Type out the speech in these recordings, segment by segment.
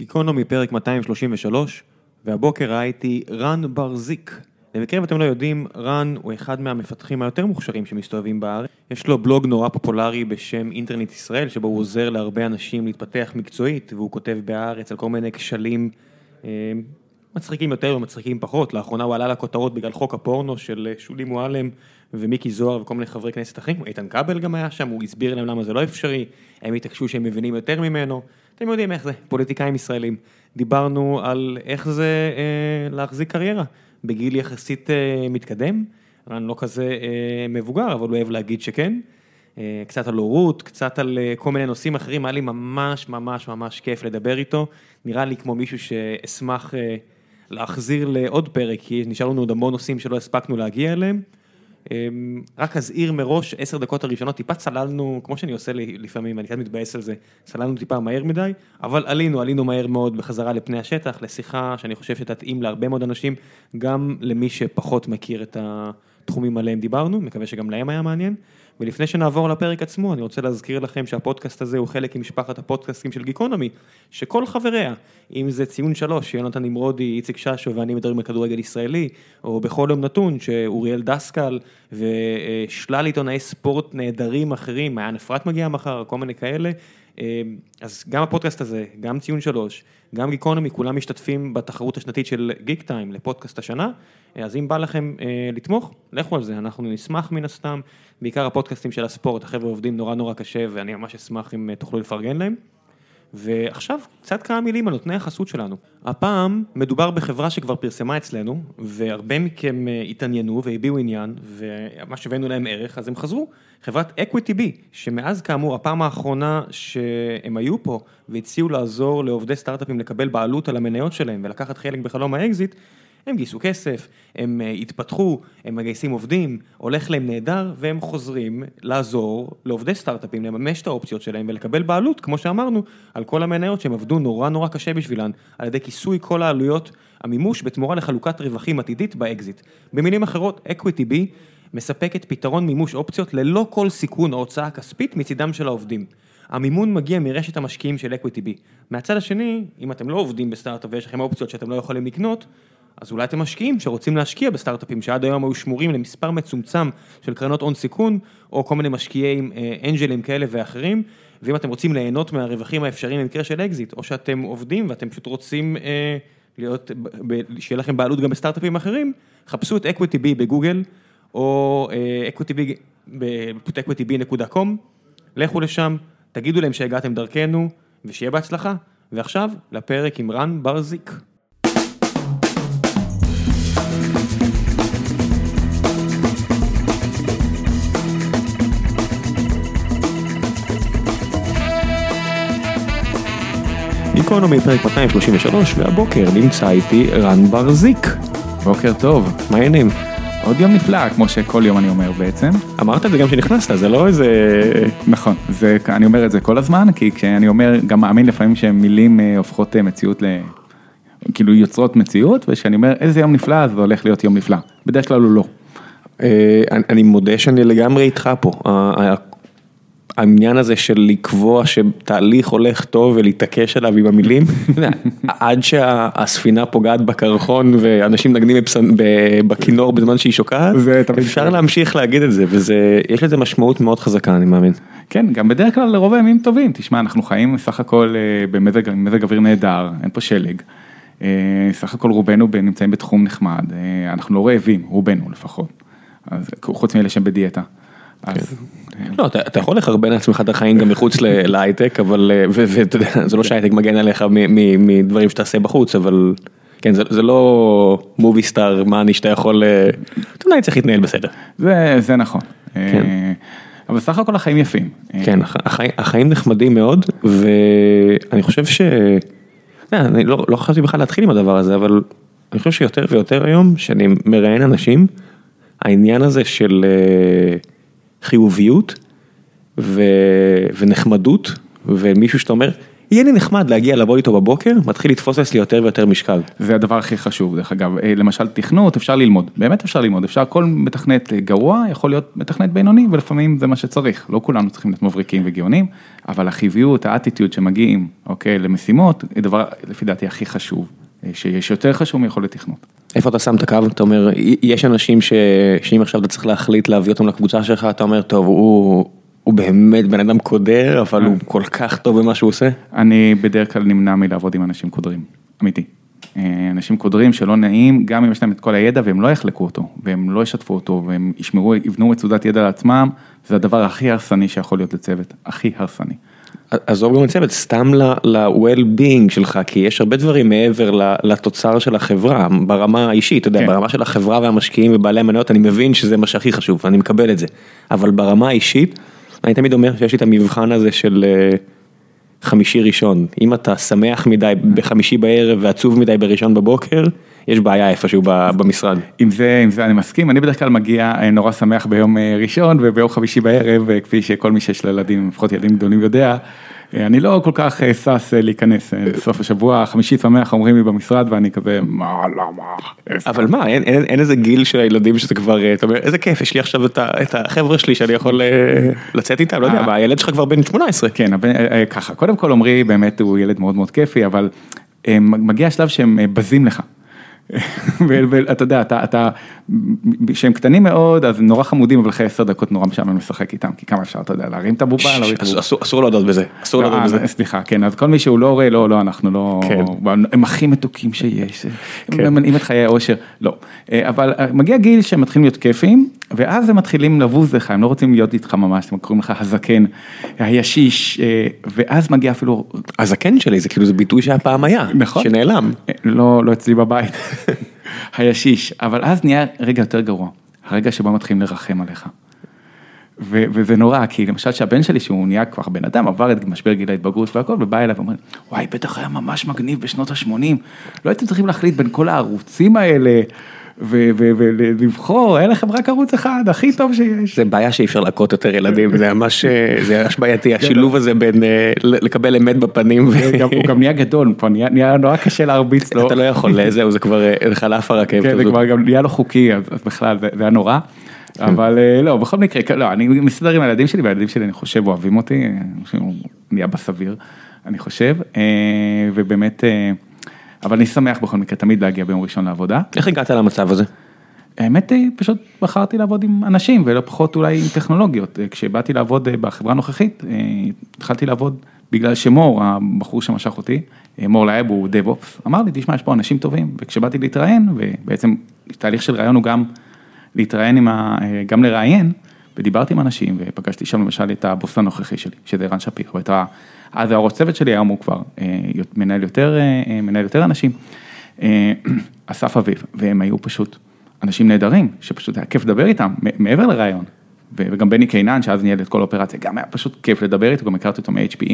גיקונומי פרק 233, והבוקר ראיתי רן ברזיק. למקרה אם אתם לא יודעים, רן הוא אחד מהמפתחים היותר מוכשרים שמסתובבים בארץ. יש לו בלוג נורא פופולרי בשם אינטרנט ישראל, שבו הוא עוזר להרבה אנשים להתפתח מקצועית, והוא כותב בארץ על כל מיני כשלים מצחיקים יותר ומצחיקים פחות. לאחרונה הוא עלה לכותרות בגלל חוק הפורנו של שולי מועלם ומיקי זוהר וכל מיני חברי כנסת אחרים. איתן כבל גם היה שם, הוא הסביר להם למה זה לא אפשרי, הם התעקשו שהם מבינים יותר ממנו. אתם יודעים איך זה, פוליטיקאים ישראלים. דיברנו על איך זה להחזיק קריירה בגיל יחסית מתקדם. רן לא כזה מבוגר, אבל הוא אוהב להגיד שכן. קצת על הורות, קצת על כל מיני נושאים אחרים. היה לי ממש ממש ממש כיף לדבר איתו. נראה לי כמו מישהו שאשמח להחזיר לעוד פרק, כי נשאר לנו עוד המון נושאים שלא הספקנו להגיע אליהם. רק אזהיר מראש, 10 דקות הראשונות, טיפה צללנו, כמו שאני עושה לפעמים, אני קצת מתבאס על זה, צללנו טיפה מהר מדי, אבל עלינו מהר מאוד בחזרה לפני השטח, לשיחה שאני חושב שתתאים להרבה מאוד אנשים, גם למי שפחות מכיר את התחומים עליהם דיברנו, מקווה שגם להם היה מעניין. ולפני שנעבור לפרק עצמו, אני רוצה להזכיר לכם שהפודקאסט הזה הוא חלק ממשפחת הפודקאסטים של גיקונומי, שכל חבריה, אם זה ציון 3, יונתן נמרודי, איציק ששו ואני מדברים על כדורגל ישראלי, או בכל יום נתון, שאוריאל דסקל ושלל עיתונאי ספורט נהדרים אחרים, מעיין אפרת מגיע מחר, כל מיני כאלה, אז גם הפודקאסט הזה, גם ציון 3, גם גיקונומי, כולם משתתפים בתחרות השנתית של גיק טיים לפודקאסט השנה, אז אם בא לכם לתמוך, לכו על זה, אנחנו נשמח מן הסתם, בעיקר הפודקאסטים של הספורט, החבר'ה עובדים נורא קשה, ואני ממש אשמח אם תוכלו לפרגן להם. ועכשיו, קצת כמה מילים על נותני החסות שלנו. הפעם מדובר בחברה שכבר פרסמה אצלנו, והרבה מכם התעניינו והביעו עניין, ומה שהבאנו להם ערך, אז הם חזרו. חברת EquityB, שמאז כאמור, הפעם האחרונה שהם היו פה, והציעו לעזור לעובדי סטארט-אפים לקבל בעלות על המניות שלהם, ולקחת חלק בחלום האקזיט, הם גייסו כסף, הם התפתחו, הם מגייסים עובדים, הולך להם נהדר, והם חוזרים לעזור לעובדי סטארט-אפים, לממש את האופציות שלהם ולקבל בעלות, כמו שאמרנו, על כל המניות שהם עבדו נורא קשה בשבילן, על ידי כיסוי כל העלויות המימוש בתמורה לחלוקת רווחים עתידית באקזיט. במילים אחרות, EquityB מספקת פתרון מימוש אופציות ללא כל סיכון או הוצאה כספית מצידם של העובדים. המימון מגיע מרשת המשקיעים של EquityB. מהצד השני, אם אתם לא עובדים בסטארט-אפ ויש לכם אופציות שאתם לא יכולים לקנות, אז אולי אתם משקיעים שרוצים להשקיע בסטארט-אפים שעד היום היו שמורים למספר מצומצם של קרנות הון סיכון, או כל מיני משקיעים אנג'לים כאלה ואחרים, ואם אתם רוצים ליהנות מהרווחים האפשריים במקרה של אקזיט, או שאתם עובדים ואתם פשוט רוצים שיהיה לכם בעלות גם בסטארט-אפים אחרים, חפשו את EquityB בגוגל, או equityb.com, לכו לשם, תגידו להם שהגעתם דרכנו, ושיהיה בהצלחה. ועכשיו, לפרק עם רן ברזיק. גיקונומי פרק 233, והבוקר נמצא איתי רן ברזיק. בוקר טוב. מה העניינים? עוד יום נפלא, כמו שכל יום אני אומר בעצם. אמרת את זה גם שנכנסת, זה לא איזה... נכון, אני אומר את זה כל הזמן, כי כשאני אומר, גם מאמין לפעמים שמילים הופכות מציאות כאילו יוצרות מציאות, ושאני אומר איזה יום נפלא, אז זה הולך להיות יום נפלא. בדרך כלל הוא לא. אני מודה שאני לגמרי איתך פה. העניין הזה של לקבוע שתהליך הולך טוב ולהתעקש עליו עם המילים, עד שהספינה פוגעת בקרחון ואנשים נגנים בכינור בזמן שהיא שוקעת, אפשר להמשיך להגיד את זה, ויש לזה משמעות מאוד חזקה, אני מאמין. כן, גם בדרך כלל לרוב הימים טובים, תשמע, אנחנו חיים סך הכל במזג אוויר נהדר, אין פה שלג, סך הכל רובנו נמצאים בתחום נחמד, אנחנו לא רעבים, רובנו לפחות, חוץ מאלה שהם בדיאטה. לא, אתה יכול לחרבן לעצמך את החיים גם מחוץ להייטק, אבל, זה לא שהייטק מגן עליך מדברים שאתה עושה בחוץ, אבל כן, זה לא מובי סטאר, מה אני שאתה יכול, אתה אולי צריך להתנהל בסדר. זה נכון. אבל סך הכל החיים יפים. כן, החיים נחמדים מאוד, ואני חושב אני לא חשבתי בכלל להתחיל עם הדבר הזה, אבל אני חושב שיותר ויותר היום, שאני מראיין אנשים, העניין הזה של חיוביות ונחמדות, ומישהו שאתה אומר, יהיה לי נחמד להגיע לעבוד איתו בבוקר, מתחיל לתפוס אצלי יותר ויותר משקל. זה הדבר הכי חשוב, דרך אגב. למשל, תכנות, אפשר ללמוד. באמת אפשר ללמוד. אפשר, כל מתכנת גרוע יכול להיות מתכנת בינוני, ולפעמים זה מה שצריך. לא כולנו צריכים להיות מבריקים וגאונים, אבל החיוביות, האטיטיוד שמגיעים, אוקיי, למשימות, זה דבר, לפי דעתי, הכי חשוב. שיש יותר חשוב מיכולת תכנות. איפה אתה שם את הקו? אתה אומר, יש אנשים שאם עכשיו אתה צריך להחליט להביא אותם לקבוצה שלך, אתה אומר, טוב, הוא באמת בן אדם קודר, אבל הוא כל כך טוב במה שהוא עושה? אני בדרך כלל נמנע מלעבוד עם אנשים קודרים, אמיתי. אנשים קודרים שלא נעים, גם אם יש להם את כל הידע, והם לא יחלקו אותו, והם לא ישתפו אותו, והם יבנו מצודת ידע לעצמם, זה הדבר הכי הרסני שיכול להיות לצוות, הכי הרסני. עזוב גם לצוות, סתם ל-well-being שלך, כי יש הרבה דברים מעבר לתוצר של החברה, ברמה האישית, אתה יודע, ברמה של החברה והמשקיעים ובעלי המניות, אני מבין שזה מה שהכי חשוב, ואני מקבל את זה, אבל ברמה האישית, אני תמיד אומר שיש לי את המבחן הזה של חמישי ראשון, אם אתה שמח מדי בחמישי בערב ועצוב מדי בראשון בבוקר, יש בעיה איפשהו במשרד. עם זה אני מסכים, אני בדרך כלל מגיע נורא שמח ביום ראשון וביום חמישי בערב, כפי שכל מי שיש לילדים, לפחות ילדים גדולים יודע, אני לא כל כך סס להיכנס בסוף השבוע, חמישי שמח אומרים לי במשרד ואני כזה, מה, למה? אבל מה, אין איזה גיל של הילדים שאתה כבר, אתה אומר, איזה כיף, יש לי עכשיו את החבר'ה שלי שאני יכול לצאת איתם, לא יודע, הילד שלך כבר בן 18. כן, ככה, קודם כל אומרי, באמת הוא ילד מאוד מאוד כיפי, אבל מגיע השלב שהם בזים לך. ואתה יודע, שהם קטנים מאוד, אז נורא חמודים, אבל אחרי 10 דקות נורא משעמם לשחק איתם, כי כמה אפשר, אתה יודע, להרים את הבובה, אסור להודות בזה, אסור להודות בזה. סליחה, כן, אז כל מי שהוא לא רואה, לא, אנחנו לא, הם הכי מתוקים שיש, הם מנעים את חיי האושר, לא. אבל מגיע גיל שהם מתחילים להיות כיפים, ואז הם מתחילים לבוז לך, הם לא רוצים להיות איתך ממש, הם קוראים לך הזקן, הישיש, ואז מגיע אפילו... הזקן שלי, זה כאילו, זה ביטוי שהפעם היה, שנעלם. לא אצלי בבית. הישיש, אבל אז נהיה רגע יותר גרוע, הרגע שבו מתחילים לרחם עליך. וזה נורא, כי למשל שהבן שלי, שהוא נהיה כבר בן אדם, עבר את משבר גיל ההתבגרות והכל, ובא אליו ואומר, וואי, בטח היה ממש מגניב בשנות ה-80, לא הייתם צריכים להחליט בין כל הערוצים האלה, ולבחור, אין לכם רק ערוץ אחד, הכי טוב שיש. זה בעיה שאי אפשר להכות יותר ילדים, זה ממש בעייתי, השילוב הזה בין לקבל אמת בפנים. הוא גם נהיה גדול, נהיה נורא קשה להרביץ לו. אתה לא יכול, זהו, זה כבר חלף הרכבת. כן, זה כבר גם נהיה לא חוקי, אז בכלל, זה היה נורא. אבל לא, בכל מקרה, לא, אני מסתדר עם הילדים שלי, והילדים שלי, אני חושב, אוהבים אותי, הוא נהיה בסביר, אני חושב, ובאמת... אבל אני שמח בכל מקרה, תמיד להגיע ביום ראשון לעבודה. איך הגעת למצב הזה? האמת היא, פשוט בחרתי לעבוד עם אנשים, ולא פחות אולי עם טכנולוגיות. כשבאתי לעבוד בחברה הנוכחית, התחלתי לעבוד בגלל שמור, הבחור שמשך אותי, מור לאב הוא DevOps, אמר לי, תשמע, יש פה אנשים טובים, וכשבאתי להתראיין, ובעצם תהליך של ראיון הוא גם להתראיין גם לראיין, ודיברתי עם אנשים, ופגשתי שם למשל את הבוס הנוכחי שלי, שזה רן שפיר, אז הראש צוות שלי היום הוא כבר מנהל יותר אנשים, אסף אביב, והם היו פשוט אנשים נהדרים, שפשוט היה כיף לדבר איתם, מעבר לרעיון, וגם בני קינן, שאז ניהל את כל האופרציה, גם היה פשוט כיף לדבר איתו, גם הכרתי אותו מ-HPE,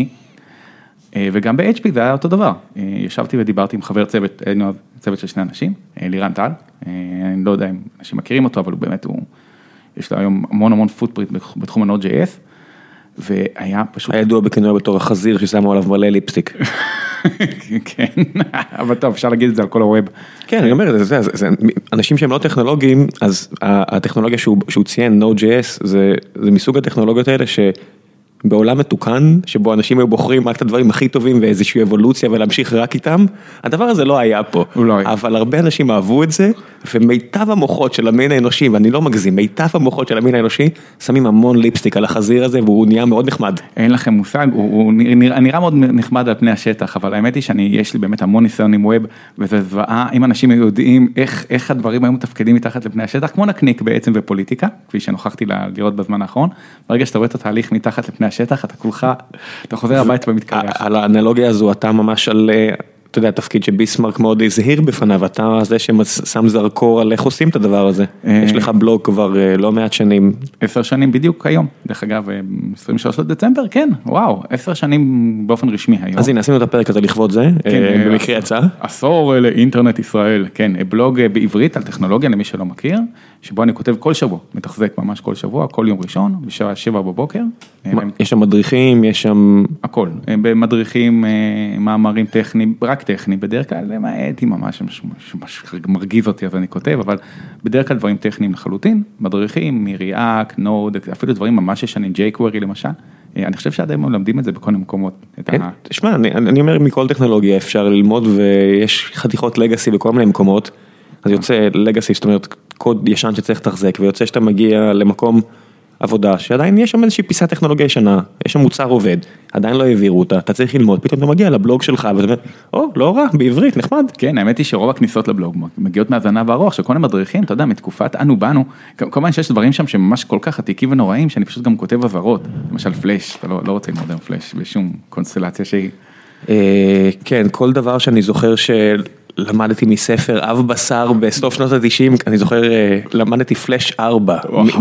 וגם ב-HP זה היה אותו דבר, ישבתי ודיברתי עם חבר צוות, צוות של 2 אנשים, לירן טל, אני לא יודע אם אנשים מכירים אותו, אבל הוא באמת, יש לו היום המון פוטפרינט בתחום ה-Node.js, והיה פשוט... היה ידוע בכינוי בתור החזיר ששמו עליו מלא ליפסטיק. כן, אבל טוב, אפשר להגיד את זה על כל הווב. כן, אני אומר, אנשים שהם לא טכנולוגיים, אז הטכנולוגיה שהוא ציין, Node.js, זה מסוג הטכנולוגיות האלה בעולם מתוקן, שבו אנשים היו בוחרים רק את הדברים הכי טובים ואיזושהי אבולוציה ולהמשיך רק איתם, הדבר הזה לא היה פה. אבל הרבה אנשים אהבו את זה, ומיטב המוחות של המין האנושי, ואני לא מגזים, מיטב המוחות של המין האנושי, שמים המון ליפסטיק על החזיר הזה, והוא נהיה מאוד נחמד. אין לכם מושג, הוא נראה מאוד נחמד על פני השטח, אבל האמת היא שיש לי באמת המון ניסיון עם ווב, וזה זוועה, אם אנשים יודעים איך הדברים היו מתפקדים מתחת לפני השטח, כמו נקניק בעצם בפוליטיקה, כפי שנוכחתי לראות בזמן האחרון, ברגע שאתה רואה את התהליך מתחת לפני השטח, אתה חוזר הבית ומתקרח. על האנלוגיה הזו, אתה ממש על אתה יודע, תפקיד שביסמרק מאוד הזהיר בפניו, אתה זה ששם זרקור על איך עושים את הדבר הזה. יש לך בלוג כבר לא מעט שנים. 10 שנים בדיוק היום, דרך אגב, 23 דצמבר, כן, וואו, 10 שנים באופן רשמי היום. אז הנה, עשינו את הפרק הזה לכבוד זה, במקרה יצא. עשור לאינטרנט ישראל, כן, בלוג בעברית על טכנולוגיה, למי שלא מכיר, שבו אני כותב כל שבוע, מתחזק ממש כל שבוע, כל יום ראשון, בשעה 7 בבוקר. יש שם מדריכים, יש שם... הכל, במדריכים, מאמרים טכניים, רק טכניים, בדרך כלל, למעט, אם ממש מרגיז אותי, אז אני כותב, אבל בדרך כלל דברים טכניים לחלוטין, מדריכים, מריאקט, נוד, אפילו דברים ממש ישנים, jQuery למשל, אני חושב שעדיין מלמדים את זה בכל המקומות. תשמע, אני אומר מכל טכנולוגיה אפשר ללמוד, ויש חתיכות לגאסי בכל מיני מקומות, אז יוצא לגאסי, זאת אומרת, קוד ישן שצריך לתחזק, ויוצא שאתה מגיע למקום עבודה, שעדיין יש שם איזושהי פיסת טכנולוגיה ישנה, יש שם מוצר עובד, עדיין לא העבירו אותה, אתה צריך ללמוד, פתאום אתה מגיע לבלוג שלך, ואתה אומר, לא רע, בעברית, נחמד. כן, האמת היא שרוב הכניסות לבלוג מגיעות מהזנב הארוך, שכל הם מדריכים, אתה יודע, מתקופת אנו באנו, כמובן שיש דברים שם שממש כל כך עתיקים ונוראים, שאני פשוט גם כותב הבהרות, למשל פלאש, אתה לא רוצה ללמוד עם פלאש, בשום קונסטלציה שהיא. כן, כל דבר שאני זוכר למדתי מספר אב בשר בסוף שנות ה-90, אני זוכר, למדתי פלאש 4,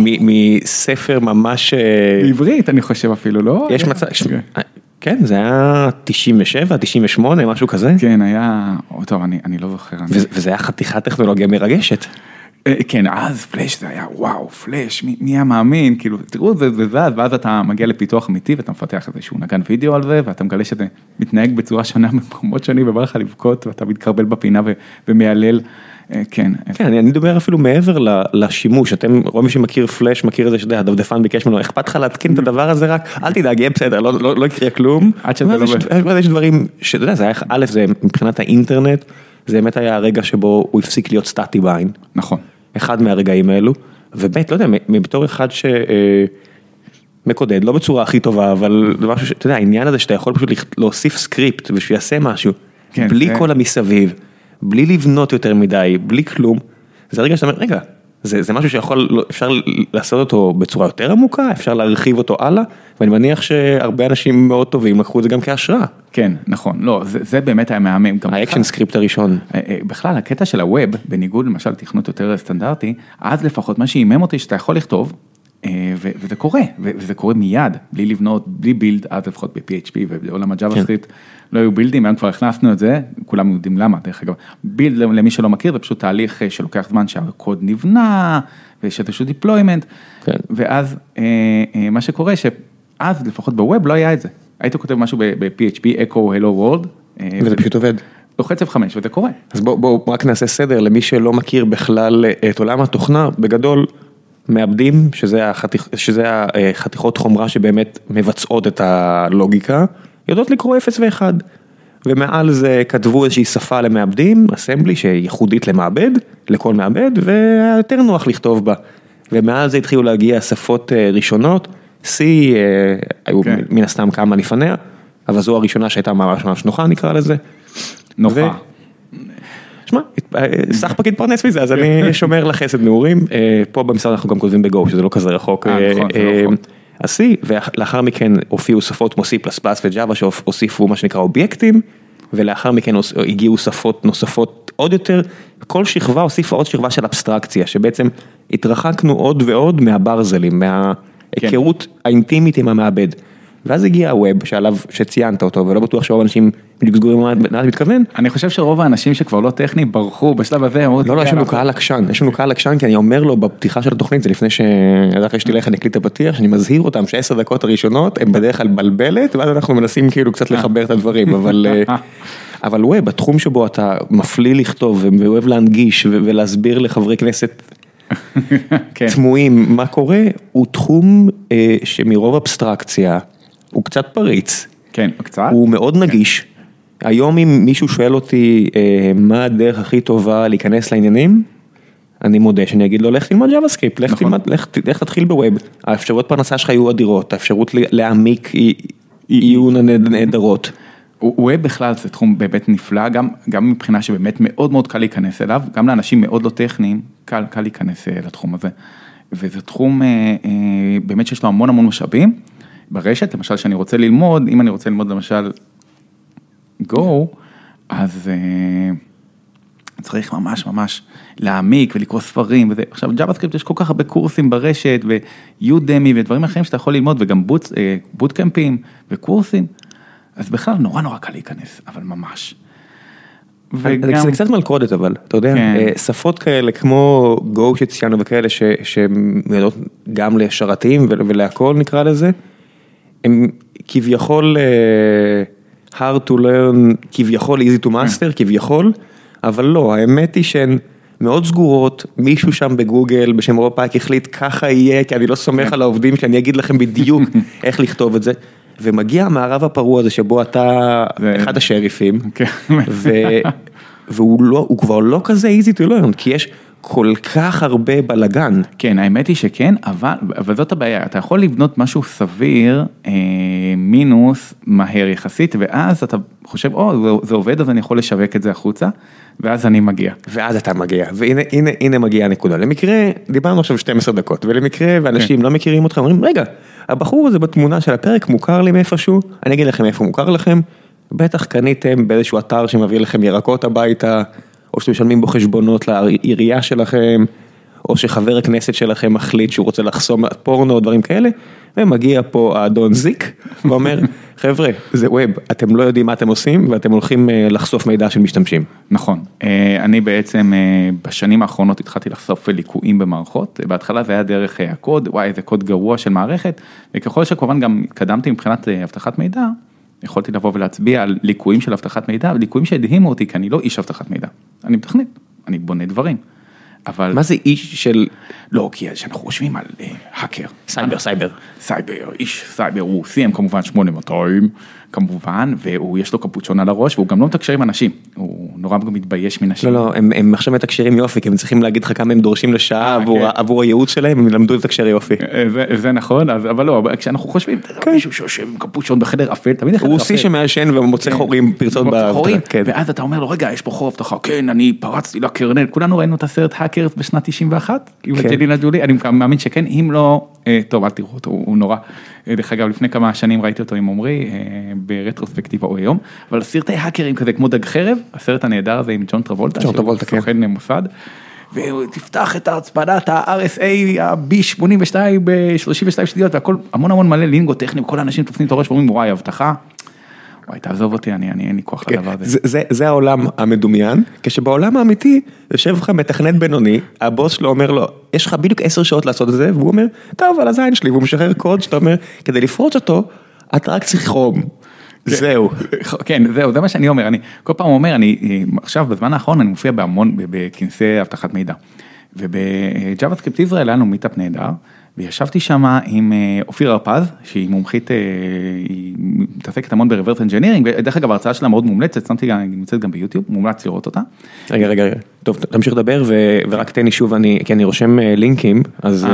מספר ממש... בעברית, אני חושב אפילו, לא? יש מצב, כן, זה היה 97, 98, משהו כזה. כן, היה, טוב, אני לא זוכר. וזה היה חתיכת טכנולוגיה מרגשת. כן, אז פלאש זה היה, וואו, פלאש, מי היה מאמין, כאילו, תראו, זה זז, ואז אתה מגיע לפיתוח אמיתי, ואתה מפתח איזשהו נגן וידאו על זה, ואתה מגלה שזה מתנהג בצורה שונה במקומות שונים, ובא לך לבכות, ואתה מתקרבל בפינה ומיילל, כן. כן, אני מדבר אפילו מעבר לשימוש, רוב מי שמכיר פלאש, מכיר את זה שדה, הדפדפן ביקש ממנו, אכפת לך להתקין את הדבר הזה רק, אל תדאג, יהיה בסדר, לא יקרה כלום. עד שזה לא... יש דברים, שאתה יודע, זה היה, א', זה מבחינת האינטרנט, זה באמת היה הרגע שבו הוא הפסיק להיות סטטי בעין. נכון. אחד מהרגעים האלו, ובית, לא יודע, בתור אחד שמקודד, לא בצורה הכי טובה, אבל זה משהו שאתה יודע, העניין הזה שאתה יכול פשוט להוסיף סקריפט, ושיעשה משהו, בלי כל המסביב, בלי לבנות יותר מדי, בלי כלום, זה הרגע שאתה אומר, רגע, זה משהו שיכול, אפשר לעשות אותו בצורה יותר עמוקה, אפשר להרחיב אותו הלאה, ואני מניח שהרבה אנשים מאוד טובים לקחו את זה גם כהשראה. כן, נכון, לא, זה באמת היה מהמם. האקשן סקריפט הראשון. בכלל, הקטע של הווב, בניגוד למשל תכנות יותר סטנדרטי, אז לפחות מה שאימם אותי שאתה יכול לכתוב, וזה קורה, וזה קורה מיד, בלי לבנות, בלי בילד, אז לפחות ב-PHP ובעולם הג'אווה סקריפט, לא היו בילדים, היום כבר הכנסנו את זה, כולם יודעים למה, דרך אגב, בילד למי שלא מכיר, זה פשוט תהליך שלוקח זמן שהקוד נבנה, ויש איזשהו deployment, ואז מה שקורה, שאז לפחות בווב לא היה את זה, היית כותב משהו ב-PHP, Echo, Hello World, וזה פשוט עובד. לוחץ F5 וזה קורה. אז בואו רק נעשה סדר, למי שלא מכיר בכלל את עולם התוכנה, בגדול, מעבדים, שזה החתיכות חומרה שבאמת מבצעות את הלוגיקה, יודעות לקרוא 0 ו-1, ומעל זה כתבו איזושהי שפה למעבדים, אסמבלי שייחודית למעבד, לכל מעבד, ויותר נוח לכתוב בה, ומעל זה התחילו להגיע שפות ראשונות, C, היו מן הסתם כמה לפניה, אבל זו הראשונה שהייתה ממש נוחה נקרא לזה. נוחה. שמע, סך פקיד פרנס מזה, אז אני שומר לחסד נעורים, פה במשרד אנחנו גם כותבים בגו, שזה לא כזה רחוק, אז C, ולאחר מכן הופיעו שפות כמו C++ וג'אווה שהוסיפו מה שנקרא אובייקטים, ולאחר מכן הגיעו שפות נוספות עוד יותר, כל שכבה הוסיפה עוד שכבה של אבסטרקציה, שבעצם התרחקנו עוד ועוד מהברזלים, מההיכרות האינטימית עם המעבד. ואז הגיע הווב שעליו, שציינת אותו, ולא בטוח שרוב האנשים בדיוק סגורים מה אתה מתכוון. אני חושב שרוב האנשים שכבר לא טכניים ברחו בשלב הזה. לא, יש לנו קהל עקשן, כי אני אומר לו בפתיחה של התוכנית, זה לפני שאחרי שתלך אני אקליט את הפתיח, שאני מזהיר אותם ש10 דקות הראשונות, הם בדרך כלל בלבלת, ואז אנחנו מנסים כאילו קצת לחבר את הדברים, אבל ווב, התחום שבו אתה מפליא לכתוב, ואוהב להנגיש ולהסביר לחברי כנסת תמוהים מה קורה, הוא תחום שמרוב אבסטרקציה, הוא קצת פריץ, כן, קצת. הוא מאוד נגיש. היום אם מישהו שואל אותי מה הדרך הכי טובה להיכנס לעניינים, אני מודה שאני אגיד לו, לך תלמד JavaScript, לך תתחיל בווב. האפשרויות פרנסה שלך יהיו אדירות, האפשרות להעמיק יהיו נהדרות. ווב בכלל זה תחום באמת נפלא, גם מבחינה שבאמת מאוד מאוד קל להיכנס אליו, גם לאנשים מאוד לא טכניים, קל להיכנס לתחום הזה. וזה תחום באמת שיש לו המון משאבים, ברשת, למשל שאני רוצה ללמוד, אם אני רוצה ללמוד למשל Go, אז צריך ממש ממש להעמיק ולקרוא ספרים וזה. עכשיו, JavaScript יש כל כך הרבה קורסים ברשת, ויודמי ודברים אחרים שאתה יכול ללמוד, וגם בוטקמפים וקורסים, אז בכלל נורא נורא קל להיכנס, אבל ממש. זה קצת מלכודת, אבל, אתה יודע, שפות כאלה כמו Go שציינו וכאלה, שמיועדות גם לשרתים ולהכל נקרא לזה, הם כביכול hard to learn, כביכול easy to master, כביכול, אבל לא, האמת היא שהן מאוד סגורות, מישהו שם בגוגל בשם רוב פייק החליט ככה יהיה, כי אני לא סומך על העובדים שלי, אני אגיד לכם בדיוק איך לכתוב את זה, ומגיע המערב הפרוע הזה שבו אתה אחד השריפים, והוא כבר לא כזה easy to learn, כי יש כל כך הרבה בלגן. כן, האמת היא שכן, אבל זאת הבעיה, אתה יכול לבנות משהו סביר, מינוס, מהר יחסית, ואז אתה חושב, זה עובד, אז אני יכול לשווק את זה החוצה, ואז אני מגיע. ואז אתה מגיע, והנה מגיעה הנקודה. למקרה, דיברנו עכשיו 12 דקות, ולמקרה, ואנשים לא מכירים אותך, אומרים, רגע, הבחור הזה בתמונה של הפרק מוכר לי מאיפשהו, אני אגיד לכם איפה מוכר לכם, בטח קניתם באיזשהו אתר שמביא לכם ירקות הביתה, או שאתם משלמים בו חשבונות לעירייה שלכם, או שחבר הכנסת שלכם מחליט שהוא רוצה לחסום פורנו או דברים כאלה, ומגיע פה האדון זיק, ואומר, חבר'ה, זה ווב, אתם לא יודעים מה אתם עושים, ואתם הולכים לחשוף מידע של משתמשים. נכון, אני בעצם בשנים האחרונות התחלתי לחשוף ליקויים במערכות, בהתחלה זה היה דרך הקוד, וואי, זה קוד גרוע של מערכת, וככל שכמובן גם התקדמתי מבחינת הבטחת מידע, יכולתי לבוא ולהצביע על ליקויים של הבטחת מידע, וליקויים שהדהימו אותי, כי אני לא איש הבטחת מידע. אני מתכנת, אני בונה דברים. אבל... מה זה איש של... לא, כי שאנחנו חושבים על האקר. סייבר. איש סייבר, הוא סיים כמובן 8200, כמובן, ויש לו קפוצ'ון על הראש, והוא גם לא מתקשר עם אנשים. הוא נורא גם מתבייש מנשים. לא, הם עכשיו מתקשרים יופי, כי הם צריכים להגיד לך כמה הם דורשים לשעה עבור הייעוץ שלהם, הם ילמדו לתקשר יופי. זה נכון, אבל לא, כשאנחנו חושבים, מישהו שיושב עם קפוצ'ון בחדר אפל, תמיד בחדר אפל. הוא עושה שמעשן ומוצא חורים, פרצות חורים, ואז אתה אומר לו, רגע, יש פה חור הבטחה, כן, אני פרצתי לקרנל, כולנו ראינו את הסרט האקרס בשנת 91, עם אנג'לינה ג'ולי, אני מאמין שכן, אם לא, טוב, אל תראו אותו, הוא נורא. דרך אגב, לפני כמה שנים ראיתי אותו עם עומרי, ברטרוספקטיבה או היום, אבל סרטי האקרים כזה כמו דג חרב, הסרט הנהדר הזה עם ג'ון טרבולטה, סוכן מוסד, ותפתח את ההצפנת ה-RSA, ה-B82 ב-32 שניות, והכל המון מלא לינגו טכני, כל האנשים תופסים את הראש ואומרים, וואי, הבטחה, וואי, תעזוב אותי, אין לי כוח לדבר הזה. זה העולם המדומיין, כשבעולם האמיתי, יושב לך מתכנת בינוני, הבוס שלו אומר לו, יש לך בדיוק 10 שעות לעשות את זה, והוא אומר, טוב, על הזין שלי, והוא משחרר קוד, שאתה אומר, כדי לפרוץ אותו, אתה רק צריך חום. זהו. כן, זהו, זה מה שאני אומר, אני כל פעם אומר, עכשיו בזמן האחרון אני מופיע בהמון, בכנסי הבטחת מידע, ובג'אווה-סקריפט ישראל היה לנו מיטאפ נהדר, וישבתי שם עם אופיר הרפז, שהיא מומחית, היא מתעסקת המון ברוורס אנג'ינירינג, ודרך אגב, ההרצאה שלה מאוד מומלצת, שמתי גם ביוטיוב, מומלץ לראות אותה. רגע, טוב, תמשיך לדבר, ורק תן לי שוב, כי אני רושם לינקים, אז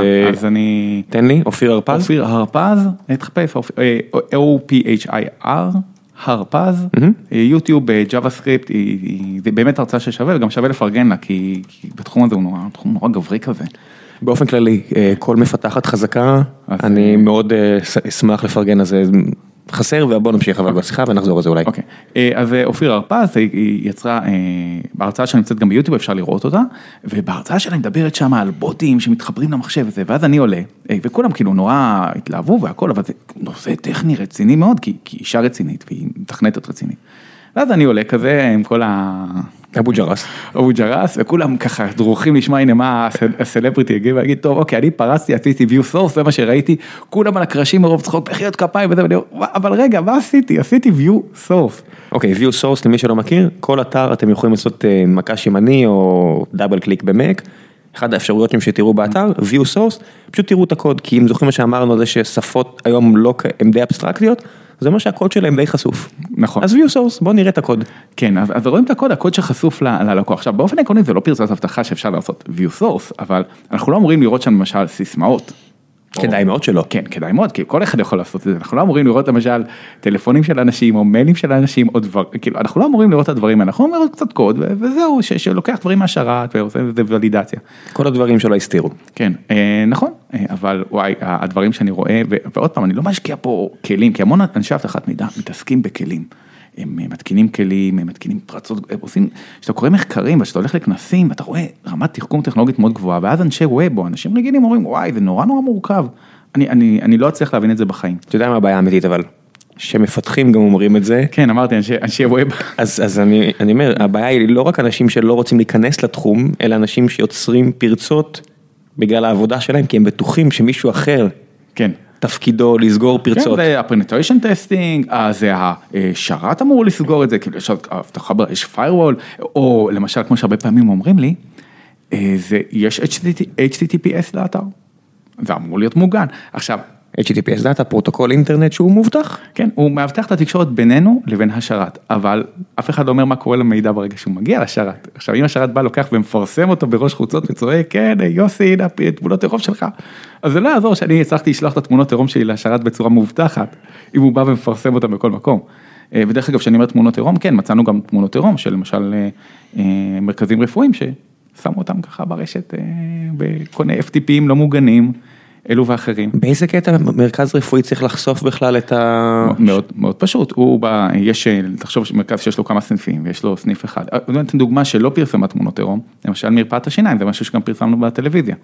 תן לי, אופיר הרפז. אופיר הרפז, תחפש, OPHIR, הרפז, יוטיוב, JavaScript, זה באמת הרצאה ששווה, וגם שווה לפרגן לה, כי בתחום הזה הוא נורא גברי כזה. באופן כללי, כל מפתחת חזקה, אני מאוד אשמח לפרגן הזה, חסר, ובוא נמשיך אבל בשיחה ונחזור לזה אולי. אוקיי, אז אופיר הרפז, היא יצרה, בהרצאה שלה נמצאת גם ביוטיוב, אפשר לראות אותה, ובהרצאה שלה מדברת שם על בוטים שמתחברים למחשב הזה, ואז אני עולה, וכולם כאילו נורא התלהבו והכל, אבל זה נושא טכני רציני מאוד, כי אישה רצינית, והיא מתכנתת רצינית. ואז אני עולה כזה עם כל אבו ג'רס, וכולם ככה דרוכים לשמוע, הנה מה הסלבריטי יגיב ויגיד, טוב, אוקיי, אני פרצתי, עשיתי view source, זה מה שראיתי, כולם על הקרשים מרוב צחוק, מחיאות כפיים וזה, אבל רגע, מה עשיתי? עשיתי view source. אוקיי, view source, למי שלא מכיר, כל אתר אתם יכולים לעשות מקש ימני או דאבל קליק במק, אחד האפשרויות שתראו באתר, view source, פשוט תראו את הקוד, כי אם זוכרים מה שאמרנו, זה ששפות היום הן די אבסטרקטיות, זה אומר שהקוד שלהם די חשוף. נכון. אז view source, בואו נראה את הקוד. כן, אז רואים את הקוד שחשוף ללקוח. עכשיו, באופן עקרוני זה לא פרצת הבטחה שאפשר לעשות view source, אבל אנחנו לא אמורים לראות שם למשל סיסמאות. כדאי מאוד שלא. כן, כדאי מאוד, כי כל אחד יכול לעשות את זה. אנחנו לא אמורים לראות למשל טלפונים של אנשים או מיילים של אנשים או דבר, כאילו, אנחנו לא אמורים לראות את הדברים האלה, אנחנו אומרים קצת קוד וזהו, שלוקח דברים מהשרת ועושה ולידציה. כל הדברים שלא הסתירו. כן, נכון, אבל וואי, הדברים שאני רואה, ועוד פעם, אני לא משקיע פה כלים, כי המון אנשי אבטחת מידע מתעסקים בכלים. הם מתקינים כלים, הם מתקינים פרצות, הם עושים, כשאתה קורא מחקרים וכשאתה הולך לכנסים, אתה רואה רמת תחכום טכנולוגית מאוד גבוהה, ואז אנשי ווב או אנשים רגילים אומרים, וואי, זה נורא נורא מורכב. אני לא אצליח להבין את זה בחיים. אתה יודע מה הבעיה האמיתית, אבל שמפתחים גם אומרים את זה. כן, אמרתי, אנשי ווב. אז אני אומר, הבעיה היא לא רק אנשים שלא רוצים להיכנס לתחום, אלא אנשים שיוצרים פרצות בגלל העבודה שלהם, כי הם בטוחים שמישהו אחר, כן. תפקידו לסגור פרצות. כן, ה-penetration testing, זה השרת אמור לסגור את זה, כאילו יש firewall, או למשל, כמו שהרבה פעמים אומרים לי, יש HTTPS לאתר, זה אמור להיות מוגן. עכשיו, HTTPS דאטה, פרוטוקול אינטרנט שהוא מובטח? כן, הוא מאבטח את התקשורת בינינו לבין השרת, אבל אף אחד לא אומר מה קורה למידע ברגע שהוא מגיע לשרת. עכשיו, אם השרת בא, לוקח ומפרסם אותו בראש חוצות וצועק, כן, יוסי, הנה, תמונות עירום שלך. אז זה לא יעזור שאני הצלחתי לשלוח את התמונות עירום שלי לשרת בצורה מובטחת, אם הוא בא ומפרסם אותה בכל מקום. ודרך אגב, כשאני אומר תמונות עירום, כן, מצאנו גם תמונות עירום של למשל מרכזים רפואיים ששמו אותם ככה ברשת בקוני FTPים לא מוגנים, אלו ואחרים. באיזה קטע מרכז רפואי צריך לחשוף בכלל את מאוד, מאוד פשוט. תחשוב מרכז שיש לו כמה סניפים, ויש לו סניף אחד. אני אתן דוגמה שלא פרסמה תמונות עירום, למשל מרפאת השיניים, זה משהו שגם פרסמנו בטלוויזיה.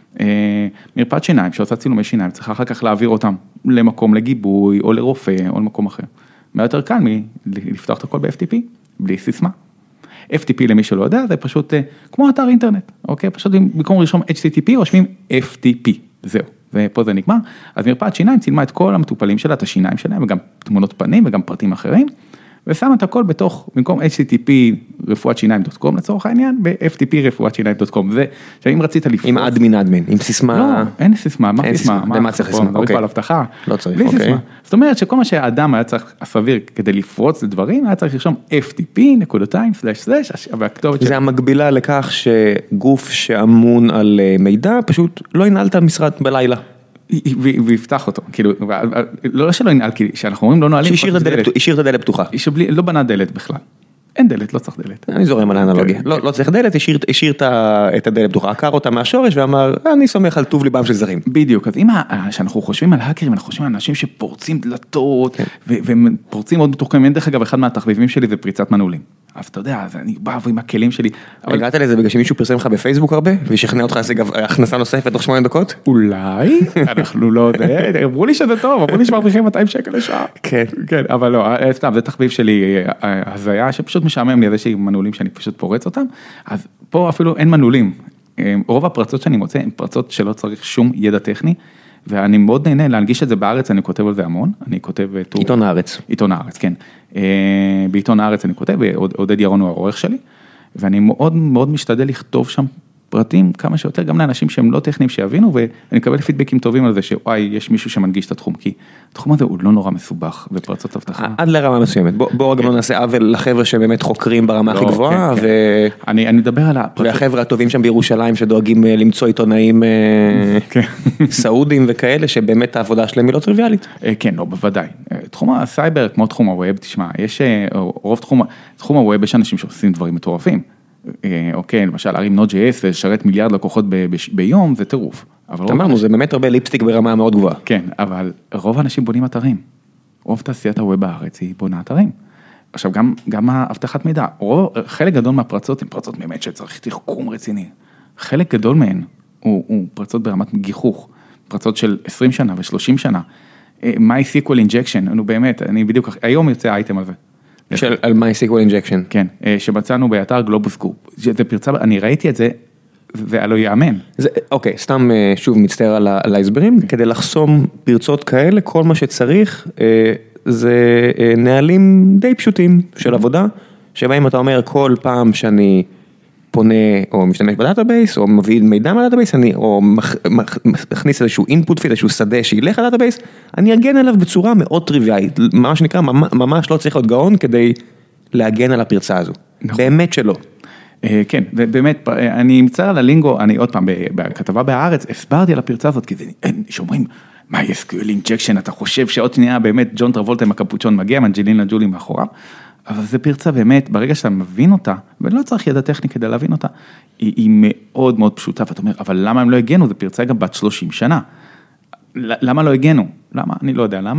מרפאת שיניים שעושה צילומי שיניים, צריכה אחר כך להעביר אותם למקום לגיבוי, או לרופא, או למקום אחר. מה יותר קל מלפתוח את הכל ב-FTP, בלי סיסמה. FTP למי שלא יודע, זה פשוט כמו אתר אינטרנט, אוקיי? פשוט במקום לרשום HTTP, רושמים FTP. זהו, ופה זה נגמר. אז מרפאת שיניים צילמה את כל המטופלים שלה, את השיניים שלהם, וגם תמונות פנים וגם פרטים אחרים, ושמה את הכל בתוך, במקום HTTP רפואת שיניים.com לצורך העניין, ב-FTP רפואת שיניים.com. זה, שאם רצית לפרוץ... עם אדמין, עם סיסמה... לא, אין סיסמה, מה סיסמה? למה צריך סיסמה? אוקיי. על הבטחה. לא צריך, אוקיי. זאת אומרת שכל מה שהאדם היה צריך, הסביר, כדי לפרוץ לדברים, היה צריך לרשום FTP, נקודתיים, // והכתובת... זה המקבילה לכך שגוף שאמון על מידע, פשוט לא ינעל את המשרד בלילה. ויפתח אותו, כאילו, לא שלא ינעל, כי שאנחנו אומרים לא נועלים... השאיר את הדלת פתוחה. לא בנה דלת בכלל. אין דלת, לא צריך דלת. אני זורם על האנלוגיה. לא צריך דלת, השאיר את הדלת פתוחה, עקר אותה מהשורש ואמר, אני סומך על טוב ליבם של זרים. בדיוק, אז אם שאנחנו חושבים על האקרים, אנחנו חושבים על אנשים שפורצים דלתות, ופורצים מאוד מתוחכמים, דרך אגב, אחד מהתחביבים שלי זה פריצת מנעולים. אז אתה יודע, אני בא עם הכלים שלי. הגעת לזה בגלל שמישהו פרסם לך בפייסבוק הרבה, וישכנע אותך הכנסה נוספת תוך 8 דקות? אולי, אנחנו לא יודע, אמרו לי שזה טוב, אמרו לי שמרוויחים 200 שקל לשעה. כן. כן, אבל לא, סתם, זה תחביב שלי, הזיה שפשוט משעמם לי, זה שהיא מנעולים שאני פשוט פורץ אותם, אז פה אפילו אין מנעולים. רוב הפרצות שאני מוצא, הן פרצות שלא צריך שום ידע טכני, ואני מאוד נהנה להנגיש את זה בארץ, אני כותב על זה המון, אני כותב... עיתון הארץ. עיתון הארץ, כן. בעיתון הארץ אני כותב, עודד ירון הוא העורך שלי, ואני מאוד מאוד משתדל לכתוב שם פרטים כמה שיותר, גם לאנשים שהם לא טכניים שיבינו, ואני מקבל פידבקים טובים על זה, שוואי, יש מישהו שמנגיש את התחום, כי התחום הזה הוא לא נורא מסובך, ופרצות הבטחה. עד לרמה מסוימת, בואו גם לא נעשה עוול לחבר'ה שבאמת חוקרים ברמה הכי גבוהה, אני מדבר על והחבר'ה הטובים שם בירושלים, שדואגים למצוא עיתונאים סעודים וכאלה, שבאמת העבודה שלהם היא לא טריוויאלית. כן, לא, בוודאי. תחום הסייבר, כמו תחום הווב, תשמע, יש רוב תחום הווב, יש אנשים שעושים דברים מטורפים. אוקיי, למשל, להרים Node.js ולשרת מיליארד לקוחות ביום, זה טירוף. אמרנו, זה באמת הרבה ליפסטיק ברמה מאוד גבוהה. כן, אבל רוב האנשים בונים אתרים. רוב תעשיית הווב בארץ היא בונה אתרים. עכשיו, גם האבטחת מידע, חלק גדול מהפרצות הן פרצות באמת שצריך תחכום רציני. חלק גדול מהן הוא פרצות ברמת גיחוך, פרצות של 20 שנה ו-30 שנה. MySQL injection, נו באמת, אני בדיוק, היום יוצא האייטם על זה. על MySQL injection. כן, שמצאנו באתר גלובוסקופ. זה פרצה, אני ראיתי את זה, זה לא יאמן. אוקיי, סתם שוב מצטער על ההסברים, כדי לחסום פרצות כאלה, כל מה שצריך, זה נהלים די פשוטים של עבודה, שבהם אתה אומר כל פעם שאני פונה או משתמש בדאטאבייס, או מביא מידע מהדאטאבייס, או מכניס איזשהו input feed, איזשהו שדה שילך לדאטאבייס, אני אגן עליו בצורה מאוד טריוויאלית, מה שנקרא, ממש לא צריך להיות גאון כדי להגן על הפרצה הזו. באמת שלא. כן, ובאמת, אני אמצא על הלינגו, אני עוד פעם, בכתבה בהארץ, הסברתי על הפרצה הזאת, כי שאומרים, MySQL injection, אתה חושב שעוד שנייה באמת ג'ון טרבולטה עם הקפוצ'ון מגיע, אנג'לינה ג'ולי מאחוריו, אבל זה פרצה באמת, ברגע שאתה מבין אותה, ולא צריך ידע טכני כדי להבין אותה, היא מאוד מאוד פשוטה, ואתה אומר, אבל למה הם לא הגנו? זה פרצה גם בת 30 שנה. למה לא הגנו? למה? אני לא יודע למה.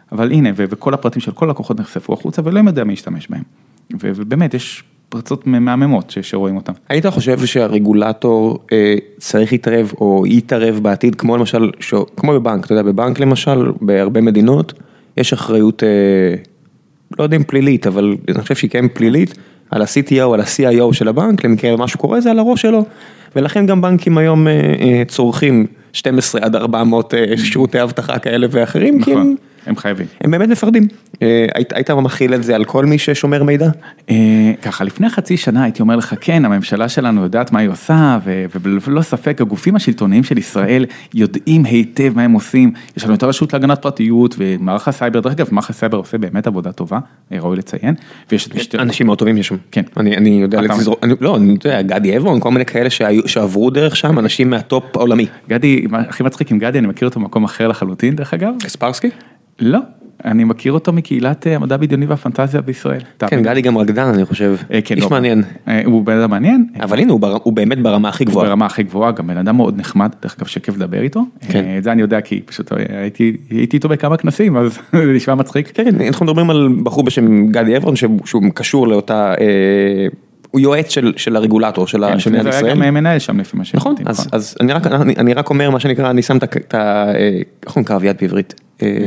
אבל הנה, וכל הפרטים של כל לקוחות נחשפו החוצה, ולא יודע מי ישתמש בהם. ובאמת, יש פרצות מהממות שרואים אותם. היית חושב שהרגולטור צריך להתערב או יתערב בעתיד, כמו למשל, כמו בבנק, אתה יודע, בבנק למשל, בהרבה מדינות, יש אחריות, לא יודע אם פלילית, אבל אני חושב שהיא כן פלילית, על ה-CTO, על ה-CIO של הבנק, למקרה משהו קורה, זה על הראש שלו. ולכן גם בנקים היום צורכים 12 עד 400 שירותי אבטחה כאלה ואחרים, נכון. כי הם חייבים. הם באמת מפרדים. היית מכיל את זה על כל מי ששומר מידע? ככה, לפני חצי שנה הייתי אומר לך, כן, הממשלה שלנו יודעת מה היא עושה, ולא ספק, הגופים השלטוניים של ישראל יודעים היטב מה הם עושים, יש לנו את הרשות להגנת פרטיות, ומערך הסייבר, דרך אגב, מערך הסייבר עושה באמת עבודה טובה, ראוי לציין, ויש את משטרת... אנשים מאוד טובים יש שם. כן. אני יודע, לא, אני יודע, גדי אברון, כל מיני כאלה שעברו דרך שם, אנשים מהטופ העולמי. גדי, הכי מצחיק עם גדי, אני מכיר אותו במקום אחר לחלוטין, דרך אגב. קספרסקי? לא, אני מכיר אותו מקהילת המדע בדיוני והפנטזיה בישראל. כן, גדי גם רקדן, אני חושב. איש מעניין. הוא בן אדם מעניין. אבל הנה, הוא באמת ברמה הכי גבוהה. הוא ברמה הכי גבוהה, גם בן אדם מאוד נחמד, דרך אגב שכיף לדבר איתו. את זה אני יודע, כי פשוט הייתי איתו בכמה כנסים, אז זה נשמע מצחיק. כן, אנחנו מדברים על בחור בשם גדי אברון, שהוא קשור לאותה... הוא יועץ של הרגולטור, של מדינת ישראל. זה היה גם מנהל שם לפי מה נכון, אז אני רק אומר מה שנקרא, אני שם את ה... איך הוא נקרא אביעד בעברית?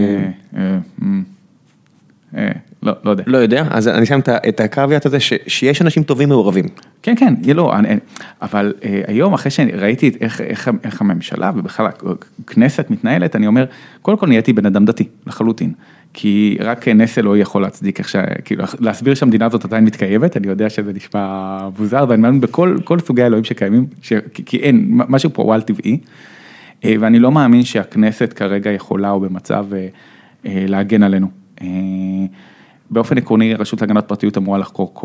לא יודע. לא יודע, אז אני שם את הקוויאט הזה, שיש אנשים טובים מעורבים. כן, כן, לא, אבל היום אחרי שראיתי איך הממשלה ובכלל הכנסת מתנהלת, אני אומר, קודם כל נהייתי בן אדם דתי, לחלוטין. כי רק נסה לא יכול להצדיק איך כאילו, להסביר שהמדינה הזאת עדיין מתקיימת, אני יודע שזה נשמע מוזר, ואני מאמין בכל סוגי האלוהים שקיימים, כי אין, משהו פה הוא על טבעי, ואני לא מאמין שהכנסת כרגע יכולה או במצב להגן עלינו. באופן עקרוני, הרשות להגנת פרטיות אמורה לחקור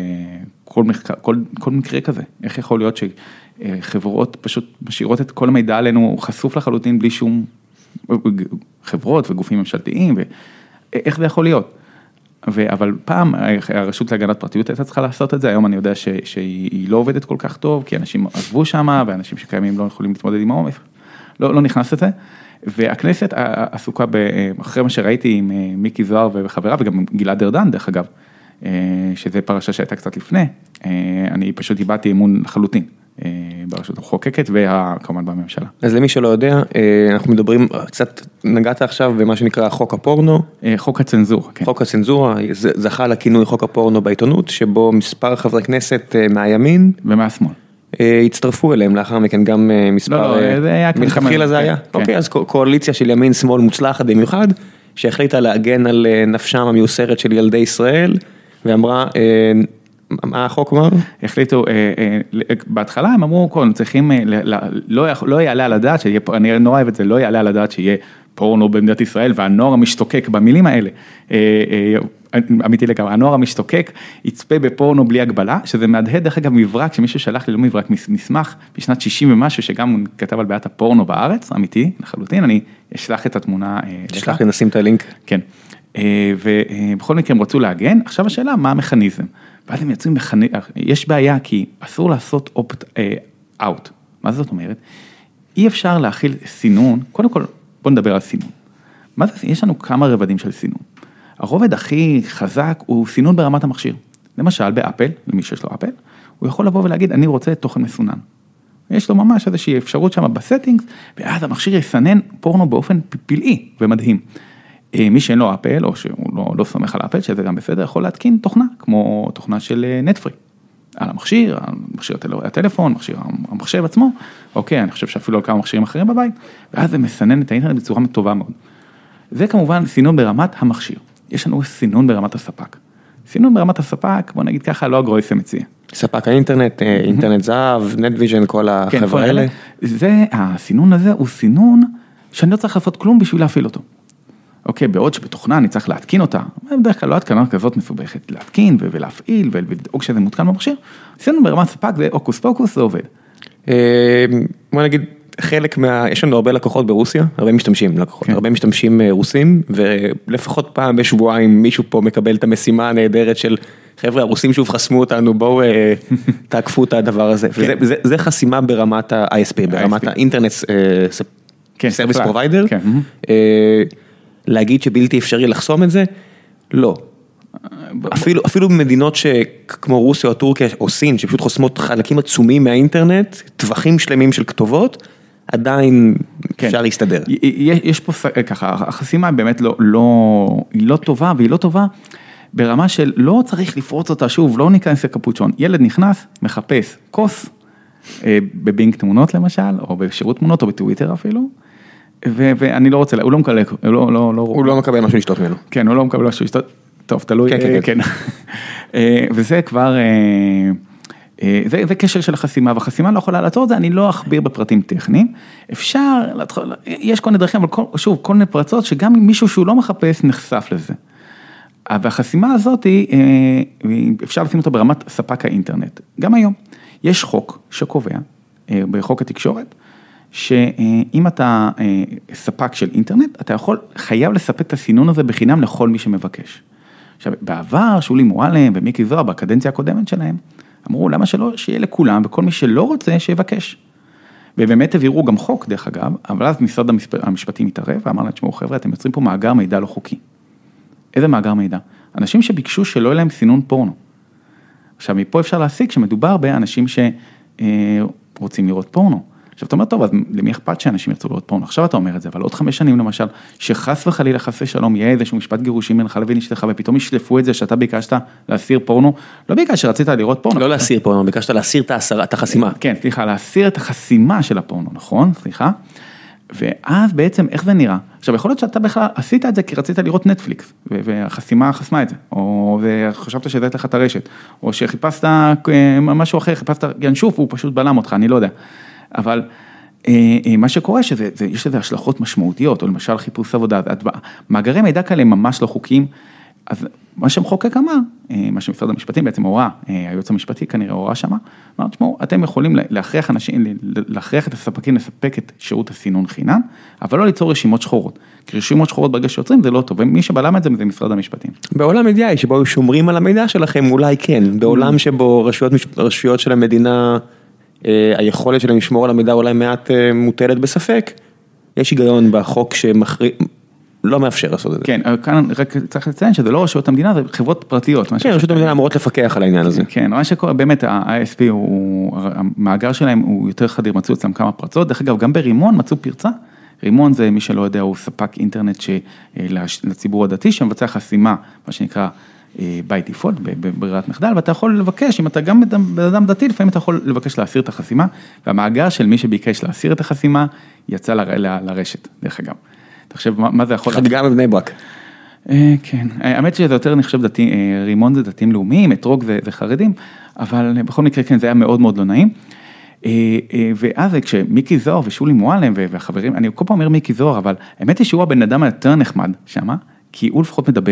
כל מקרה כזה. איך יכול להיות שחברות פשוט משאירות את כל המידע עלינו חשוף לחלוטין בלי שום חברות וגופים ממשלתיים, ואיך זה יכול להיות? אבל פעם הרשות להגנת פרטיות הייתה צריכה לעשות את זה, היום אני יודע שהיא לא עובדת כל כך טוב, כי אנשים עזבו שם, ואנשים שקיימים לא יכולים להתמודד עם העומס, לא נכנס את זה, והכנסת עסוקה, אחרי מה שראיתי עם מיקי זוהר וחברה, וגם גלעד ארדן דרך אגב, שזה פרשה שהייתה קצת לפני, אני פשוט איבדתי אמון לחלוטין. ברשות המחוקקת וכמובן בממשלה. אז למי שלא יודע, אנחנו מדברים, קצת נגעת עכשיו במה שנקרא חוק הפורנו. חוק הצנזורה, כן. חוק הצנזורה, זכה לכינוי חוק הפורנו בעיתונות, שבו מספר חברי כנסת מהימין. ומהשמאל. הצטרפו אליהם לאחר מכן גם מספר, מלכתחילה זה היה. אוקיי, אז קואליציה של ימין שמאל מוצלחת במיוחד, שהחליטה להגן על נפשם המיוסרת של ילדי ישראל, ואמרה, מה החוק אמר? החליטו, בהתחלה הם אמרו, צריכים, לא יעלה על הדעת, אני נורא אוהב את זה, לא יעלה על הדעת שיהיה פורנו במדינת ישראל, והנוער המשתוקק במילים האלה, אמיתי לגמרי, הנוער המשתוקק יצפה בפורנו בלי הגבלה, שזה מהדהד דרך אגב מברק, שמישהו שלח לי לא מברק, מסמך בשנת 60 ומשהו, שגם כתב על בעיית הפורנו בארץ, אמיתי, לחלוטין, אני אשלח את התמונה. תשלח לי, נשים את הלינק. כן, ובכל מקרה הם רצו להגן, עכשיו השאלה, מה המכניזם? ואז הם יצאו יש בעיה כי אסור לעשות opt-out. מה זאת אומרת? אי אפשר להכיל סינון, קודם כל בוא נדבר על סינון. מה זה? יש לנו כמה רבדים של סינון. הרובד הכי חזק הוא סינון ברמת המכשיר. למשל באפל, למי שיש לו אפל, הוא יכול לבוא ולהגיד אני רוצה תוכן מסונן. יש לו ממש איזושהי אפשרות שם בסטינגס, ואז המכשיר יסנן פורנו באופן פלאי ומדהים. מי שאין לו אפל, או שהוא לא סומך על אפל, שזה גם בסדר, יכול להתקין תוכנה, כמו תוכנה של נטפרי, על המכשיר הטלפון, המחשב עצמו, אוקיי, אני חושב שאפילו על כמה מכשירים אחרים בבית, ואז זה מסנן את האינטרנט בצורה טובה מאוד. זה כמובן סינון ברמת המכשיר. יש לנו סינון ברמת הספק. סינון ברמת הספק, בוא נגיד ככה, לא הגרויסה מציע. ספק האינטרנט, אינטרנט זהב, נטוויז'ן, כל החבר'ה האלה. הסינון הזה הוא סינון שאני לא צריך לעשות כלום בשביל להפעיל אותו. אוקיי, בעוד שבתוכנה אני צריך להתקין אותה, בדרך כלל לא התקנה כזאת מסובכת, להתקין ולהפעיל ולדאוג שזה מותקן במכשיר, עשינו ברמת ספק, זה אוקוס פוקוס, זה עובד. בוא נגיד, יש לנו הרבה לקוחות ברוסיה, הרבה משתמשים לקוחות, הרבה משתמשים רוסים, ולפחות פעם בשבועיים מישהו פה מקבל את המשימה הנהדרת של חבר'ה, הרוסים שוב חסמו אותנו, בואו תעקפו את הדבר הזה. וזה חסימה ברמת ה-ISP, ברמת האינטרנט סרוויס פרוביידר. להגיד שבלתי אפשרי לחסום את זה? לא. אפילו במדינות כמו רוסיה או טורקיה או סין, שפשוט חוסמות חלקים עצומים מהאינטרנט, טווחים שלמים של כתובות, עדיין אפשר להסתדר. יש פה ככה, החסימה באמת היא לא טובה, והיא לא טובה ברמה של לא צריך לפרוץ אותה שוב, לא ניכנס לקפוצ'ון. ילד נכנס, מחפש כוס, בבינג תמונות למשל, או בשירות תמונות, או בטוויטר אפילו, ואני לא רוצה, הוא לא מקבל, הוא לא מקבל משהו לשתות ממנו. כן, הוא לא מקבל משהו לשתות, טוב, תלוי, כן. וזה כבר, זה קשר של החסימה, והחסימה לא יכולה לעצור את זה, אני לא אכביר בפרטים טכניים, אפשר, יש כל מיני דרכים, אבל שוב, כל מיני פרצות, שגם מישהו שהוא לא מחפש נחשף לזה. והחסימה הזאת, אפשר לשים אותה ברמת ספק האינטרנט. גם היום, יש חוק שקובע, בחוק התקשורת, שאם אתה ספק של אינטרנט, אתה חייב לספק את הסינון הזה בחינם לכל מי שמבקש. עכשיו, בעבר, שולי מועלם ומיקי זוהר, בקדנציה הקודמת שלהם, אמרו, למה שלא, שיהיה לכולם, וכל מי שלא רוצה, שיבקש. ובאמת העבירו גם חוק, דרך אגב, אבל אז משרד המשפטים התערב, ואמר להם, תשמעו, חבר'ה, אתם יוצרים פה מאגר מידע לא חוקי. איזה מאגר מידע? אנשים שביקשו שלא יהיה להם סינון פורנו. עכשיו, מפה אפשר להסיק שמדובר באנשים שרוצים לראות פורנו. עכשיו, אתה אומר, טוב, אז למי אכפת שאנשים ירצו לראות פורנו? עכשיו אתה אומר את זה, אבל עוד 5 שנים למשל, שחס וחלילה חס ושלום, יהיה איזשהו משפט גירושים בינך לבין אשתך, ופתאום ישלפו את זה שאתה ביקשת להסיר פורנו, לא ביקשת שרצית לראות פורנו. לא להסיר פורנו, ביקשת להסיר את החסימה. כן, סליחה, להסיר את החסימה של הפורנו, נכון? סליחה. ואז בעצם, איך זה נראה? עכשיו, יכול להיות שאתה בכלל עשית את זה כי רצית לראות נטפליקס, והחסימה חסמה את זה, או חשבת שזאת לך את הרשת, או שחיפשת משהו אחר, חיפשת ינשוף, והוא פשוט בלם אותך, אני לא יודע. אבל מה שקורה, יש לזה השלכות משמעותיות, או למשל חיפוש עבודה, מאגרי מידע כאלה ממש לא חוקיים, אז מה שמחוקק אמר, מה שמשרד המשפטים בעצם הוראה, היועץ המשפטי כנראה הוראה שמה, אמר, תשמעו, אתם יכולים להכריח אנשים, להכריח את הספקים לספק את שירות הסינון חינם, אבל לא ליצור רשימות שחורות, כי רשימות שחורות ברגע שיוצרים זה לא טוב, ומי שבלם את זה זה משרד המשפטים. בעולם אידיאלי, שבו שומרים על המידע שלכם, אולי כן, בעולם שבו רשויות של המדינה, היכולת שלהם לשמור על המידע אולי מעט מוטלת בספק, יש היגיון בחוק לא מאפשר לעשות את זה. כן, כאן רק צריך לציין שזה לא רשויות המדינה, זה חברות פרטיות. כן, רשויות המדינה אמורות לפקח על העניין הזה. כן, מה שקורה, באמת, ה-ISP, המאגר שלהם הוא יותר חדיר, מצאו אצלם כמה פרצות, דרך אגב, גם ברימון מצאו פרצה, רימון זה מי שלא יודע, הוא ספק אינטרנט לציבור הדתי, שמבצע חסימה, מה שנקרא by default, בברירת מחדל, ואתה יכול לבקש, אם אתה גם בן דתי, לפעמים אתה יכול לבקש להסיר את החסימה, והמאגר של מי שביקש להסיר את החסימה, יצא לרשת, דרך אגב. תחשב, מה זה יכול... חגיגה בבני ברק. כן, האמת שזה יותר נחשב דתי, רימון זה דתיים לאומיים, אתרוג זה חרדים, אבל בכל מקרה כן, זה היה מאוד מאוד לא נעים. ואז כשמיקי זוהר ושולי מועלם והחברים, אני כל פעם אומר מיקי זוהר, אבל האמת היא שהוא הבן אדם היותר נחמד שמה, כי הוא לפחות מדבר.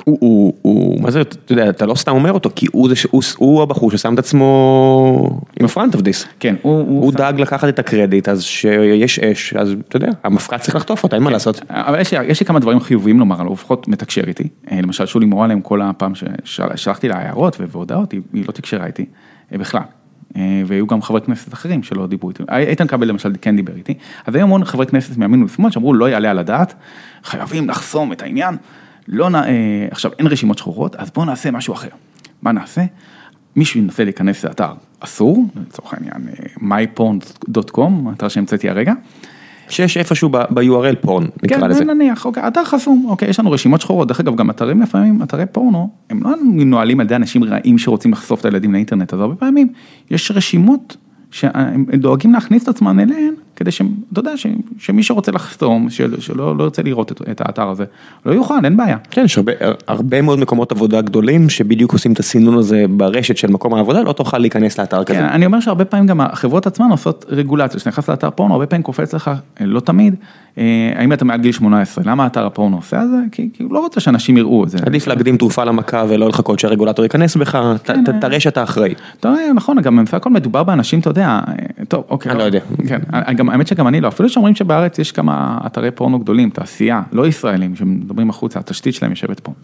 מה זה, אתה יודע, אתה לא סתם אומר אותו, כי הוא הבחור ששם את עצמו in front of this. כן, הוא דאג לקחת את הקרדיט, אז שיש אש, אז אתה יודע, המפקד צריך לחטוף אותה, אין מה לעשות. אבל יש לי כמה דברים חיוביים לומר, הוא לפחות מתקשר איתי, למשל שולי מועלם כל הפעם ששלחתי לה הערות והודעות, היא לא תקשרה איתי בכלל. והיו גם חברי כנסת אחרים שלא דיברו איתי. איתן כבל למשל כן דיבר איתי, אז היו המון חברי כנסת מימין ושמאל שאמרו לא יעלה על הדעת, חייבים לחסום את העניין. לא, עכשיו אין רשימות שחורות, אז בואו נעשה משהו אחר. מה נעשה? מישהו ינסה להיכנס לאתר אסור, לצורך העניין, myporn.com, אתר שהמצאתי הרגע. שיש איפשהו ב-URL פורן, נקרא לזה. כן, נניח, אוקיי, אתר חסום, אוקיי, יש לנו רשימות שחורות, דרך אגב, גם אתרים לפעמים, אתרי פורנו, הם לא מנוהלים על ידי אנשים רעים שרוצים לחשוף את הילדים לאינטרנט, אז הרבה פעמים יש רשימות שהם דואגים להכניס את עצמם אליהן, כדי אתה יודע, שמי שרוצה לחסום, שלא רוצה לראות את האתר הזה, לא יוכל, אין בעיה. כן, יש הרבה מאוד מקומות עבודה גדולים, שבדיוק עושים את הסינון הזה ברשת של מקום העבודה, לא תוכל להיכנס לאתר כזה. כן, אני אומר שהרבה פעמים גם החברות עצמן עושות רגולציה, שנכנס לאתר פורנו, הרבה פעמים קופץ לך, לא תמיד, האם אתה מעל גיל 18, למה אתר הפורנו עושה את זה? כי הוא לא רוצה שאנשים יראו את זה. עדיף להקדים תרופה למכה ולא לחכות שהרגולטור ייכנס בך, תראה שאתה אחראי. נכון, גם הכל מדובר באנשים, אתה יודע, טוב, אוקיי. אני לא יודע. כן, האמת שגם אני לא, אפילו שאומרים שבארץ יש כמה אתרי פורנו גדולים, תעשייה, לא ישראלים, שמדברים החוצה, התשתית שלהם יושבת פה.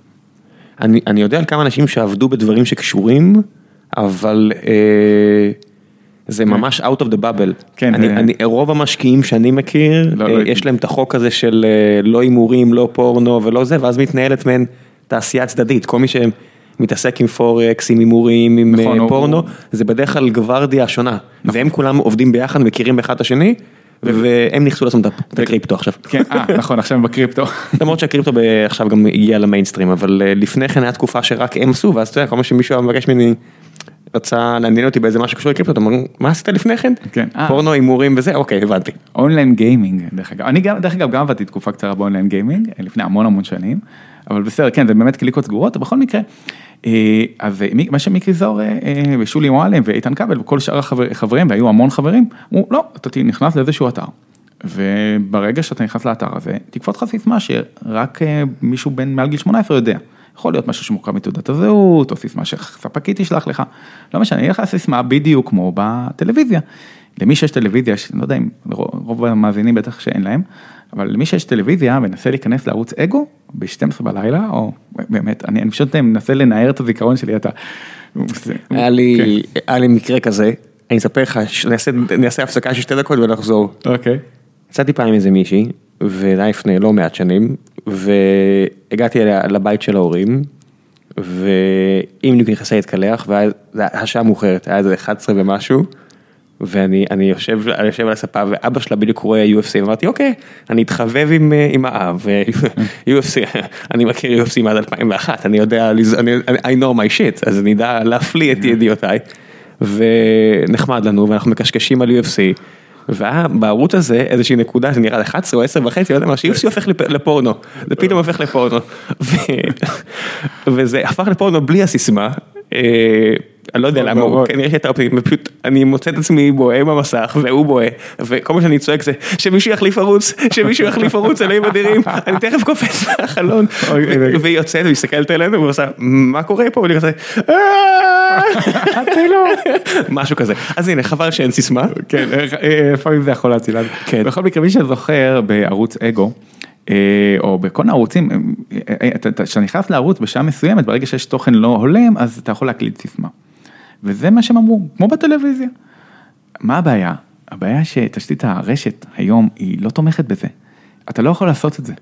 אני יודע על כמה אנשים שעבדו בדברים שקשורים, אבל זה ממש out of the bubble. כן, רוב המשקיעים שאני מכיר, יש להם את החוק הזה של לא הימורים, לא פורנו ולא זה, ואז מתנהלת מהן תעשייה צדדית. כל מי שמתעסק עם פורקס, עם הימורים, עם פורנו, זה בדרך כלל גוורדיה שונה. והם כולם עובדים ביחד, מכירים אחד את השני, והם נכנסו לעצמם את הקריפטו עכשיו. כן, נכון, עכשיו הם בקריפטו. למרות שהקריפטו עכשיו גם הגיע למיינסטרים, אבל לפני כן היה תקופה שרק הם עשו, ואז אתה יודע, כל מה שמישהו מבקש ממני, רצה לעניין אותי באיזה משהו קשור לקריפטו, אתה אומר, מה עשית לפני כן? כן. פורנו, הימורים וזה, אוקיי, הבנתי. אונליין גיימינג, דרך אגב. אני דרך אגב גם עבדתי תקופה קצרה באונליין גיימינג, לפני המון שנים, אבל בסדר, כן, זה באמת קליקות סגורות, בכל מקרה, אז מה שמיקי זוהר ושולי מועלם ואיתן כבל וכל שאר החברים, והיו המון חברים, אמרו, לא, אתה נכנס לאיזשהו אתר, וברגע שאתה נכנס לאתר הזה, תקפוץ לך סיסמה שרק מישהו בין מעל גיל 18 יודע. יכול להיות משהו שמורכב מתעודת הזהות, או סיסמה שספקית ישלח לך, לא משנה, יהיה לך סיסמה בדיוק כמו בטלוויזיה. למי שיש טלוויזיה, לא יודע אם רוב המאזינים בטח שאין להם, אבל למי שיש טלוויזיה ונסה להיכנס לערוץ אגו, ב-12 בלילה, או באמת, אני פשוט מנסה לנער את הזיכרון שלי, אתה... היה לי מקרה כזה, אני אספר לך, נעשה הפסקה של 2 דקות ונחזור. אוקיי. יצאתי פעם עם איזה מישהי, וזה לפני לא מעט שנים, והגעתי לבית של ההורים, ואם נכנסה להתקלח, והשעה מאוחרת, היה איזה 11 ומשהו, ואני יושב על הספה, ואבא שלה בדיוק קורא UFC, ואמרתי, אוקיי, אני אתחבב עם האב, UFC, אני מכיר UFC מעד 2001, אני יודע, I know my shit, אז אני יודע להפליא את ידיעותיי, ונחמד לנו, ואנחנו מקשקשים על UFC, ובערוץ הזה איזושהי נקודה, זה נראה 11 או 10 וחצי, לא יודע מה, ש-UFC הופך לפורנו, זה פתאום הופך לפורנו, וזה הפך לפורנו בלי הסיסמה, אני לא יודע למה, כנראה שהייתה אופטימית, פשוט אני מוצא את עצמי בוהה במסך, והוא בוהה, וכל מה שאני צועק זה, שמישהו יחליף ערוץ, אלוהים אדירים, אני תכף קופץ מהחלון, והיא יוצאת ומסתכלת אלינו, ועושה, מה קורה פה? ואני כזה, משהו כזה. אז הנה, חבל שאין סיסמה. כן, לפעמים זה יכול להציל לנו. בכל מקרה, מי שזוכר בערוץ אגו, או בכל הערוצים, כשאתה נכנס לערוץ בשעה מסוימת, ברגע שיש תוכן לא הולם, אז אתה יכול להקליט סיסמה. וזה מה שהם אמרו, כמו בטלוויזיה. מה הבעיה? הבעיה שתשתית הרשת היום היא לא תומכת בזה. אתה לא יכול לעשות את זה.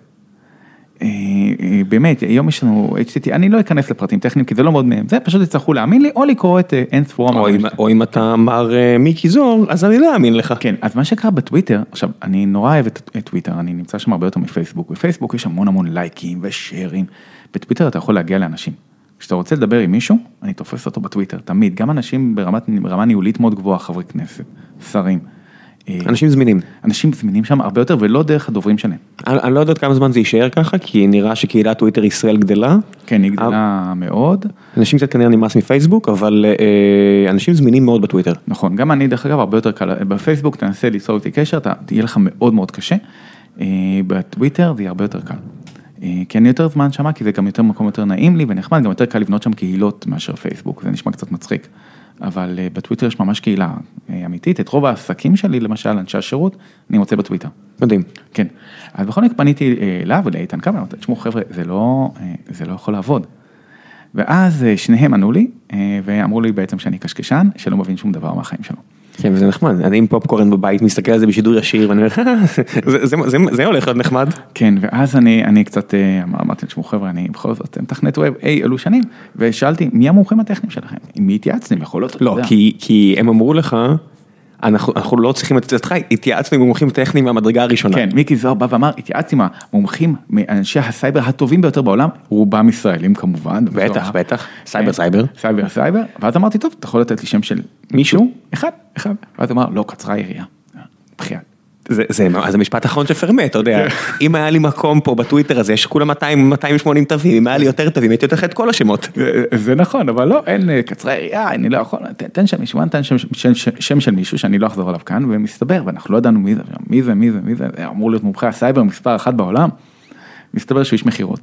באמת, היום יש לנו HTTP, אני לא אכנס לפרטים טכניים, כי זה לא מאוד מהם, זה פשוט יצטרכו להאמין לי, או לקרוא את אין-ספור. או אם אתה אמר מיקי זוהר, אז אני לא אאמין לך. כן, אז מה שקרה בטוויטר, עכשיו, אני נורא אוהב את טוויטר, אני נמצא שם הרבה יותר מפייסבוק, בפייסבוק יש המון לייקים ושארים, בטוויטר אתה יכול להגיע לאנשים. כשאתה רוצה לדבר עם מישהו, אני תופס אותו בטוויטר, תמיד, גם אנשים ברמה ניהולית מאוד גבוהה, חברי כנסת, שרים. אנשים זמינים. אנשים זמינים שם הרבה יותר, ולא דרך הדוברים שלהם. אני לא יודעת כמה זמן זה יישאר ככה, כי נראה שקהילת טוויטר ישראל גדלה. כן, היא גדלה מאוד. אנשים קצת כנראה נמאס מפייסבוק, אבל אנשים זמינים מאוד בטוויטר. נכון, גם אני דרך אגב הרבה יותר קל. בפייסבוק תנסה ליצור איתי קשר, תהיה לך מאוד מאוד קשה. בטוויטר זה יהיה הרבה יותר קל. כי אני יותר זמן שמה, כי זה גם יותר מקום יותר נעים לי ונחמד, גם יותר קל לבנות שם קהילות מאשר פייסבוק, זה נשמע קצת מצחיק. אבל בטוויטר יש ממש קהילה אמיתית, את רוב העסקים שלי, למשל, אנשי השירות, אני מוצא בטוויטר. מדהים. כן. אז בכל מקרה פניתי אליו ולאיתן כבל, אמרתי, תשמעו חבר'ה, זה לא יכול לעבוד. ואז שניהם ענו לי, ואמרו לי בעצם שאני קשקשן, שלא מבין שום דבר מהחיים שלו. כן, וזה נחמד. אני עם פופקורן בבית, מסתכל על זה בשידור ישיר, ואני אומר, זה הולך להיות נחמד. כן, ואז אני קצת אמרתי, תשמעו חבר'ה, אני בכל זאת מתכנת ווב אלו שנים, ושאלתי, מי המומחים הטכניים שלכם? עם מי התייעצתם? יכול להיות? לא, כי הם אמרו לך, אנחנו לא צריכים את זה, התייעצנו עם מומחים טכניים מהמדרגה הראשונה. כן, מיקי זוהר בא ואמר, התייעצתי עם המומחים, מאנשי הסייבר הטובים ביותר בעולם, רובם ישראלים כמובן. בטח, סייבר. ואז אמרתי, טוב, אתה יכול לתת לי שם של מישהו? אחד. ואז אמר, לא, קצרה היריעה. בחייאת. זה משפט אחרון שפרמט, אתה יודע, אם היה לי מקום פה בטוויטר הזה, יש כולה 280 תווים, אם היה לי יותר תווים, הייתי יותר את כל השמות. זה נכון, אבל לא, אין קצרה היריעה, אני לא יכול, תן שם מישהו, תן שם של מישהו שאני לא אחזור עליו כאן, ומסתבר, ואנחנו לא ידענו מי זה, אמור להיות מומחה הסייבר מספר 1 בעולם, מסתבר שהוא איש מחירות.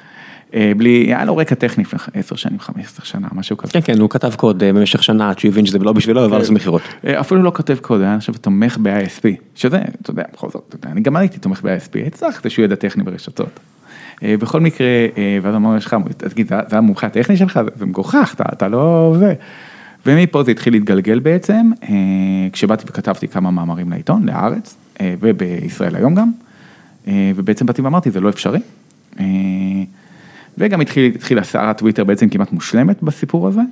היה לו רקע טכני 10 שנים, 15 שנה, משהו כזה. כן, הוא כתב קוד במשך שנה, עד שהוא הבין שזה לא בשבילו, אבל זה מחירות. אפילו לא כותב קוד, היה עכשיו תומך ב-ISP, שזה, אתה יודע, בכל זאת, אני גם הייתי תומך ב-ISP, הצלח את שהוא ידע טכני ברשתות. בכל מקרה, ואז אמרנו, יש לך, תגיד, זה המומחה הטכני שלך, זה מגוחך, אתה לא זה. ומפה זה התחיל להתגלגל בעצם, כשבאתי וכתבתי כמה מאמרים לעיתון, להארץ, ובישראל היום גם, ובעצם באתי ואמרתי, זה לא אפשרי. וגם התחילה סערת טוויטר בעצם כמעט מושלמת בסיפור הזה,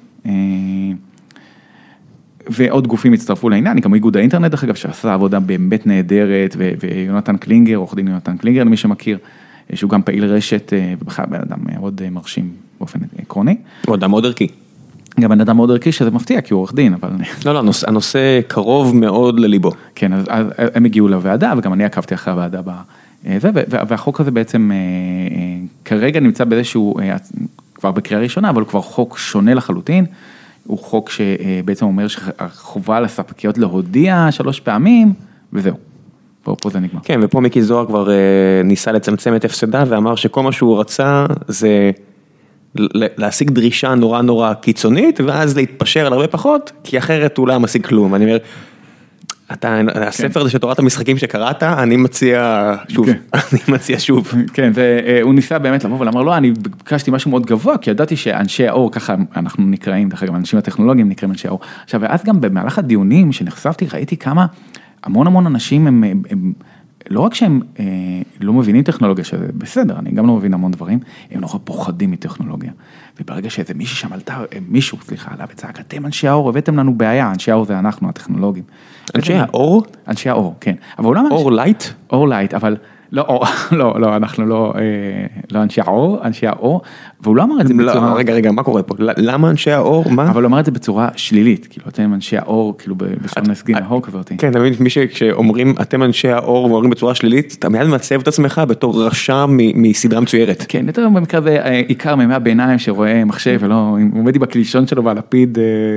ועוד גופים הצטרפו לעניין, גם איגוד האינטרנט, דרך אגב, שעשה עבודה באמת נהדרת, ויונתן קלינגר, עורך דין יונתן קלינגר, למי שמכיר, שהוא גם פעיל רשת, ובכלל בן אדם מאוד מרשים באופן עקרוני. הוא אדם מאוד ערכי. גם בן אדם מאוד ערכי, שזה מפתיע, כי הוא עורך דין, אבל... לא, הנושא קרוב מאוד לליבו. כן, אז הם הגיעו לוועדה, וגם אני עקבתי אחרי הוועדה והחוק הזה בעצם כרגע נמצא באיזשהו, כבר בקריאה ראשונה, אבל הוא כבר חוק שונה לחלוטין, הוא חוק שבעצם אומר שהחובה לספקיות להודיע 3 פעמים, וזהו. פה זה נגמר. כן, ופה מיקי זוהר כבר ניסה לצמצם את הפסדה, ואמר שכל מה שהוא רצה זה להשיג דרישה נורא נורא קיצונית, ואז להתפשר על הרבה פחות, כי אחרת הוא לא משיג כלום. אני אומר, הספר הזה של תורת המשחקים שקראת, אני מציע שוב. כן, והוא ניסה באמת לבוא ולאמר, לא, אני ביקשתי משהו מאוד גבוה, כי ידעתי שאנשי האור, ככה אנחנו נקראים, דרך אגב, אנשים הטכנולוגיים נקראים אנשי האור. עכשיו, ואז גם במהלך הדיונים שנחשפתי, ראיתי כמה המון אנשים הם לא רק שהם לא מבינים טכנולוגיה, שזה בסדר, אני גם לא מבין המון דברים, הם נורא פוחדים מטכנולוגיה. וברגע שאיזה מישהו עלה וצעק, אתם אנשי האור, הבאתם לנו בעיה, אנשי האור זה אנחנו, הטכנולוגים. אנשי האור? אנשי האור, כן. אור לייט? אור לייט, אבל לא, אנחנו לא אנשי האור, אנשי האור, והוא לא אמר את זה בצורה... רגע, מה קורה פה? למה אנשי האור? מה? אבל הוא אמר את זה בצורה שלילית, כאילו, אתם אנשי האור, כאילו, בשביל נסגין האור כזאת. כן, אתה מבין, מי שאומרים, אתם אנשי האור, ואומרים בצורה שלילית, אתה מיד מצב את עצמך בתור רשע מסדרה מצוירת. כן, יותר במקרה הזה, עיקר מימי הביניים שרואה מחשב, ולא, עומד עם הקלישון שלו והלפיד,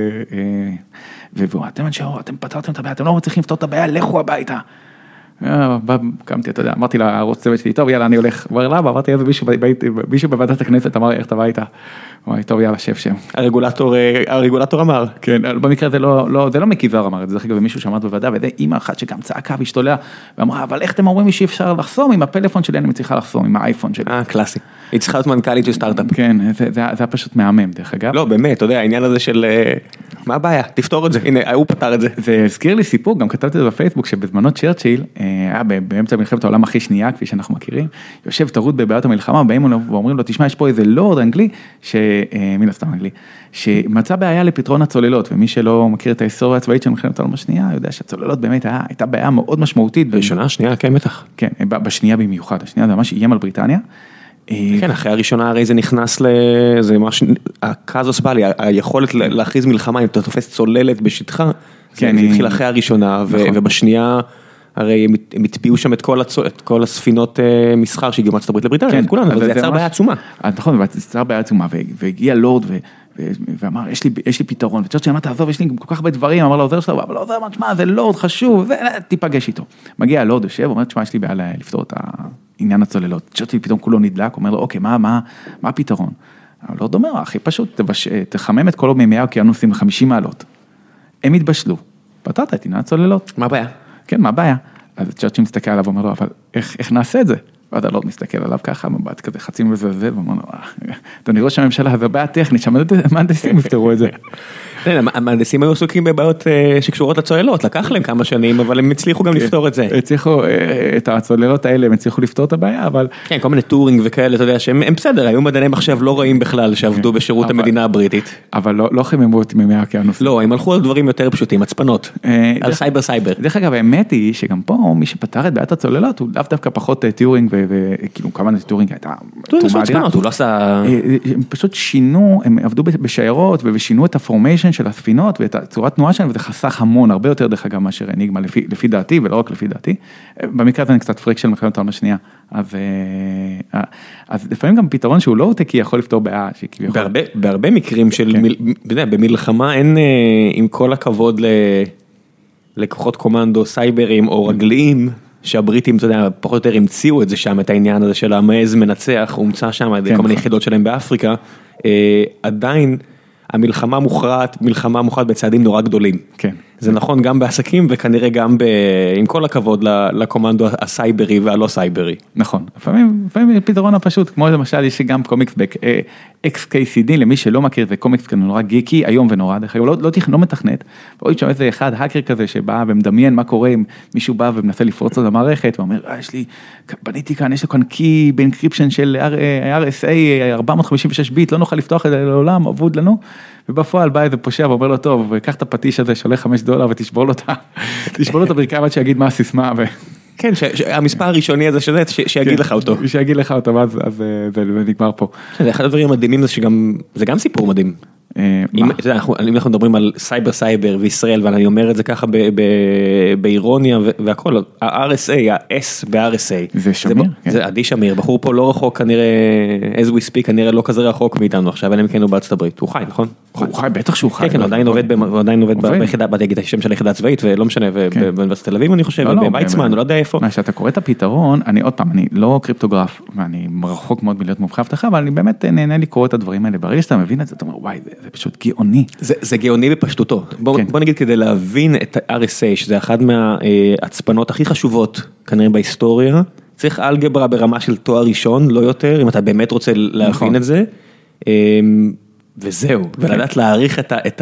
ואתם אנשי האור, אתם פתרתם את הבעיה, אתם לא מצליחים לפתור את הבעיה, לכו הביתה. קמתי, אתה יודע, אמרתי לערוץ צוות שלי, טוב, יאללה, אני הולך, כבר למה, אמרתי, מישהו בוועדת הכנסת אמר, איך אתה הביתה? אמרתי, טוב, יאללה, שב שם. הרגולטור אמר. כן, במקרה זה לא מיקי זוהר אמר, זה דרך אגב מישהו שעמד בוועדה, וזה אימא אחת שגם צעקה והשתוללה, ואמרה, אבל איך אתם אומרים לי שאי אפשר לחסום, עם הפלאפון שלי אני מצליחה לחסום, עם האייפון שלי. קלאסי. היא צריכה להיות מנכ"לית של סטארט-אפ. כן, זה היה פשוט מהמם, דרך אגב. לא, באמת, אתה יודע, העניין הזה של, מה הבעיה? תפתור את זה. הנה, הוא פתר את זה. זה הזכיר לי סיפור, גם כתבתי את זה בפייסבוק, שבזמנו צ'רצ'יל, היה באמצע מלחמת העולם הכי שנייה, כפי שאנחנו מכירים, יושב טרוד בבעיות המלחמה, באים ואומרים לו, תשמע, יש פה איזה לורד אנגלי, מן הסתם אנגלי, שמצא בעיה לפתרון הצוללות, ומי שלא מכיר את ההיסטוריה הצבאית של מלחמת העולם השנייה, יודע שהצוללות באמת הייתה בעיה מאוד משמעותית. ראשונה, שנייה, כן, בטח. כן, בשנייה במיוחד, השנייה זה ממש איים על בריטניה. כן, אחרי הראשונה הרי זה נכנס זה ממש, הקאזוס בלי, היכולת להכריז מלחמה, אם אתה תופס צוללת בשטחה, זה התחיל אחרי הראשונה, ובשנייה, הרי הם הטביעו שם את כל הספינות מסחר שהגיעו מארצות הברית לבריטניה, את כולנו, אבל זה יצר בעיה עצומה. נכון, זה יצר בעיה עצומה, והגיע לורד ואמר, יש לי פתרון, וצ'רצ'יל אמר, תעזוב, יש לי כל כך הרבה דברים, אמר לעוזר שלו, אבל לעוזר אמר, תשמע, זה לורד חשוב, תיפגש איתו. מגיע לורד, יושב, אומר, תשמע, יש לי בעיה לפתור את העניין הצוללות. צ'רצ'יל פתאום כולו נדלק, אומר לו, אוקיי, מה הפתרון? אבל לורד אומר, הכי פשוט, תחמם את כל מימי האוקיינוסים ל50 מעלות. הם התבשלו, פתרת את עניין הצוללות. מה הבעיה? כן, מה הבעיה? אז צ'רצ'יל מסתכל עליו ואומר לו, אבל איך נעשה את זה? ואז הלורד מסתכל עליו ככה, מבט כזה חצי מזלזל, ואומר לו, אדוני ראש הממשלה, זה בעיה טכנית, שהמהנדסים יפתרו את זה. המהנדסים היו עסוקים בבעיות שקשורות לצוללות, לקח להם כמה שנים, אבל הם הצליחו גם לפתור את זה. הצליחו, את הצוללות האלה, הם הצליחו לפתור את הבעיה, אבל... כן, כל מיני טורינג וכאלה, אתה יודע, שהם בסדר, היו מדעני מחשב לא רעים בכלל, שעבדו בשירות המדינה הבריטית. אבל לא חיממו אותי מימי האוקיינוס. לא, הם הלכו על דברים יותר פשוטים, הצפנות, על סייבר. דרך אגב, האמת היא שגם פה, מי שפתר את בעיית הצוללות, הוא לאו דווקא פחות טורינג, וכאילו כמה טורינג הייתה... הוא לא עשה... הם פשוט שינו, הם עבדו בשיירות, ושינו את הפורמיישן של הספינות, ואת צורת תנועה שלהם, וזה חסך המון, הרבה יותר דרך אגב מאשר אניגמה, לפי דעתי, ולא רק לפי דעתי. במקרה הזה אני קצת פריק של מלחמת העולם השנייה. אז לפעמים גם פתרון שהוא לא אותקי יכול לפתור בעיה. בהרבה מקרים של, במלחמה אין, עם כל הכבוד לכוחות קומנדו, סייברים או רגליים, שהבריטים, אתה יודע, פחות או יותר המציאו את זה שם, את העניין הזה של המעז מנצח, הוא הומצא שם, כל מיני יחידות שלהם באפריקה, עדיין המלחמה מוכרעת בצעדים נורא גדולים. כן. זה נכון גם בעסקים וכנראה גם עם כל הכבוד לקומנדו הסייברי והלא סייברי. נכון, לפעמים פתרון הפשוט, כמו למשל יש גם קומיקס XKCD, למי שלא מכיר זה קומיקס כאן נורא גיקי, היום ונורא, דרך אגב, לא מתכנת, ועוד שם איזה אחד, האקר כזה שבא ומדמיין מה קורה אם מישהו בא ומנסה לפרוץ את המערכת, ואומר, בניתי כאן, יש לו כאן קי באנקריפשן של RSA 456 ביט, לא נוכל לפתוח את זה לעולם, עבוד לנו, ובפועל בא איזה פושע ואומר לו, טוב, קח את הפטיש הזה, שעולה $5 ותשבור לו את הברכיים עד שיגיד מה הסיסמה. כן, המספר הראשוני הזה שזה, שיגיד לך אותו. שיגיד לך אותו, אז זה נגמר פה. זה אחד הדברים המדהימים, זה גם סיפור מדהים. אם אנחנו מדברים על סייבר וישראל, ואני אומר את זה ככה באירוניה והכל, ה-RSA, ה-S ב-RSA. זה שמיר? זה עדי שמיר, בחור פה לא רחוק, כנראה, as we speak, כנראה לא כזה רחוק מאיתנו עכשיו, אלא אם כן הוא בארצות הברית. הוא חי, נכון? הוא חי, בטח שהוא חי. כן, הוא עדיין עובד ביחידה, באתי להגיד את השם של היחידה הצבאית, ולא משנה, באוניברסיטת תל אביב אני חושב, בוויצמן, אני לא יודע איפה. כשאתה קורא את הפתרון, עוד פעם, אני לא קריפטוגרף, ואני רחוק מאוד מלהיות מומחה אבטחה, אבל אני באמת נהנה לקרוא את הדברים האלה. ברגע שאתה מבין את זה, אתה אומר, וואי, זה פשוט גאוני. זה גאוני בפשטותו. בוא נגיד כדי להבין את ה-RSA, שזה אחד מההצפנות הכי חשובות, כנראה בהיסטוריה, צריך אלגברה ברמה של תואר ראשון, לא יותר, אם אתה באמת רוצה להבין את זה. וזהו, ולדעת להעריך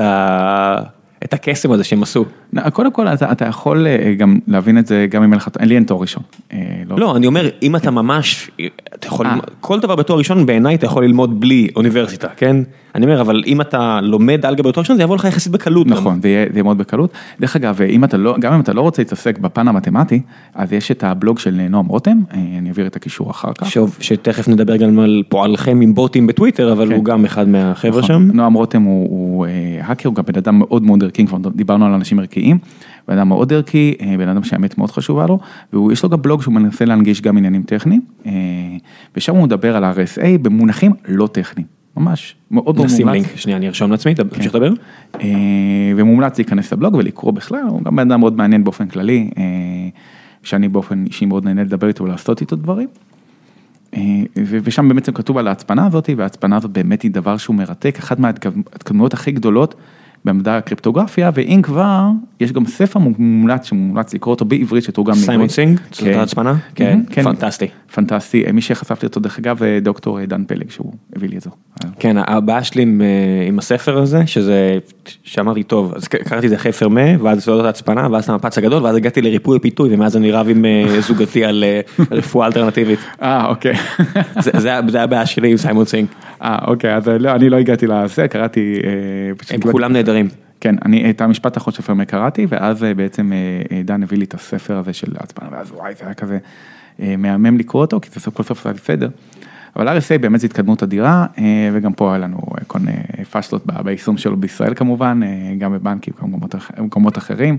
את הקסם הזה שהם עשו. קודם כל, אתה יכול גם להבין את זה, גם אם אין לי תואר ראשון. לא, אני אומר, אם אתה ממש, אתה יכול, כל דבר בתואר ראשון בעיניי אתה יכול ללמוד בלי אוניברסיטה, כן? אני אומר, אבל אם אתה לומד אלגברה בתואר ראשון, זה יבוא לך יחסית בקלות. נכון, זה יהיה מאוד בקלות. דרך אגב, גם אם אתה לא רוצה להתעסק בפן המתמטי, אז יש את הבלוג של נועם רותם, אני אעביר את הקישור אחר כך. שתכף נדבר גם על פועלכם עם בוטים בטוויטר, אבל הוא גם אחד מהחבר'ה שם. נועם רותם הוא האקר, הוא גם בן אדם מאוד מאוד ערכי, כבר דיברנו על אנשים ערכיים, בן אדם מאוד ערכי, בן אדם שהאמת מאוד חשובה לו, ויש לו גם בלוג שהוא מנסה להנגיש גם עניינים טכניים, ושם הוא מדבר על RSA במונחים לא טכניים, ממש, מאוד מומלץ. נשים לינק, שנייה, אני ארשום לעצמי, תמשיך לדבר. ומומלץ להיכנס לבלוג ולקרוא בכלל, הוא גם בן אדם מאוד מעניין באופן כללי, שאני באופן אישי מאוד נהנה לדבר איתו ולעשות איתו דברים, ושם באמת כתוב על ההצפנה הזאת, וההצפנה הזאת באמת היא דבר שהוא מרתק, אחת מההתקדמות הכי גדולות, במדע הקריפטוגרפיה, ואם כבר, יש גם ספר מומלץ, שמומלץ לקרוא אותו בעברית, שתורגם לעברית. סיימון סינג, זאת ההצפנה? כן, פנטסטי. פנטסטי, מי שחשפתי אותו דרך אגב, דוקטור דן פלג, שהוא הביא לי את זה. כן, הבעיה שלי עם הספר הזה, שאמרתי טוב, אז קראתי את זה אחרי פרמה, ואז זאת ההצפנה, ואז המפץ הגדול, ואז הגעתי לריפוי פיתוי, ומאז אני רב עם זוגתי על רפואה אלטרנטיבית. אוקיי. זה הבעיה שלי עם סיימון סינג. אוקיי, אז לא, אני לא הגעתי לזה, קראתי... הם כולם נהדרים. כן, אני את המשפט האחרון של פרמה קראתי, ואז בעצם דן הביא לי את הספר הזה של ההצפנה, ואז וואי, זה היה כזה מהמם לקרוא אותו, כי זה סוף כל סוף היה בסדר. אבל RSA באמת זה התקדמות אדירה, וגם פה היה לנו כל פשלות ביישום שלו בישראל כמובן, גם בבנקים, גם במקומות אחרים.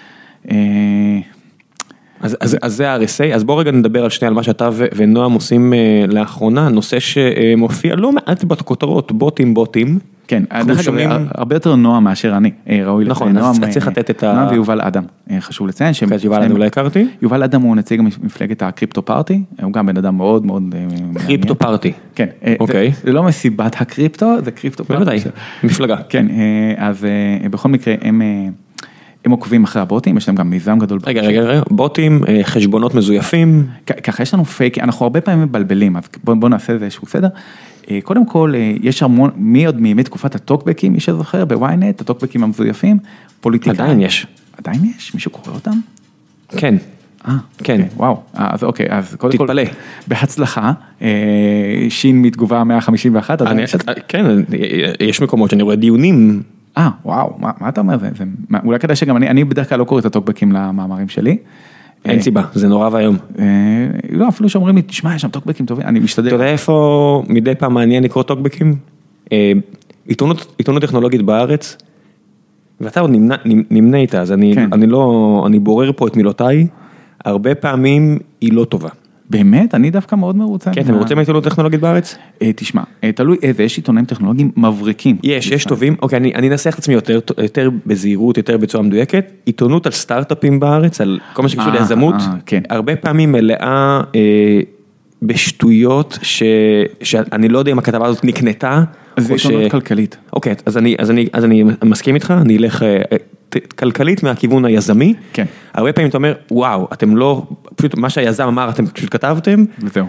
אז זה RSA, אז בוא רגע נדבר על שנייה על מה שאתה ונועם עושים לאחרונה, נושא שמופיע לא מעט בכותרות, בוטים. כן, דרך אגב, הרבה יותר נועם מאשר אני, ראוי לציין. נכון, אז צריך לתת את ה... נועם ויובל אדם, חשוב לציין. יובל אדם לא הכרתי? יובל אדם הוא נציג מפלגת הקריפטו פארטי, הוא גם בן אדם מאוד מאוד... קריפטו פארטי. כן, זה לא מסיבת הקריפטו, זה קריפטו פארטי. בוודאי, מפלגה. כן, אז בכל מקרה הם עוקבים אחרי הבוטים, יש להם גם מיזם גדול. רגע, בוטים, חשבונות מזויפים. ככה, יש לנו פייק, אנחנו הרבה פעמים מבלבלים, אז בואו נעשה איזשהו סדר. קודם כל, יש המון, מי עוד מימי תקופת הטוקבקים, מי שזוכר, בוויינט, הטוקבקים המזויפים, פוליטיקאים. עדיין יש. עדיין יש? מישהו קורא אותם? כן. כן. וואו, אז אוקיי, אז קודם כל, תתפלא. בהצלחה, שין מתגובה 151. כן, יש מקומות שאני רואה דיונים. וואו, מה אתה אומר? אולי כדאי שגם אני בדרך כלל לא קורא את הטוקבקים למאמרים שלי. אין סיבה, זה נורא והיום. לא, אפילו שאומרים לי, תשמע, יש שם טוקבקים טובים, אני משתדל. אתה יודע איפה מדי פעם מעניין לקרוא טוקבקים? עיתונות טכנולוגית בארץ, ואתה עוד נמנה איתה, אז אני בורר פה את מילותיי, הרבה פעמים היא לא טובה. באמת? אני דווקא מאוד מרוצה. כן, אתם רוצים עיתונות טכנולוגית בארץ? תשמע, תלוי איזה, יש עיתונאים טכנולוגיים מבריקים. יש טובים, אוקיי, אני אנסח את עצמי יותר בזהירות, יותר בצורה מדויקת, עיתונות על סטארט-אפים בארץ, על כל מה שקשור ליזמות, הרבה פעמים מלאה בשטויות, שאני לא יודע אם הכתבה הזאת נקנתה, זה עיתונות כלכלית. אוקיי, אז אני מסכים איתך, אני אלך... כלכלית מהכיוון היזמי. כן. הרבה פעמים אתה אומר, וואו, אתם לא, פשוט מה שהיזם אמר, אתם פשוט כתבתם. וזהו.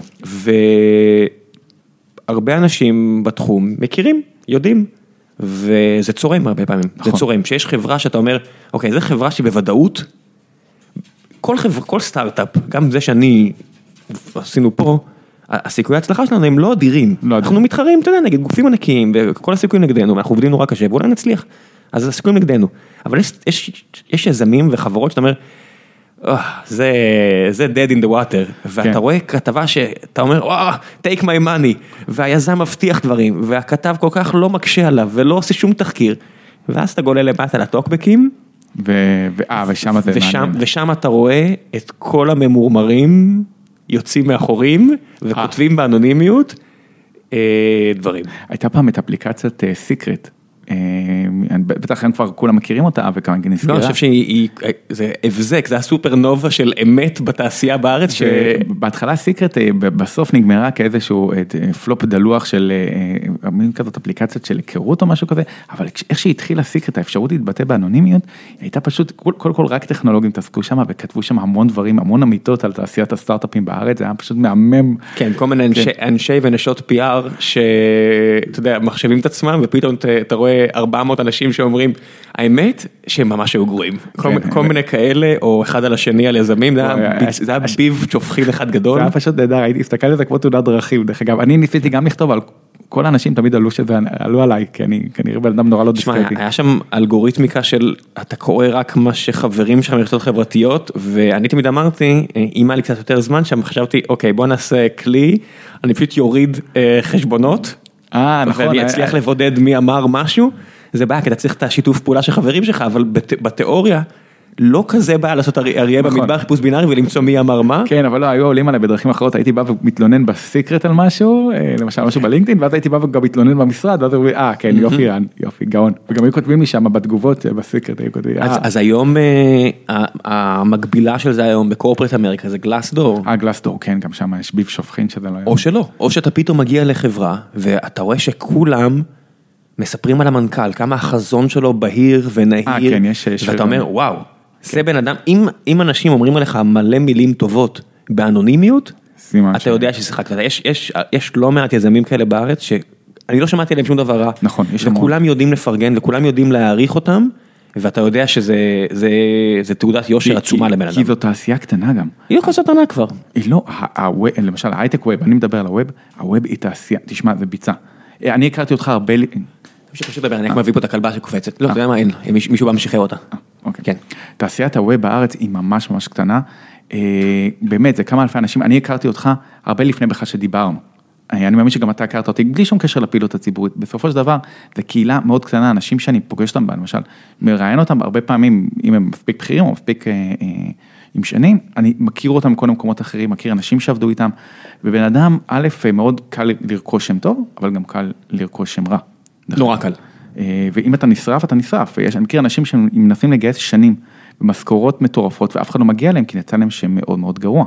והרבה אנשים בתחום מכירים, יודעים, וזה צורם הרבה פעמים. זה צורם. שיש חברה שאתה אומר, אוקיי, זו חברה שבוודאות, כל סטארט-אפ, גם זה שאני עשינו פה, הסיכויי ההצלחה שלנו הם לא אדירים. אנחנו מתחרים, אתה יודע, נגד גופים ענקיים, וכל הסיכויים נגדנו, ואנחנו עובדים נורא קשה, ואולי נצליח. אז הסיכויים נגדנו. אבל יש יזמים וחברות שאתה אומר, זה dead in the water, ואתה רואה כתבה שאתה אומר, take my money, והיזם מבטיח דברים, והכתב כל כך לא מקשה עליו, ולא עושה שום תחקיר, ואז אתה גולה למטה לטוקבקים, ושם אתה רואה את כל הממורמרים, יוצאים מאחורים, וכותבים באנונימיות, דברים. הייתה פעם את אפליקציית סיקרט, בטח הם כבר כולם מכירים אותה, וכמה נסגרה. לא, אני חושב שזה הבזק, זה הסופרנובה של אמת בתעשייה בארץ. בהתחלה סיקרט בסוף נגמרה כאיזשהו פלופ דלוח של מין כזאת אפליקציות של היכרות או משהו כזה, אבל איך שהתחילה סיקרט, האפשרות להתבטא באנונימיות, הייתה פשוט, כל רק טכנולוגים תעסקו שם, וכתבו שם המון דברים, המון אמיתות על תעשיית הסטארט-אפים בארץ, זה היה פשוט מהמם. כן, כל מיני אנשי ונשות PR, שאתה יודע, מחשבים את עצמם, ופתאום אתה רואה 400 אנשים שאומרים, האמת שהם ממש היו גרועים. כל מיני כאלה, או אחד על השני על יזמים, זה היה ביב שופכין אחד גדול. זה היה פשוט נהדר, הסתכלתי על זה כמו תעודת דרכים, דרך אגב, אני ניסיתי גם לכתוב על כל האנשים תמיד עלו עליי, כי אני כנראה בן אדם נורא לא דיסקרטי. היה שם אלגוריתמיקה של, אתה קורא רק מה שחברים שם ברשתות חברתיות, ואני תמיד אמרתי, אם היה לי קצת יותר זמן שם, חשבתי, אוקיי, בוא נעשה כלי, אני פשוט יוריד חשבונות, ואני אצליח לבודד מי אמר משהו, זה בעיה, כי אתה צריך את השיתוף פעולה של חברים שלך, אבל בתיאוריה, לא כזה בעיה לעשות אריה במדבר חיפוש בינארי ולמצוא מי אמר מה. כן, אבל לא, היו עולים עליי בדרכים אחרות, הייתי בא ומתלונן בסיקרט על משהו, למשל משהו בלינקדאין, ואז הייתי בא וגם מתלונן במשרד, ואז אומרים, כן, יופי רן, יופי, גאון. וגם היו כותבים לי שם בתגובות בסיקרט, היו כותבים, אז היום, המקבילה של זה היום בקורפרט אמריקה, זה גלאסדור. גלאסדור, כן, גם שם יש ביב שופכין שזה לא... או שלא, או שאתה פתאום מגיע לחברה, ואתה רואה שכולם מספרים על המנכ"ל, כמה החזון שלו בהיר ונהיר, ואתה אומר, וואו, זה בן אדם, אם אנשים אומרים עליך מלא מילים טובות באנונימיות, אתה יודע ששיחקת, יש לא מעט יזמים כאלה בארץ, שאני לא שמעתי עליהם שום דבר רע, נכון, וכולם יודעים לפרגן, וכולם יודעים להעריך אותם, ואתה יודע שזה תעודת יושר עצומה לבן אדם. כי זו תעשייה קטנה גם. היא לא כזאת קטנה כבר. היא לא, למשל, ההייטק ווב, אני מדבר על הווב, הווב היא תעשייה, תשמע, זה ביצה. אני הכרתי אותך הרבה... תמשיך לדבר, אני רק מביא פה את הכלבה שקופצת. לא, אתה יודע מה, אין, מישהו בא משחרר אותה. כן. תעשיית הווב בארץ היא ממש ממש קטנה. באמת, זה כמה אלפי אנשים. אני הכרתי אותך הרבה לפני בכלל שדיברנו. אני מאמין שגם אתה הכרת אותי, בלי שום קשר לפעילות הציבורית. בסופו של דבר, זו קהילה מאוד קטנה, אנשים שאני פוגש אותם בה, למשל, מראיין אותם הרבה פעמים, אם הם מספיק בכירים או מספיק עם שנים, אני מכיר אותם בכל המקומות אחרים, מכיר אנשים שעבדו איתם, ובן אדם, א', מאוד קל לרכוש שם טוב, אבל גם קל לרכוש שם רע. נורא קל. ואם אתה נשרף, אתה נשרף. אני מכיר אנשים שמנסים לגייס שנים, במשכורות מטורפות, ואף אחד לא מגיע להם, כי נצא להם שם מאוד מאוד גרוע.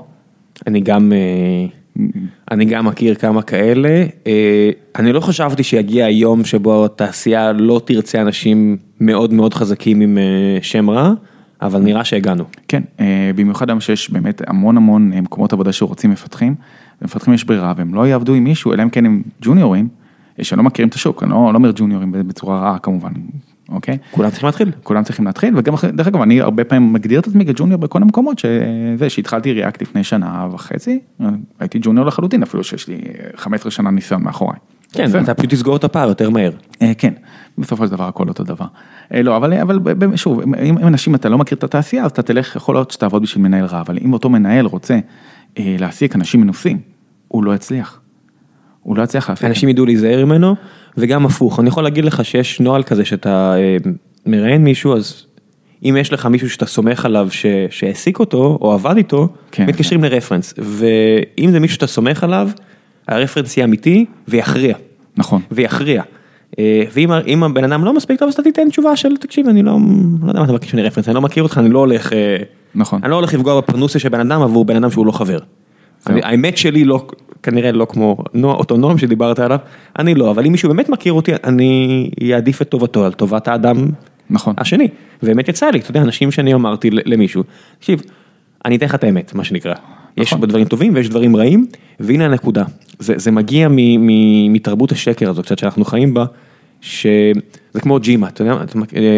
אני גם מכיר כמה כאלה. אני לא חשבתי שיגיע היום שבו התעשייה לא תרצה אנשים מאוד מאוד חזקים עם שם רע, אבל נראה שהגענו. כן, במיוחד היום שיש באמת המון המון מקומות עבודה שרוצים מפתחים, ומפתחים יש ברירה, והם לא יעבדו עם מישהו, אלא אם כן הם ג'וניורים, שלא מכירים את השוק, אני לא אומר ג'וניורים בצורה רעה כמובן, אוקיי? כולם צריכים להתחיל. כולם צריכים להתחיל, וגם דרך אגב, אני הרבה פעמים מגדיר את עצמי כג'וניור בכל המקומות, שהתחלתי ריאקט לפני שנה וחצי, הייתי ג'וניור לחלוטין, אפילו שיש לי 15 שנה ניסיון מאחוריי. כן, אתה פשוט תסגור את הפער יותר מהר. כן, בסופו של דבר הכל אותו דבר. לא, אבל שוב, אם אנשים אתה לא מכיר את התעשייה, אז אתה תלך, יכול להיות שתעבוד בשביל מנהל רע, אבל אם אותו מנהל רוצה להעסיק אנשים מנוסים, הוא לא יצליח. הוא לא יצליח להפיק. אנשים ידעו להיזהר ממנו, וגם הפוך. אני יכול להגיד לך שיש נוהל כזה שאתה מראיין מישהו, אז אם יש לך מישהו שאתה סומך עליו שהעסיק אותו, או עבד איתו, מתקשרים לרפרנס. ואם זה מישהו שאתה סומך עליו, הרפרנס יהיה אמיתי, ויכריע. נכון. ויכריע. ואם הבן אדם לא מספיק טוב, אז אתה תיתן תשובה של, תקשיב, אני לא יודע מה אתה מבקש ממני רפרנס, אני לא מכיר אותך, אני לא הולך... נכון. אני לא הולך לפגוע בפרנוסיה של בן אדם, עבור בן אדם שהוא לא חבר. האמת שלי לא, כנראה לא כמו אותו נועם שדיברת עליו, אני לא, אבל אם מישהו באמת מכיר אותי, אני אעדיף את טובתו על טובת האדם נכון. השני. ובאמת יצא לי, אתה יודע, אנשים שאני אמרתי למישהו, תקשיב, אני אתן לך את האמת, מה שנקרא. יש דברים טובים ויש דברים רעים, והנה הנקודה. זה מגיע מתרבות השקר הזו, קצת שאנחנו חיים בה, שזה כמו ג'ימה, אתה יודע,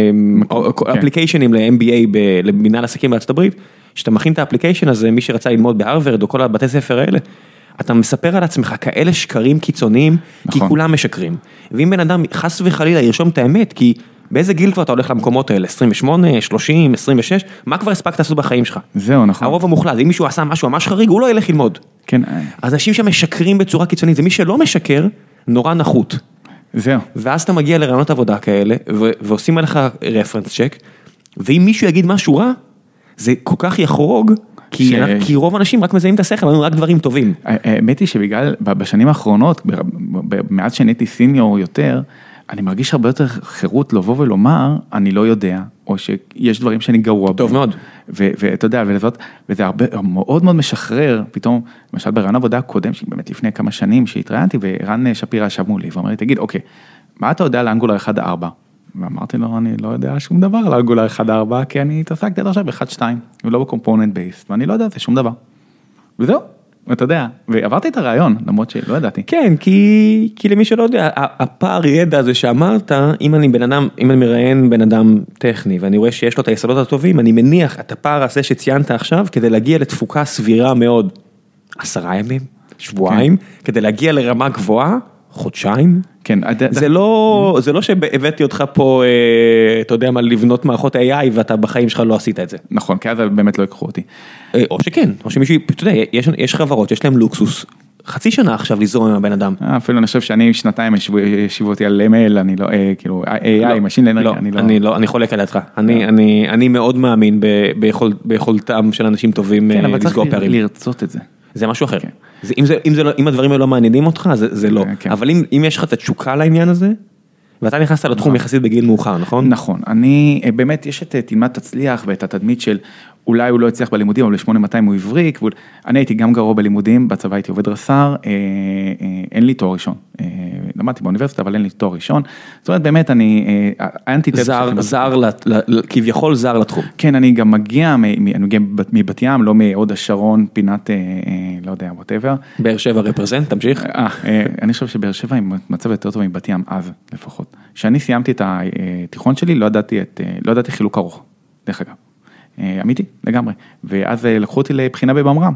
אפליקיישנים ל-MBA, למנהל עסקים בארצות הברית, שאתה מכין את האפליקיישן הזה, מי שרצה ללמוד בהרווארד, או כל הבתי ספר האלה, אתה מספר על עצמך כאלה שקרים קיצוניים, כי כולם משקרים. ואם בן אדם חס וחלילה ירשום את האמת, כי באיזה גיל כבר אתה הולך למקומות האלה? 28, 30, 26? מה כבר הספקת לעשות בחיים שלך? זהו, נכון. הרוב המוחלט, אם מישהו עשה משהו ממש חריג, הוא לא ילך ללמוד. כן. אז אנשים שמשקרים בצורה קיצונית, זה מי שלא משקר, נורא נחות. זהו. ואז אתה מגיע לרעיונות עבודה כאלה, ועושים עליך רפרנס צ'ק, ואם מישהו יגיד משהו רע, זה כל כך יחרוג, כי רוב האנשים רק מזהים את השכל, רק דברים טובים. האמת היא שבגלל, בשנים האחרונות, מאז שנהייתי סיניור יותר, אני מרגיש הרבה יותר חירות לבוא ולומר, אני לא יודע, או שיש דברים שאני גרוע. טוב מאוד. ואתה יודע, וזה הרבה, מאוד מאוד משחרר, פתאום, למשל ברעיון עבודה הקודם, שבאמת לפני כמה שנים שהתראיינתי, ורן שפירא ישב מולי, ואומר לי, תגיד, אוקיי, מה אתה יודע על אנגולר 1.4? ואמרתי לו, אני לא יודע שום דבר על אנגולר 1.4, כי אני התעסקתי עד עכשיו ב-1.2, ולא בקומפוננט בייס, ואני לא יודע על זה שום דבר. וזהו. אתה יודע, ועברתי את הרעיון, למרות שלא ידעתי. כן, כי למי שלא יודע, הפער ידע הזה שאמרת, אם אני מראיין בן אדם טכני, ואני רואה שיש לו את היסודות הטובים, אני מניח את הפער הזה שציינת עכשיו, כדי להגיע לתפוקה סבירה מאוד, 10 ימים, שבועיים, כדי להגיע לרמה גבוהה, חודשיים. כן. זה לא שהבאתי אותך פה, אתה יודע מה, לבנות מערכות AI, ואתה בחיים שלך לא עשית את זה. נכון, כי אז באמת לא יקחו אותי. או שכן, או שמישהו, אתה יודע, יש חברות, יש להם לוקסוס, חצי שנה עכשיו לזרום עם הבן אדם. אפילו אני חושב שאני שנתיים ישיבו אותי על ML, אני לא, כאילו, AI, משין לנרגיה, אני לא, אני חולק על ידך. אני מאוד מאמין ביכולתם של אנשים טובים לסגור פערים. אבל צריך לרצות את זה. זה משהו אחר. אם הדברים האלה לא מעניינים אותך, זה לא. אבל אם יש לך את התשוקה לעניין הזה, ואתה נכנסת לתחום יחסית בגיל מאוחר, נכון? נכון. באמת, יש את תלמד תצליח ואת התדמית של אולי הוא לא הצליח בלימודים, אבל ל-8200 הוא הבריק, אני הייתי גם גרוע בלימודים, בצבא הייתי עובד רס"ר, אין לי תואר ראשון. למדתי באוניברסיטה, אבל אין לי תואר ראשון. זאת אומרת, באמת, כביכול זר לתחום. כן, אני גם מגיע מבת ים, לא מהוד השרון, פינת, לא יודע, whatever. באר שבע רפרזנט, תמשיך. אני חושב שבאר שבע היא מצב יותר טוב מבת ים, אז לפחות. כשאני סיימתי את התיכון שלי, לא ידעתי חילוק ארוך, דרך אגב. אמיתי, לגמרי. ואז לקחו אותי לבחינה בבמרם.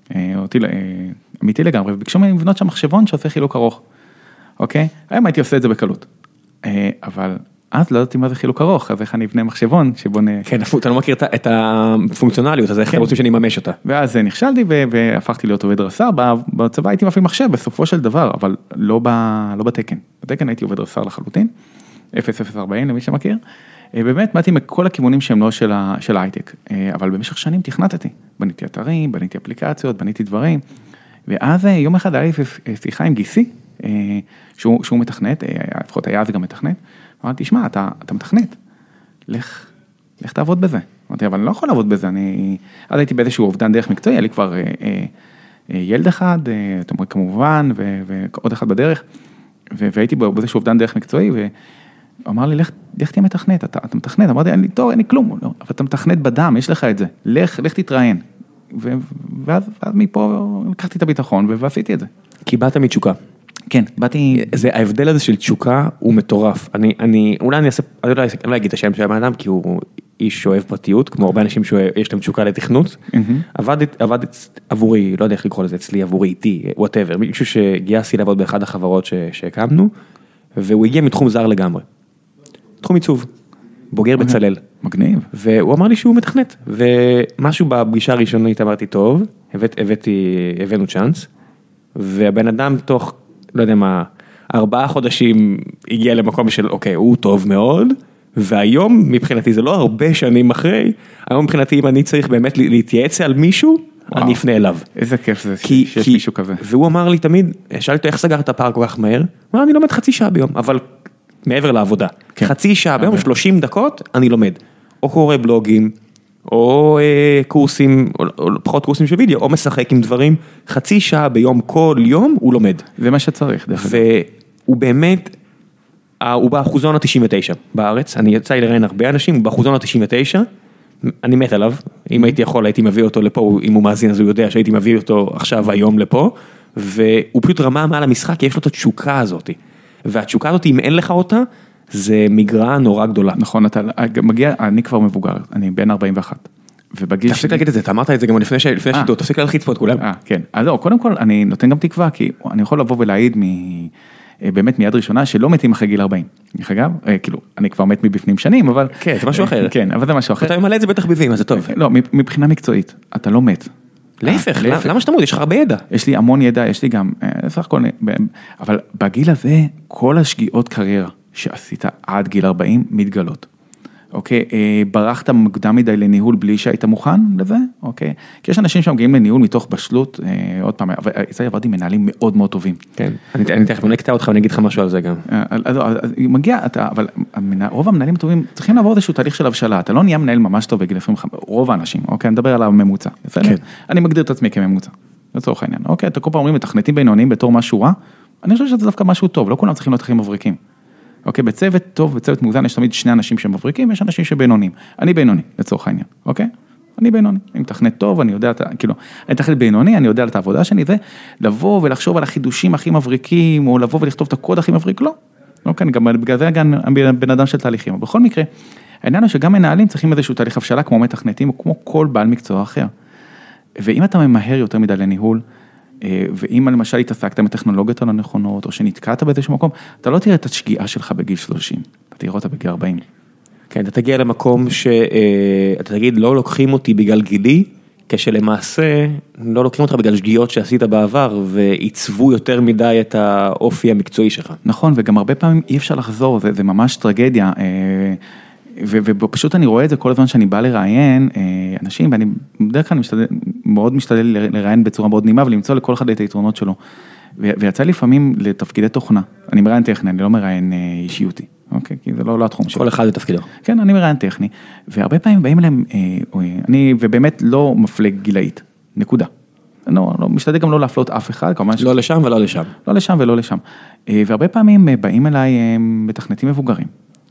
אמיתי לגמרי, וביקשו ממני לבנות שם מחשבון שעושה חילוק ארוך. אוקיי? היום הייתי עושה את זה בקלות. אבל אז לא ידעתי מה זה חילוק ארוך, אז איך אני אבנה מחשבון שבונה... כן, אתה לא מכיר את הפונקציונליות, אז איך אתם רוצים שאני אממש אותה? ואז נכשלתי והפכתי להיות עובד רס"ר, בצבא הייתי מפעיל מחשב בסופו של דבר, אבל לא בתקן. בתקן הייתי עובד רס"ר לחלוטין, 0040 למי שמכיר. באמת באתי מכל הכיוונים שהם לא של ההייטק, אבל במשך שנים תכנתתי. בניתי אתרים, בניתי אפליקציות, בניתי דברים, ואז יום אחד היה לי שיחה עם גיסי, שהוא מתכנת, לפחות היה אז גם מתכנת, אמרתי, תשמע, אתה מתכנת, לך תעבוד בזה. אמרתי, אבל אני לא יכול לעבוד בזה, אז הייתי באיזשהו אובדן דרך מקצועי, היה לי כבר ילד אחד, אתם אומרים כמובן, ועוד אחד בדרך, והייתי באיזשהו אובדן דרך מקצועי, אמר לי, לך תהיה מתכנת, אתה מתכנת, אמרתי, אין לי תואר, אין לי כלום, אבל אתה מתכנת בדם, יש לך את זה, לך תתראיין. ואז מפה לקחתי את הביטחון ועשיתי את זה. כי באת מתשוקה. כן, באתי... ההבדל הזה של תשוקה הוא מטורף. אולי אני לא אגיד את השם של האדם, כי הוא איש שאוהב פרטיות, כמו הרבה אנשים שיש להם תשוקה לתכנות. עבד עבורי, לא יודע איך לקרוא לזה, אצלי, עבורי, איתי, whatever, מישהו שגייסתי לעבוד באחד החברות שהקמנו, והוא הגיע מתחום זר לגמרי. תחום עיצוב, בוגר בצלאל. מגניב. והוא אמר לי שהוא מתכנת, ומשהו בפגישה הראשונית אמרתי, טוב, הבאנו צ'אנס, והבן אדם תוך, לא יודע מה, 4 חודשים הגיע למקום של, אוקיי, הוא טוב מאוד, והיום מבחינתי זה לא הרבה שנים אחרי, היום מבחינתי אם אני צריך באמת להתייעץ על מישהו, אני אפנה אליו. איזה כיף זה שיש מישהו כזה. והוא אמר לי תמיד, שאלתי אותו איך סגרת הפער כל כך מהר, הוא אמר, אני לומד חצי שעה ביום, אבל מעבר לעבודה. חצי שעה ביום, 30 דקות, אני לומד. או קורא בלוגים, או קורסים, או פחות קורסים של וידאו, או משחק עם דברים, חצי שעה ביום, כל יום, הוא לומד. זה מה שצריך. והוא באמת, הוא באחוזון ה-99 בארץ, אני יצא לי לראיין הרבה אנשים, הוא באחוזון ה-99, אני מת עליו, אם הייתי יכול הייתי מביא אותו לפה, אם הוא מאזין אז הוא יודע שהייתי מביא אותו עכשיו היום לפה, והוא פשוט רמה מעל המשחק, כי יש לו את התשוקה הזאת, והתשוקה הזאת אם אין לך אותה, זה מגרעה נורא גדולה. נכון, אתה מגיע, אני כבר מבוגר, אני בן 41. תפסיק להגיד את זה, אתה אמרת את זה גם לפני שידור, תפסיק להלחיץ פה את כולם. כן, אז לא, קודם כל אני נותן גם תקווה, כי אני יכול לבוא ולהעיד באמת מיד ראשונה, שלא מתים אחרי גיל 40. דרך אגב, כאילו, אני כבר מת מבפנים שנים, אבל... כן, זה משהו אחר. כן, אבל זה משהו אחר. אתה ממלא את זה בטח ביבים, אז זה טוב. לא, מבחינה מקצועית, אתה לא מת. להפך, למה שאתה מוד? יש לך הרבה ידע. יש לי המון ידע, יש לי גם, סך הכל, אבל בגיל הזה, כל השגיאות קריירה שעשית עד גיל 40 מתגלות. אוקיי, ברחת מוקדם מדי לניהול בלי שהיית מוכן לזה, אוקיי? כי יש אנשים שמגיעים לניהול מתוך בשלות, עוד פעם, זה עבדתי מנהלים מאוד מאוד טובים. כן, אני תכף נקטע אותך ואני אגיד לך משהו על זה גם. אז מגיע, אבל רוב המנהלים הטובים צריכים לעבור איזשהו תהליך של הבשלה, אתה לא נהיה מנהל ממש טוב בגיל 25, רוב האנשים, אוקיי, אני מדבר על הממוצע, בסדר? אני מגדיר את עצמי כממוצע, לצורך העניין, אוקיי, אתה כל פעם אומרים, מתכנתים בינוניים בתור משהו רע, אני חושב שזה דווקא משהו טוב, לא כולם צריכים להיות הכי מבריקים. אוקיי, בצוות טוב, בצוות מאוזן, יש תמיד שני אנשים שמבריקים, ויש אנשים שבינונים. אני בינוני, לצורך העניין, אוקיי? אני בינוני. אני מתכנת טוב, אני יודע, כאילו, אני מתכנת בינוני, אני יודע את העבודה שלי, זה לבוא ולחשוב על החידושים הכי מבריקים, או לבוא ולכתוב את הקוד הכי מבריק, לא. אוקיי, גם בגלל זה גם בן אדם של תהליכים. אבל בכל מקרה, העניין הוא שגם מנהלים צריכים איזשהו תהליך הבשלה, כמו מתכנתים, או כמו כל בעל מקצוע אחר. ואם אתה ממהר יותר מדי לניהול, ואם למשל התעסקת בטכנולוגיות הנכונות, או שנתקעת באיזשהו מקום, אתה לא תראה את השגיאה שלך בגיל 30, אתה תראה אותה בגיל 40. כן, אתה תגיע למקום שאתה תגיד, לא לוקחים אותי בגלל גילי, כשלמעשה לא לוקחים אותך בגלל שגיאות שעשית בעבר, ועיצבו יותר מדי את האופי המקצועי שלך. נכון, וגם הרבה פעמים אי אפשר לחזור, זה ממש טרגדיה, ופשוט אני רואה את זה כל הזמן שאני בא לראיין אנשים, ואני בדרך כלל מאוד משתדל לראיין בצורה מאוד נעימה, ולמצוא לכל אחד את היתרונות שלו. ויצא לפעמים לתפקידי תוכנה. אני מראיין טכני, אני לא מראיין אישיותי. אוקיי? כי זה לא התחום שלי. כל אחד בתפקידו. כן, אני מראיין טכני. והרבה פעמים באים אליהם, אני ובאמת לא מפלג גילאית. נקודה. לא, משתדל גם לא להפלות אף אחד. לא לשם ולא לשם. לא לשם ולא לשם. והרבה פעמים באים אליי מתכנתים מבוגרים.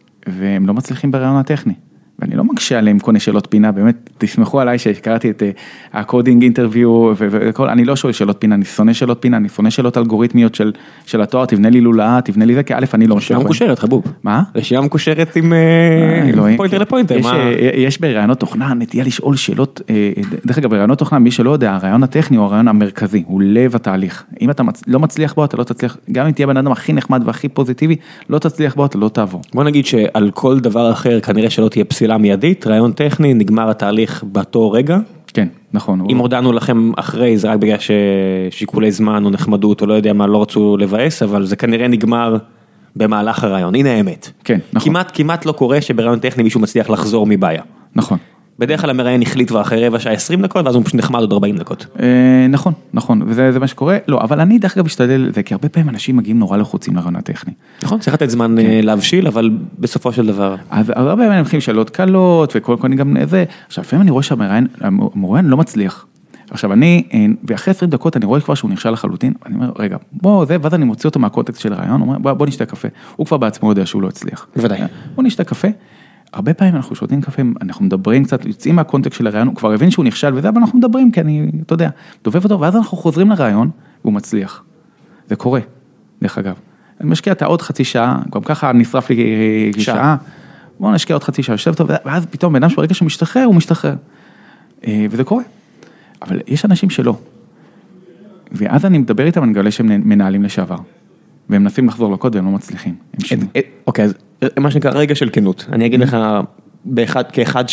והם לא מצליחים ברעיון הטכני, ואני לא מקשה עליהם כל מיני שאלות פינה, באמת תסמכו עליי שקראתי את הקודינג אינטרוויו, וכל, אני לא שואל שאלות פינה, אני שונא שאלות פינה, אני שונא שאלות אלגוריתמיות של התואר, תבנה לי לולאה, תבנה לי זה, כי א' אני לא רשימה מקושרת, חבוב. מה? רשימה מקושרת עם פוינטר לפוינטר. יש ברעיונות תוכנה נטייה לשאול שאלות, דרך אגב, ברעיונות תוכנה, מי שלא יודע, הרעיון הטכני הוא הרעיון המרכזי, הוא לב התהליך. אם אתה לא מצליח בו, אתה לא תצליח, גם אם תהיה בן אדם הכי נחמד והכי פוזיטיבי, לא תצליח בו, אתה לא תעבור. בוא נגיד שעל כל דבר אחר כנראה שלא תהיה פסילה מיידית, רעיון טכני, נגמר התהליך באותו רגע. כן, נכון. אם הודענו לכם אחרי, זה רק בגלל ששיקולי זמן או נחמדות, או לא יודע מה, לא רצו לבאס, אבל זה כנראה נגמר במהלך הרעיון. הנה האמת. כן, נכון. כמעט לא קורה שברעיון טכני מישהו מצליח לחזור מבעיה. נכון. בדרך כלל המראיין החליט כבר אחרי רבע שעה 20 דקות, ואז הוא פשוט נחמד עוד 40 דקות. נכון, נכון, וזה מה שקורה. לא, אבל אני דרך אגב משתדל, זה כי הרבה פעמים אנשים מגיעים נורא לחוצים לרעיון הטכני. נכון, צריך לתת זמן להבשיל, אבל בסופו של דבר. אז הרבה פעמים הם שאלות קלות, וכל מיני גם זה. עכשיו, לפעמים אני רואה שהמראיין לא מצליח. עכשיו, ואחרי 20 דקות אני רואה כבר שהוא נכשל לחלוטין, אני אומר, רגע, ואז אני מוציא אותו מהקונטקסט של הרעיון, אומר, בוא נשתה קפה. הוא כבר בעצמו יודע שהוא לא הצליח. בוודאי. בוא נשתה קפה. הרבה פעמים אנחנו שותים קפה, אנחנו מדברים קצת, יוצאים מהקונטקסט של הרעיון, הוא כבר הבין שהוא נכשל וזה, אבל אנחנו מדברים, כי אני, אתה יודע, דובב אותו, ואז אנחנו חוזרים לרעיון, והוא מצליח. זה קורה, דרך אגב. אני משקיע את עוד חצי שעה, גם ככה נשרף לי שעה, בואו נשקיע עוד חצי שעה, יושב טוב, ואז פתאום בן אדם שברגע שהוא משתחרר, הוא משתחרר. וזה קורה. אבל יש אנשים שלא. ואז אני מדבר איתם, אני מגלה שהם מנהלים לשעבר. והם מנסים לחזור לקוד והם לא מצליחים. אוקיי, אז מה שנקרא רגע של כנות. אני אגיד לך כאחד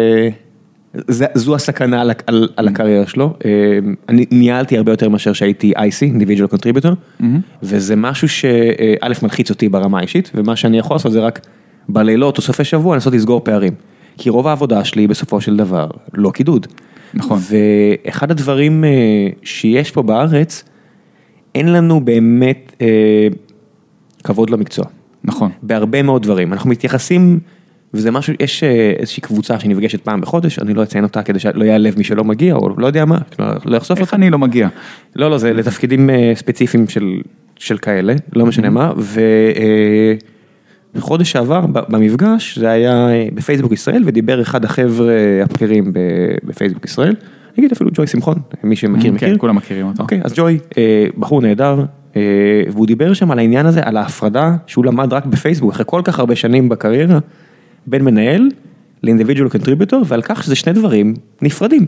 שזו הסכנה על הקריירה שלו. אני ניהלתי הרבה יותר מאשר שהייתי IC, Individual Contributor, וזה משהו שא' מלחיץ אותי ברמה האישית, ומה שאני יכול לעשות זה רק בלילות או סופי שבוע לנסות לסגור פערים. כי רוב העבודה שלי בסופו של דבר לא קידוד. נכון. ואחד הדברים שיש פה בארץ, אין לנו באמת כבוד למקצוע. נכון. בהרבה מאוד דברים. אנחנו מתייחסים, וזה משהו, יש איזושהי קבוצה שנפגשת פעם בחודש, אני לא אציין אותה כדי שלא יעלב מי שלא מגיע, או לא יודע מה, לא יחשוף אותה. איך אני לא מגיע? לא, זה לתפקידים ספציפיים של כאלה, לא משנה מה, חודש שעבר במפגש, זה היה בפייסבוק ישראל, ודיבר אחד החבר'ה הבכירים בפייסבוק ישראל, נגיד אפילו ג'וי שמחון, מי שמכיר מכיר. כן, כולם מכירים אותו. אוקיי, אז ג'וי, בחור נהדר, והוא דיבר שם על העניין הזה, על ההפרדה שהוא למד רק בפייסבוק, אחרי כל כך הרבה שנים בקריירה, בין מנהל לאינדיבידואל קונטריביוטור, ועל כך שזה שני דברים נפרדים.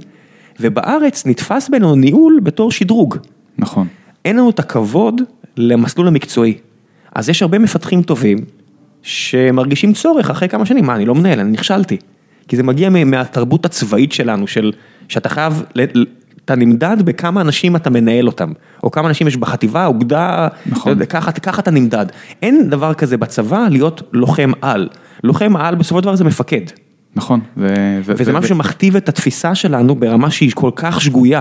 ובארץ נתפס בינינו ניהול בתור שדרוג. נכון. אין לנו את הכבוד למסלול המקצועי. אז יש הרבה מפתחים טובים, שמרגישים צורך אחרי כמה שנים, מה, אני לא מנהל, אני נכשלתי. כי זה מגיע מהתרבות הצבאית שלנו, שאתה חייב, אתה נמדד בכמה אנשים אתה מנהל אותם, או כמה אנשים יש בחטיבה, אוגדה, נכון. ככה אתה נמדד. אין דבר כזה בצבא להיות לוחם על. לוחם על בסופו של דבר זה מפקד. נכון. וזה משהו שמכתיב את התפיסה שלנו ברמה שהיא כל כך שגויה.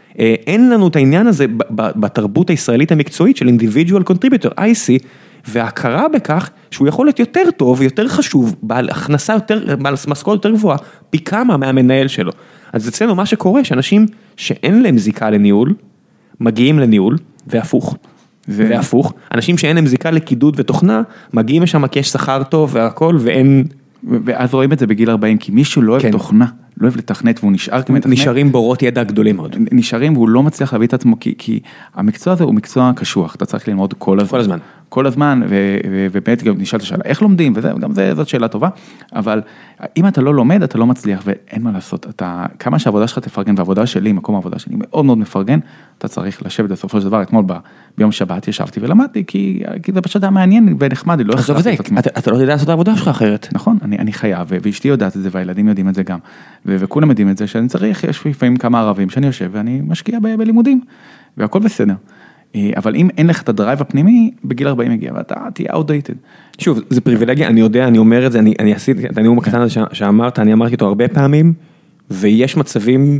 אין לנו את העניין הזה בתרבות הישראלית המקצועית של individual contributor, IC, וההכרה בכך שהוא יכול להיות יותר טוב ויותר חשוב, בעל הכנסה יותר, בעל משכורת יותר גבוהה, פי כמה מהמנהל שלו. אז אצלנו מה שקורה, שאנשים שאין להם זיקה לניהול, מגיעים לניהול, והפוך. והפוך. אנשים שאין להם זיקה לקידוד ותוכנה, מגיעים משם כי יש שכר טוב והכל, ואין... ואז רואים את זה בגיל 40, כי מישהו לא אוהב תוכנה, לא אוהב לתכנת, והוא נשאר כמתכנת. נשארים בורות ידע גדולים מאוד. נשארים, והוא לא מצליח להביא את עצמו, כי המקצוע הזה הוא מקצוע קשוח, אתה צריך ללמוד כל הזמן. כל הזמן, ובאמת גם נשאלת השאלה, איך לומדים, וגם זאת שאלה טובה, אבל אם אתה לא לומד, אתה לא מצליח, ואין מה לעשות, כמה שהעבודה שלך תפרגן, והעבודה שלי, מקום העבודה שלי, מאוד מאוד מפרגן, אתה צריך לשבת בסופו של דבר, אתמול ביום שבת ישבתי ולמדתי, כי זה פשוט היה מעניין ונחמד, לא עזוב את זה, אתה לא יודע לעשות העבודה שלך אחרת. נכון, אני חייב, ואשתי יודעת את זה, והילדים יודעים את זה גם, וכולם יודעים את זה, שאני צריך, יש לפעמים כמה ערבים שאני יושב, ואני משקיע בלימודים, והכל בסדר. אבל אם אין לך את הדרייב הפנימי, בגיל 40 מגיע, ואתה תהיה outdated. שוב, זה פריבילגיה, אני יודע, אני אומר את זה, אני עשיתי את הנאום הקטן הזה שאמרת, אני אמרתי אותו הרבה פעמים, ויש מצבים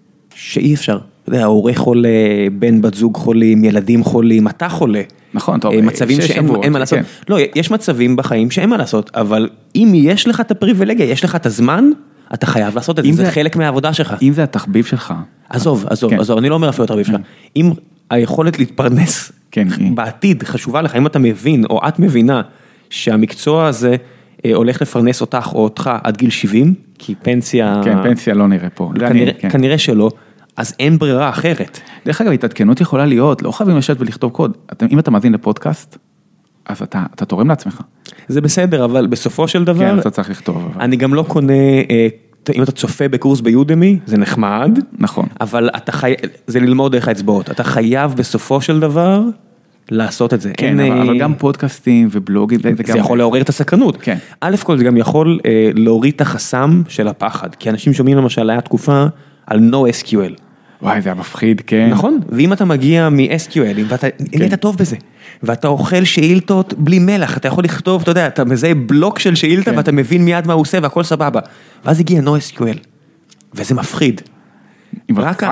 שאי אפשר. אתה יודע, ההורה חולה, בן בת זוג חולים, ילדים חולים, אתה חולה. נכון, טוב, מצבים שאין מה לעשות. לא, יש מצבים בחיים שאין מה לעשות, אבל אם יש לך את הפריבילגיה, יש לך את הזמן, אתה חייב לעשות את זה, זה חלק מהעבודה שלך. אם זה התחביב שלך. עזוב, אני לא אומר אפילו התחביב שלך. אם היכולת להתפרנס בעתיד חשובה לך, אם אתה מבין או את מבינה שהמקצוע הזה הולך לפרנס אותך או אותך עד גיל 70, כי פנסיה... כן, פנסיה לא נראה פה. כנראה שלא, אז אין ברירה אחרת. דרך אגב, התעדכנות יכולה להיות, לא חייבים לשבת ולכתוב קוד. אם אתה מאזין לפודקאסט, אז אתה תורם לעצמך. זה בסדר, אבל בסופו של דבר... כן, אתה צריך לכתוב. אני גם לא קונה... אם אתה צופה בקורס ביודמי, זה נחמד. נכון. אבל זה ללמוד דרך האצבעות. אתה חייב בסופו של דבר לעשות את זה. כן, אבל גם פודקאסטים ובלוגים. זה יכול לעורר את הסקרנות. כן. א' כל זה גם יכול להוריד את החסם של הפחד. כי אנשים שומעים למשל, היה תקופה על NoSQL. וואי, זה היה מפחיד, כן. נכון. ואם אתה מגיע מ-SQL, ואתה נהיית טוב בזה, ואתה אוכל שאילתות בלי מלח, אתה יכול לכתוב, אתה יודע, אתה מזהה בלוק של שאילתה, ואתה מבין מיד מה הוא עושה, והכל סבבה. ואז הגיע NoSQL, וזה מפחיד. רק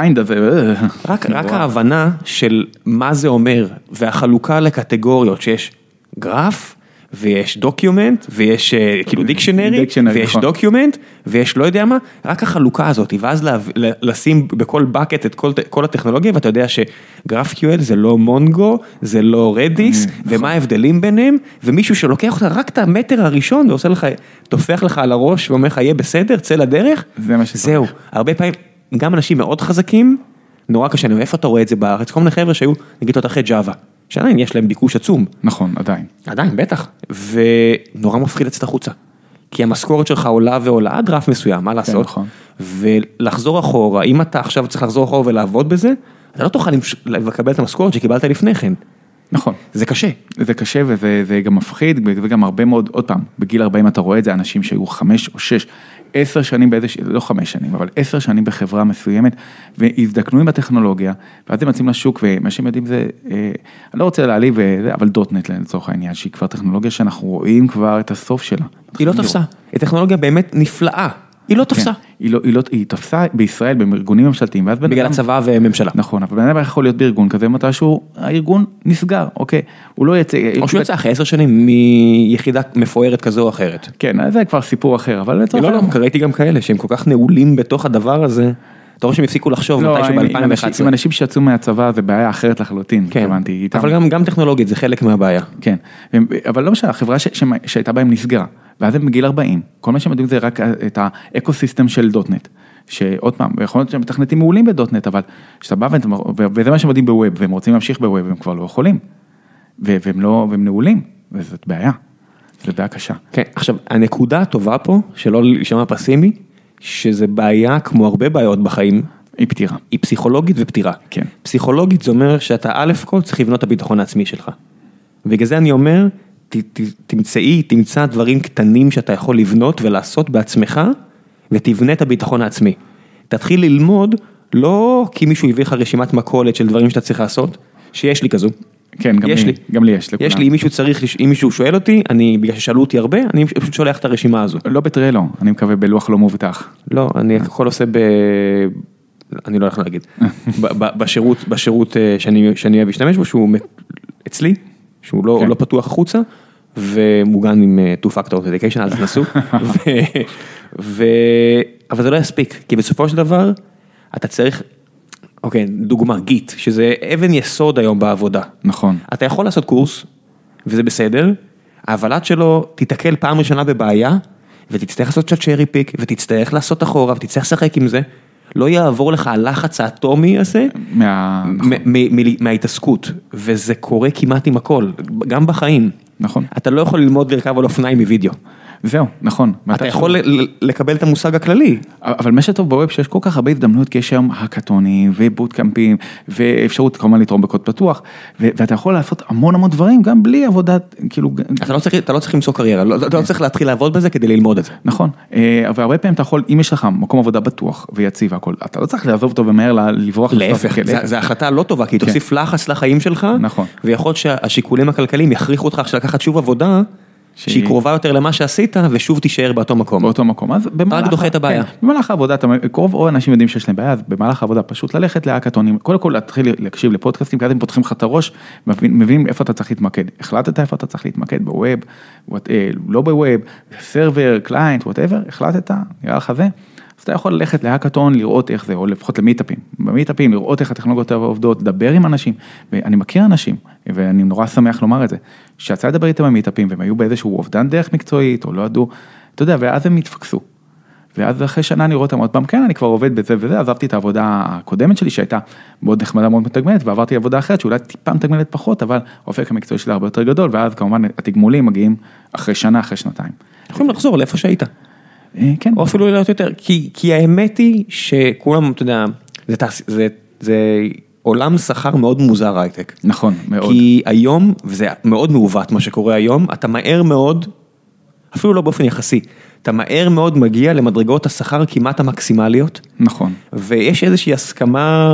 ההבנה של מה זה אומר, והחלוקה לקטגוריות, שיש גרף, ויש דוקיומנט, ויש כאילו דיקשנרי, ויש דוקיומנט, ויש לא יודע מה, רק החלוקה הזאת, ואז לשים בכל בקט את כל הטכנולוגיה, ואתה יודע שGraphQL זה לא מונגו, זה לא רדיס, ומה ההבדלים ביניהם, ומישהו שלוקח אותה רק את המטר הראשון, ועושה לך, תופח לך על הראש, ואומר לך, יהיה בסדר, צא לדרך, זהו, הרבה פעמים, גם אנשים מאוד חזקים, נורא קשה, ואיפה אתה רואה את זה בארץ, כל מיני חבר'ה שהיו, נגיד אותה אחרי ג'אווה, שעדיין יש להם ביקוש עצום. נכון, עדיין. עדיין, בטח. ונורא מפחיד לצאת החוצה. כי המשכורת שלך עולה ועולה עד רף מסוים, מה לעשות? נכון. ולחזור אחורה, אם אתה עכשיו צריך לחזור אחורה ולעבוד בזה, אתה לא תוכל לקבל את המשכורת שקיבלת לפני כן. נכון. זה קשה. זה קשה וזה גם מפחיד, וגם הרבה מאוד, עוד פעם, בגיל 40 אתה רואה את זה, אנשים שהיו 5 או 6, 10 שנים לא 5 שנים, אבל 10 שנים בחברה מסוימת, והזדקנו עם הטכנולוגיה, ואז הם יוצאים לשוק, ומה שהם יודעים זה, אני לא רוצה להעליב, אבל דוטנט לצורך העניין, שהיא כבר טכנולוגיה שאנחנו רואים כבר את הסוף שלה. היא לא תפסה. היא טכנולוגיה באמת נפלאה. היא לא תפסה. היא תפסה בישראל, בארגונים ממשלתיים. בגלל הצבא וממשלה. נכון, אבל בן אדם יכול להיות בארגון כזה, מתישהו הארגון נסגר, אוקיי. הוא לא יצא... או שהוא יצא אחרי 10 שנים מיחידה מפוארת כזו או אחרת. כן, זה כבר סיפור אחר, אבל... לא, ראיתי גם כאלה שהם כל כך נעולים בתוך הדבר הזה. אתה רואה שהם הפסיקו לחשוב מתישהו ב-2011. עם אנשים שיצאו מהצבא זה בעיה אחרת לחלוטין. כן, אבל גם טכנולוגית זה חלק מהבעיה. כן, אבל לא משנה, החברה שהייתה בהם נסגרה, ואז הם בגיל 40, כל מה שהם יודעים זה רק את האקוסיסטם של דוטנט, שעוד פעם, יכול להיות שהם מתכנתים מעולים בדוטנט, אבל שאתה בא וזה מה שהם יודעים בווב, והם רוצים להמשיך בווב, הם כבר לא יכולים, והם נעולים, וזאת בעיה, זו בעיה קשה. כן, עכשיו, הנקודה הטובה פה, שלא להישמע פסימי, שזה בעיה כמו הרבה בעיות בחיים, היא פתירה. היא פסיכולוגית ופתירה. כן. פסיכולוגית זה אומר שאתה א' כל צריך לבנות את הביטחון העצמי שלך. ובגלל זה אני אומר, תמצא דברים קטנים שאתה יכול לבנות ולעשות בעצמך, ותבנה את הביטחון העצמי. תתחיל ללמוד, לא כי מישהו הביא לך רשימת מכולת של דברים שאתה צריך לעשות, שיש לי כזו. כן, גם לי יש. יש לי, אם מישהו שואל אותי, בגלל ששאלו אותי הרבה, אני פשוט שולח את הרשימה הזו. לא בטרלו, אני מקווה בלוח לא מובטח. לא, אני הכל עושה אני לא הולך להגיד, בשירות שאני אוהב להשתמש בו, שהוא אצלי, שהוא לא פתוח החוצה, ומוגן עם two-factor authentication, אז תנסו, אבל זה לא יספיק, כי בסופו של דבר, אתה צריך, אוקיי, דוגמה, גיט, שזה אבן יסוד היום בעבודה. נכון. אתה יכול לעשות קורס, וזה בסדר, ההבלת שלו תתקל פעם ראשונה בבעיה, ותצטרך לעשות קצת שרי פיק, ותצטרך לעשות אחורה, ותצטרך לשחק עם זה, לא יעבור לך הלחץ האטומי הזה, מההתעסקות, וזה קורה כמעט עם הכל, גם בחיים. נכון. אתה לא יכול ללמוד לרכב על אופניים מווידאו. זהו, נכון. אתה יכול לקבל את המושג הכללי. אבל מה שטוב בווב שיש כל כך הרבה הזדמנות, כי יש היום הקאטונים ובוטקאמפים, ואפשרות כמובן לתרום בקוד פתוח, ואתה יכול לעשות המון דברים, גם בלי עבודת, כאילו... אתה לא צריך למצוא קריירה, אתה לא צריך להתחיל לעבוד בזה כדי ללמוד את זה. נכון, והרבה פעמים אתה יכול, אם יש לך מקום עבודה בטוח ויציב והכל, אתה לא צריך לעזוב אותו ומהר לברוח. להפך, זו החלטה לא טובה, כי היא תוסיף לחץ לחיים שלך, ויכול להיות שהשיקולים הכלכליים יכריחו אותך עכשיו לקחת שוב עבודה, שהיא קרובה יותר למה שעשית, ושוב תישאר באותו מקום. באותו מקום, אז רק דוחה את הבעיה. במהלך העבודה, קרוב או אנשים יודעים שיש להם בעיה, אז במהלך העבודה פשוט ללכת להאקתונים, קודם כל להתחיל להקשיב לפודקאסטים, כי אז הם פותחים לך את הראש, מבינים איפה אתה צריך להתמקד. החלטת איפה אתה צריך להתמקד, בווב, לא בווב, סרבר, קליינט, whatever, החלטת, נראה לך זה. אז אתה יכול ללכת להאקתון, לראות איך זה, או לפחות למיטאפים. במיטאפים, לראות איך הטכנולוגיות עובדות, לדבר עם אנשים, ואני מכיר אנשים, ואני נורא שמח לומר את זה, שיצא לדבר איתם במיטאפים, והם היו באיזשהו אובדן דרך מקצועית, או לא ידעו, אתה יודע, ואז הם התפקסו. ואז אחרי שנה אני רואה אותם עוד פעם, כן, אני כבר עובד בזה וזה, עזבתי את העבודה הקודמת שלי, שהייתה מאוד נחמדה, מאוד מתגמלת, ועברתי עבודה אחרת, שאולי טיפה מתגמלת פחות, אבל האופק המקצועי שלה הרבה יותר גדול, ואז כמובן התגמולים מגיעים אחרי שנה, אחרי שנתיים. יכולים לחזור לאיפה שהיית. כן. או אפילו להיות יותר, כי האמת היא שכולם, אתה יודע, זה עולם שכר מאוד מוזר הייטק. נכון, מאוד. כי היום, וזה מאוד מעוות מה שקורה היום, אתה מהר מאוד, אפילו לא באופן יחסי, אתה מהר מאוד מגיע למדרגות השכר כמעט המקסימליות. נכון. ויש איזושהי הסכמה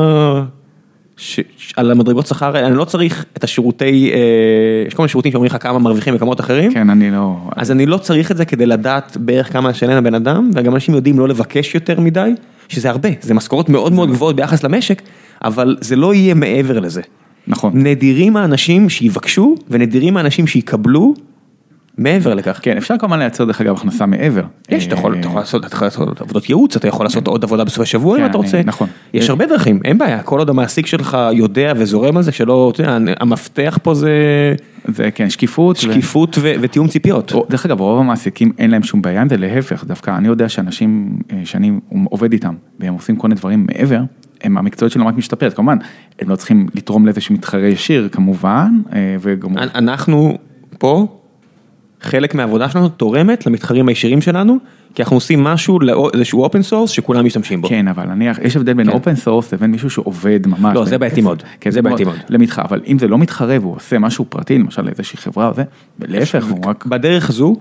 על המדרגות שכר, אני לא צריך את השירותי, יש כל מיני שירותים שאומרים לך כמה מרוויחים וכמות אחרים. כן, אני לא... אז אני לא צריך את זה כדי לדעת בערך כמה שלן הבן אדם, וגם אנשים יודעים לא לבקש יותר מדי, שזה הרבה, זה משכורות מאוד מאוד גבוהות ביחס למשק, אבל זה לא יהיה מעבר לזה. נכון. נדירים האנשים שיבקשו, ונדירים האנשים שיקבלו, מעבר לכך. כן, אפשר כמובן לייצר דרך אגב הכנסה מעבר. יש, אתה יכול לעשות עבודות ייעוץ, אתה יכול לעשות עוד עבודה בסוף השבוע אם אתה רוצה. נכון. יש הרבה דרכים, אין בעיה, כל עוד המעסיק שלך יודע וזורם על זה, שלא, אתה יודע, המפתח פה זה... זה כן, שקיפות ותיאום ציפיות. דרך אגב, רוב המעסיקים אין להם שום בעיה, זה להפך, דווקא אני יודע שאנשים שאני עובד איתם, והם עושים כל מיני דברים מעבר, המקצועיות שלהם רק משתפרת, כמובן, הם לא צריכים לתרום לאיזשהו מתחרה ישיר, כמובן, אנחנו פה, חלק מהעבודה שלנו תורמת למתחרים הישירים שלנו, כי אנחנו עושים משהו לאיזשהו אופן סורס שכולם משתמשים בו. כן, אבל יש הבדל בין אופן סורס לבין מישהו שעובד ממש. לא, זה בעייתי מאוד. כן, זה בעייתי מאוד. למתחרה, אבל אם זה לא מתחרה והוא עושה משהו פרטי, למשל לאיזושהי חברה, להפך, הוא רק... בדרך הזו,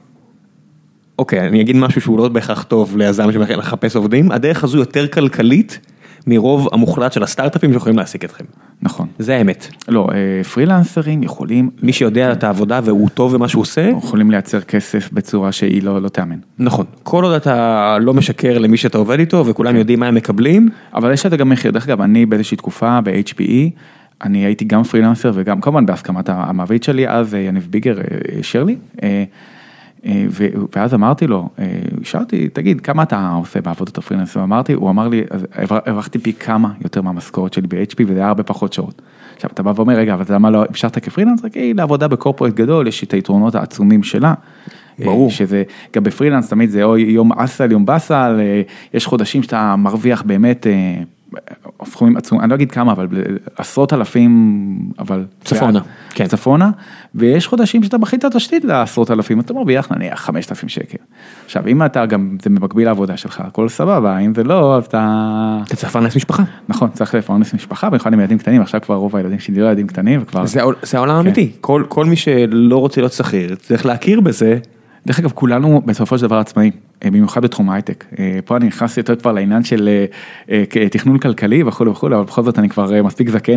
אוקיי, אני אגיד משהו שהוא לא בהכרח טוב ליזם שמחכה לחפש עובדים, הדרך הזו יותר כלכלית מרוב המוחלט של הסטארט-אפים שיכולים להעסיק אתכם. נכון. זה האמת. לא, פרילנסרים יכולים... מי שיודע את העבודה והוא טוב במה שהוא עושה... יכולים לייצר כסף בצורה שהיא לא תאמן. נכון. כל עוד אתה לא משקר למי שאתה עובד איתו, וכולם יודעים מה הם מקבלים. אבל יש לזה גם מחיר. דרך אגב, אני באיזושהי תקופה ב-HPE, אני הייתי גם פרילנסר וגם כמובן בהסכמת המעביד שלי, אז יניב ביגר אישר לי. ואז אמרתי לו, שאלתי, תגיד, כמה אתה עושה בעבודות הפרילנס? הוא אמר לי, הרווחתי פי כמה יותר מהמשכורת שלי ב-HP, וזה היה הרבה פחות שעות. עכשיו, אתה בא ואומר, רגע, אבל אתה למה לא המשכת כפרילנס? כי לעבודה בקורפורט גדול, יש את היתרונות העצומים שלה. ברור. שזה, גם בפרילנס תמיד זה או יום אסל, יום בסל, יש חודשים שאתה מרוויח באמת, סכומים עצומים, אני לא אגיד כמה, אבל עשרות אלפים, אבל... צפונה. כן. צפונה, ויש חודשים שאתה מחליט את התשתית לעשרות אלפים, אתה מרוויח נניח 5,000 שקל. עכשיו, אם אתה גם, זה במקביל לעבודה שלך, הכל סבבה, אם זה לא, אז אתה... אתה צריך לפרנס משפחה. נכון, צריך לפרנס משפחה, במיוחד עם ילדים קטנים, עכשיו כבר רוב הילדים שלי לא ילדים קטנים, וכבר... זה העולם האמיתי. כל מי שלא רוצה להיות שכיר, צריך להכיר בזה. דרך אגב, כולנו בסופו של דבר עצמאים, במיוחד בתחום ההייטק. פה אני נכנסתי יותר כבר לעניין של תכנון כלכלי וכו' וכו', אבל בכל זאת אני כבר מספיק זקן.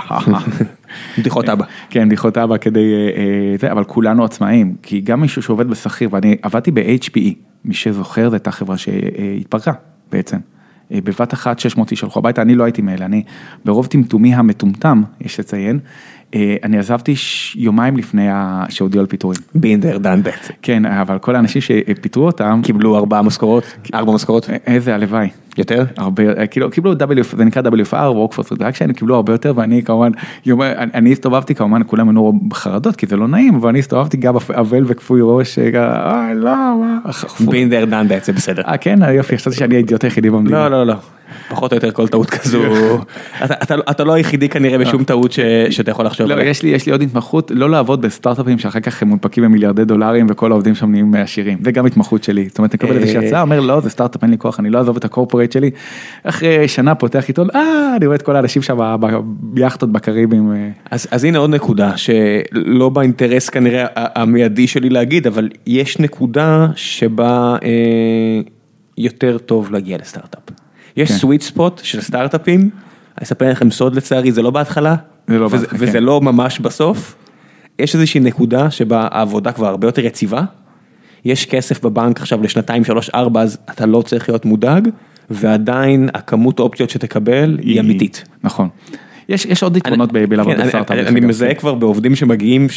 בדיחות אבא. כן, בדיחות אבא כדי זה, אבל כולנו עצמאים, כי גם מישהו שעובד בשכיר, ואני עבדתי ב-HPE, מי שזוכר, זו הייתה חברה שהתפרקה בעצם. בבת אחת 600 איש הלכו הביתה, אני לא הייתי מאלה, אני ברוב טמטומי המטומטם, יש לציין, אני עזבתי יומיים לפני שהודיעו על פיטורים. בינדר דן בט. כן, אבל כל האנשים שפיטרו אותם... קיבלו 4 משכורות? איזה הלוואי. יותר? הרבה, קיבלו זה נקרא WFR, Workforce Reduction, קיבלו הרבה יותר, ואני כמובן, אני הסתובבתי כמובן, כולם היו בחרדות, כי זה לא נעים, אבל אני הסתובבתי גם אבל וכפוי ראש, לא, מה? בינדר דן בט, זה בסדר. כן, יופי, חשבתי שאני האידיוט היחידי במדינה. לא. פחות או יותר כל טעות כזו, אתה לא היחידי כנראה בשום טעות שאתה יכול לחשוב עליה. יש לי עוד התמחות, לא לעבוד בסטארט-אפים שאחר כך הם מונפקים במיליארדי דולרים וכל העובדים שם נהיים עשירים, זה גם התמחות שלי, זאת אומרת, נקבל איזושהי הצעה, אומר לא, זה סטארט-אפ, אין לי כוח, אני לא אעזוב את הקורפורט שלי, אחרי שנה פותח עיתון, אני רואה את כל האנשים שם ביאכטות בקריבים. אז הנה עוד נקודה, שלא באינטרס כנראה המיידי שלי להגיד, אבל יש נקודה שבה יותר טוב להגיע לסטארט-אפ. יש סוויט ספוט של סטארט-אפים, אני אספר לכם סוד לצערי, זה לא בהתחלה, וזה לא ממש בסוף. יש איזושהי נקודה שבה העבודה כבר הרבה יותר יציבה, יש כסף בבנק עכשיו לשנתיים, 3, 4, אז אתה לא צריך להיות מודאג, ועדיין הכמות האופציות שתקבל היא אמיתית. נכון. יש עוד יתרונות בלעבוד בסטארט-אפ. אני מזהה כבר בעובדים שמגיעים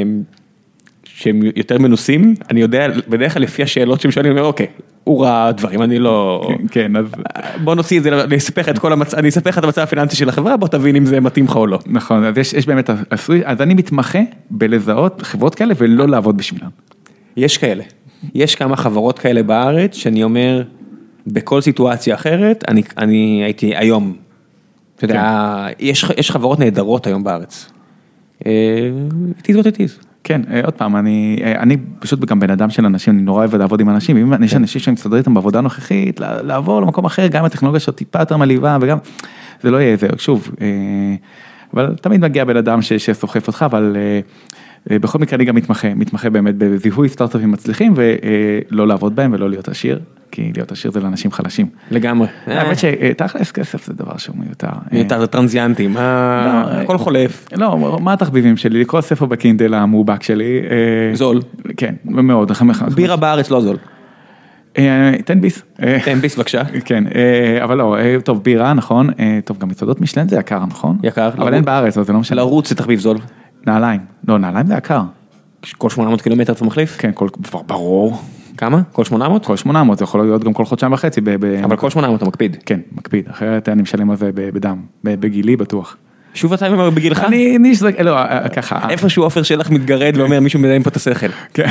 שהם יותר מנוסים, אני יודע, בדרך כלל לפי השאלות שהם שואלים, אני אומר, אוקיי, הוא ראה דברים, אני לא... כן, אז... בוא נוציא את זה, אני אספר לך את המצב הפיננסי של החברה, בוא תבין אם זה מתאים לך או לא. נכון, אז יש באמת, אז אני מתמחה בלזהות חברות כאלה ולא לעבוד בשבילם. יש כאלה. יש כמה חברות כאלה בארץ, שאני אומר, בכל סיטואציה אחרת, אני הייתי היום. אתה יודע, יש חברות נהדרות היום בארץ. it is what it is. כן, עוד פעם, אני פשוט גם בן אדם של אנשים, אני נורא אוהב לעבוד עם אנשים, אם יש אנשים שמסתדרים איתם בעבודה נוכחית, לעבור למקום אחר, גם הטכנולוגיה שלו טיפה יותר מלאיבה, וגם, זה לא יהיה זה, שוב, אבל תמיד מגיע בן אדם שסוחף אותך, אבל בכל מקרה אני גם מתמחה באמת בזיהוי סטארט-אפים מצליחים, ולא לעבוד בהם ולא להיות עשיר, כי להיות עשיר זה לאנשים חלשים. לגמרי. האמת שתכלס כסף זה דבר שהוא מיותר. מיותר, זה טרנזיאנטים, הכל חולף. לא, מה התחביבים שלי? לקרוא ספר בקינדל המאובק שלי. זול. כן, מאוד. בירה בארץ לא זול. תן ביס. תן ביס בבקשה. כן, אבל לא, טוב, בירה, נכון. טוב, גם מצודות משלן זה יקר, נכון? יקר. אבל אין בארץ, אז זה לא משנה. לרוץ זה תחביב זול. נעליים. לא, נעליים זה יקר. כל 800 קילומטר אתה מחליף? כן, ברור. כמה? כל 800? כל 800, זה יכול להיות גם כל חודשיים וחצי. אבל כל 800 אתה מקפיד? כן, מקפיד. אחרת אני משלם על זה בדם, בגילי בטוח. שוב אתה אומר בגילך? אני נשזק, לא, ככה. איפשהו עופר שלך מתגרד ואומר מישהו מדיים פה את השכל. כן.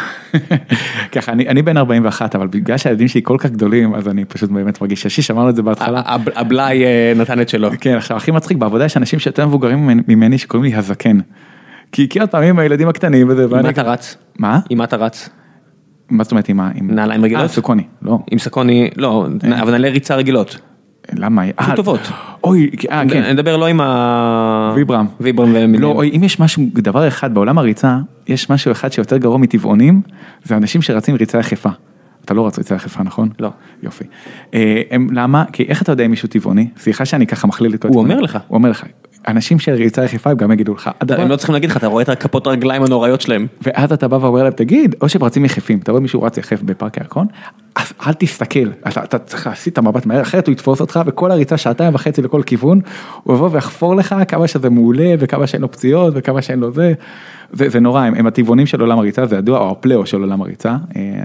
ככה, אני בן 41, אבל בגלל שהילדים שלי כל כך גדולים, אז אני פשוט באמת מרגיש ששיש, אמרנו את זה בהתחלה. הבלאי נתן את שלו. כן, עכשיו, הכי מצחיק, בעבודה יש אנשים שיותר מבוגרים ממני שקוראים לי הזקן. כי עוד פעמים הילדים הקטנים וזה. עם מה אתה רץ? מה? עם מה אתה רץ? מה זאת אומרת, עם נעליים רגילות? סוכוני, לא. עם סוכוני, לא, אבל נעלי ריצה רגילות. למה? הכי טובות. אוי, כן. אני מדבר לא עם ה... ויברם. ומילים. לא, אוי, אם יש משהו, דבר אחד, בעולם הריצה, יש משהו אחד שיותר גרוע מטבעונים, זה אנשים שרצים ריצה יחפה. אתה לא רץ ריצה יחפה, נכון? לא. יופי. למה? כי איך אתה יודע אם מישהו טבעוני? סליחה שאני ככה מכליל את כל הוא אומר לך. הוא אומר לך. אנשים של ריצה יחיפה הם גם יגידו לך, הם לא צריכים להגיד לך, אתה רואה את הכפות הרגליים הנוראיות שלהם. ואז אתה בא ואומר להם, תגיד, או שהם רצים יחפים, אתה רואה מישהו רץ יחף בפארק הירקון, אז אל תסתכל, אתה צריך להסיט את המבט מהר, אחרת הוא יתפוס אותך, וכל הריצה 2.5 לכל כיוון, הוא יבוא ויחפור לך כמה שזה מעולה, וכמה שאין לו פציעות, וכמה שאין לו זה, זה נורא, הם הטבעונים של עולם הריצה, זה ידוע, או הפלאו של עולם הריצה.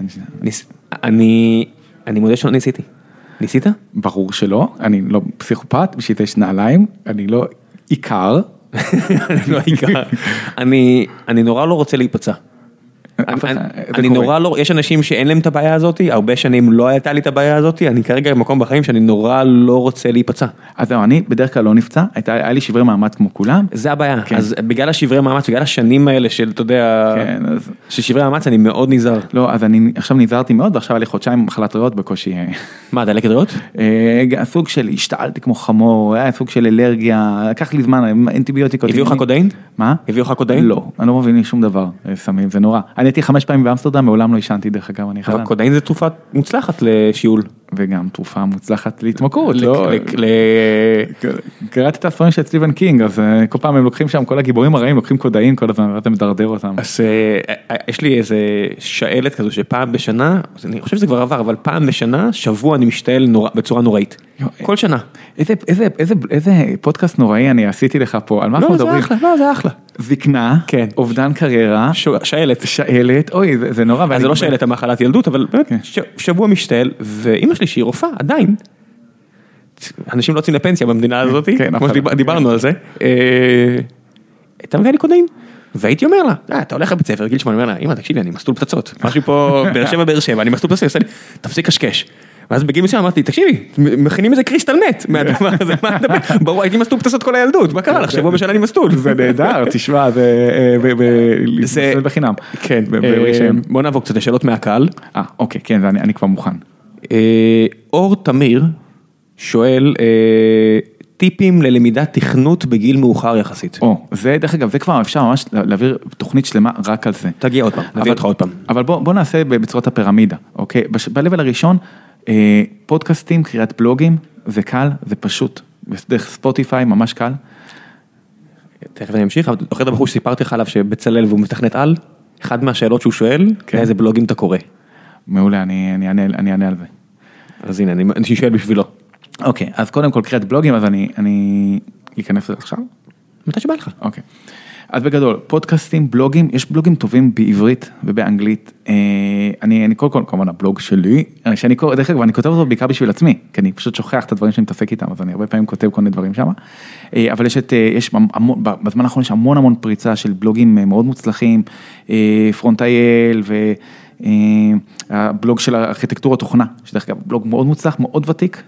אני מודה שלא ניסיתי. ניסית? ברור שלא, אני לא פסיכופת, בשביל יש נעליים, אני לא עיקר. אני נורא לא רוצה להיפצע. אני נורא לא, יש אנשים שאין להם את הבעיה הזאת, הרבה שנים לא הייתה לי את הבעיה הזאת, אני כרגע במקום בחיים שאני נורא לא רוצה להיפצע. אז זהו, אני בדרך כלל לא נפצע, היה לי שברי מאמץ כמו כולם. זה הבעיה, אז בגלל השברי מאמץ, בגלל השנים האלה של, אתה יודע, של שברי מאמץ, אני מאוד נזהר. לא, אז אני עכשיו נזהרתי מאוד, ועכשיו היה לי חודשיים מחלת ריאות בקושי. מה, דלקת ריאות? סוג של השתעלתי כמו חמור, היה סוג של אלרגיה, לקח לי זמן, אנטיביוטיקות. הביאו לך קודאין? מה? הביאו לך קודאין? לא, אני לא מבין שום דבר, סמים, זה נורא. אני הייתי 5 פעמים באמסטרדם, מעולם לא ישנתי דרך אגב, אני חלם. קודאין זה תרופה מוצלחת לשיעול. וגם תרופה מוצלחת להתמכרות, לא? קראתי את הספרים של סטיבן קינג, אז כל פעם הם לוקחים שם, כל הגיבורים הרעים לוקחים קודאין כל הזמן, ואתה מדרדר אותם. אז יש לי איזה שאלת כזו, שפעם בשנה, אני חושב שזה כבר עבר, אבל פעם בשנה, שבוע אני משתעל בצורה נוראית. כל שנה. איזה פודקאסט נוראי אני עשיתי לך פה, על מה אנחנו מדברים? לא, זה אחלה. זקנה, אובדן קריירה, שאלת, אוי, זה נורא. אז זה לא שאלת המחלת ילדות, אבל באמת, שבוע משתעל, ואמא שלי שהיא רופאה, עדיין, אנשים לא יוצאים לפנסיה במדינה הזאת, כמו שדיברנו על זה, אתה מביא לי קודאין, והייתי אומר לה, אתה הולך לבית ספר, גיל 8, אומר לה, אמא תקשיבי, אני מסטול פצצות, משהו פה, באר שבע, אני מסטול פצצות, תפסיק קשקש. ואז בגיל מסוים אמרתי, תקשיבי, מכינים איזה קריסטל מת מהדבר הזה, מה אתה מדבר? ברור, הייתי מסטול פצצות כל הילדות, מה קרה לך? שבוע בשנה אני מסטול. זה נהדר, תשמע, זה בחינם. כן, בוא נעבור קצת לשאלות מהקהל. אוקיי, כן, אני כבר מוכן. אור תמיר שואל, טיפים ללמידת תכנות בגיל מאוחר יחסית. זה דרך אגב, זה כבר אפשר ממש להעביר תוכנית שלמה רק על זה. תגיע עוד פעם, נביא אותך עוד פעם. אבל בוא נעשה בצורת הפירמידה, אוקיי? בלבל הראשון, פודקאסטים, קריאת בלוגים, זה קל, זה פשוט. דרך ספוטיפיי, ממש קל. תכף אני אמשיך, אבל אחרי הבחור שסיפרתי לך עליו שבצלל והוא מתכנת על, אחד מהשאלות שהוא שואל, איזה בלוגים אתה קורא. מעולה, אני אענה על זה. אז הנה, אני שואל בשבילו. אוקיי, אז קודם כל קריאת בלוגים, אז אני אכנס לזה עכשיו. מתי שבא לך? אוקיי. אז בגדול, פודקאסטים, בלוגים, יש בלוגים טובים בעברית ובאנגלית. אני קודם כל, כמובן, הבלוג שלי, דרך אגב, אני כותב אותו בעיקר בשביל עצמי, כי אני פשוט שוכח את הדברים שאני מתעסק איתם, אז אני הרבה פעמים כותב כל מיני דברים שם. אבל יש בזמן האחרון יש המון פריצה של בלוגים מאוד מוצלחים, פרונטייל והבלוג של הארכיטקטורה תוכנה, שדרך אגב, בלוג מאוד מוצלח, מאוד ותיק.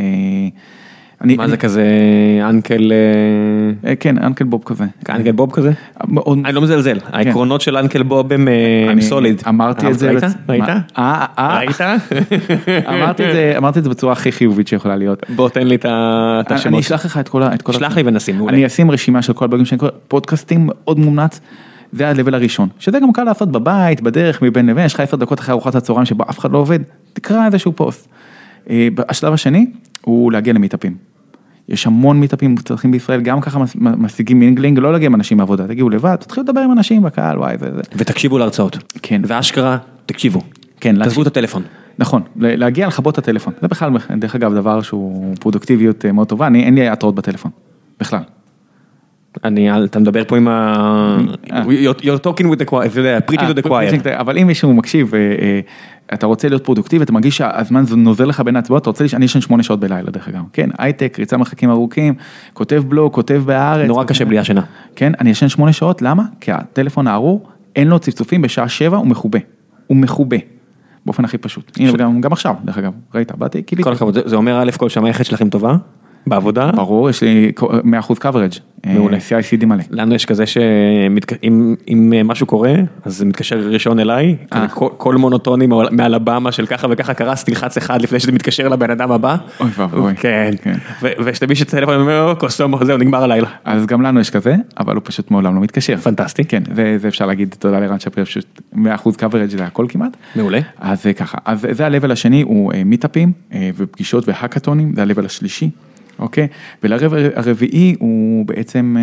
מה זה כזה, אנקל... כן, אנקל בוב כזה. אנקל בוב כזה? אני לא מזלזל, העקרונות של אנקל בוב הם סוליד. אמרתי את זה... ראית? אמרתי את זה בצורה הכי חיובית שיכולה להיות. בוא תן לי את השמות. אני אשלח לך את כל... שלח לי ונשים, מעולה. אני אשים רשימה של כל הבלוגים שאני קורא, פודקאסטים מאוד מומלץ, זה הלבל הראשון, שזה גם קל לעשות בבית, בדרך, מבין לבין, יש לך 10 דקות אחרי ארוחת הצהריים שבה אף אחד לא עובד, תקרא איזשהו פוסט. השלב השני הוא להגיע למיטאפים. יש המון מיטאפים מוצלחים בישראל, גם ככה משיגים מינגלינג, לא להגיע עם אנשים מעבודה, תגיעו לבד, תתחילו לדבר עם אנשים בקהל, וואי, זה. ותקשיבו להרצאות. כן. ואשכרה, תקשיבו. כן. תעזבו את הטלפון. נכון, להגיע לחבות הטלפון. זה בכלל, דרך אגב, דבר שהוא פרודוקטיביות מאוד טובה, אין לי התראות בטלפון. בכלל. אתה מדבר פה עם you're talking with the choir, preaching to the choir. אבל אם מישהו מקשיב, אתה רוצה להיות פרודוקטיבי, אתה מרגיש שהזמן נוזל לך בין ההצבעות, אתה רוצה אני ישן 8 שעות בלילה דרך אגב. כן, הייטק, ריצה מרחקים ארוכים, כותב בלוג, כותב בהארץ. נורא קשה בלי השינה. כן, אני ישן 8 שעות, למה? כי הטלפון הארור, אין לו צפצופים בשעה 7, הוא מחובה. הוא מחובה. באופן הכי פשוט. הנה, גם עכשיו, דרך אגב, ראית, באתי, כל הכבוד, זה אומר א' כל שהמערכת שלכם טובה? בעבודה? ברור, יש לי 100% coverage. מעולה. CI/CD מלא. לנו יש כזה שאם משהו קורה, אז זה מתקשר ראשון אליי, כל מונוטונים מאלבמה של ככה וככה קרה, תלחץ אחד לפני שזה מתקשר לבן אדם הבא. אוי ואבוי. כן. ושתביא שטלפון אומר, קוסום, זהו, נגמר הלילה. אז גם לנו יש כזה, אבל הוא פשוט מעולם לא מתקשר. פנטסטי. כן, זה אפשר להגיד תודה לרן שפיר, פשוט 100% coverage זה הכל כמעט. מעולה. אז זה ככה. אז זה הלבל השני, הוא מיטאפים ופגישות והאקתונים, זה הלבל השלישי. אוקיי? ולרבע הרביעי הוא בעצם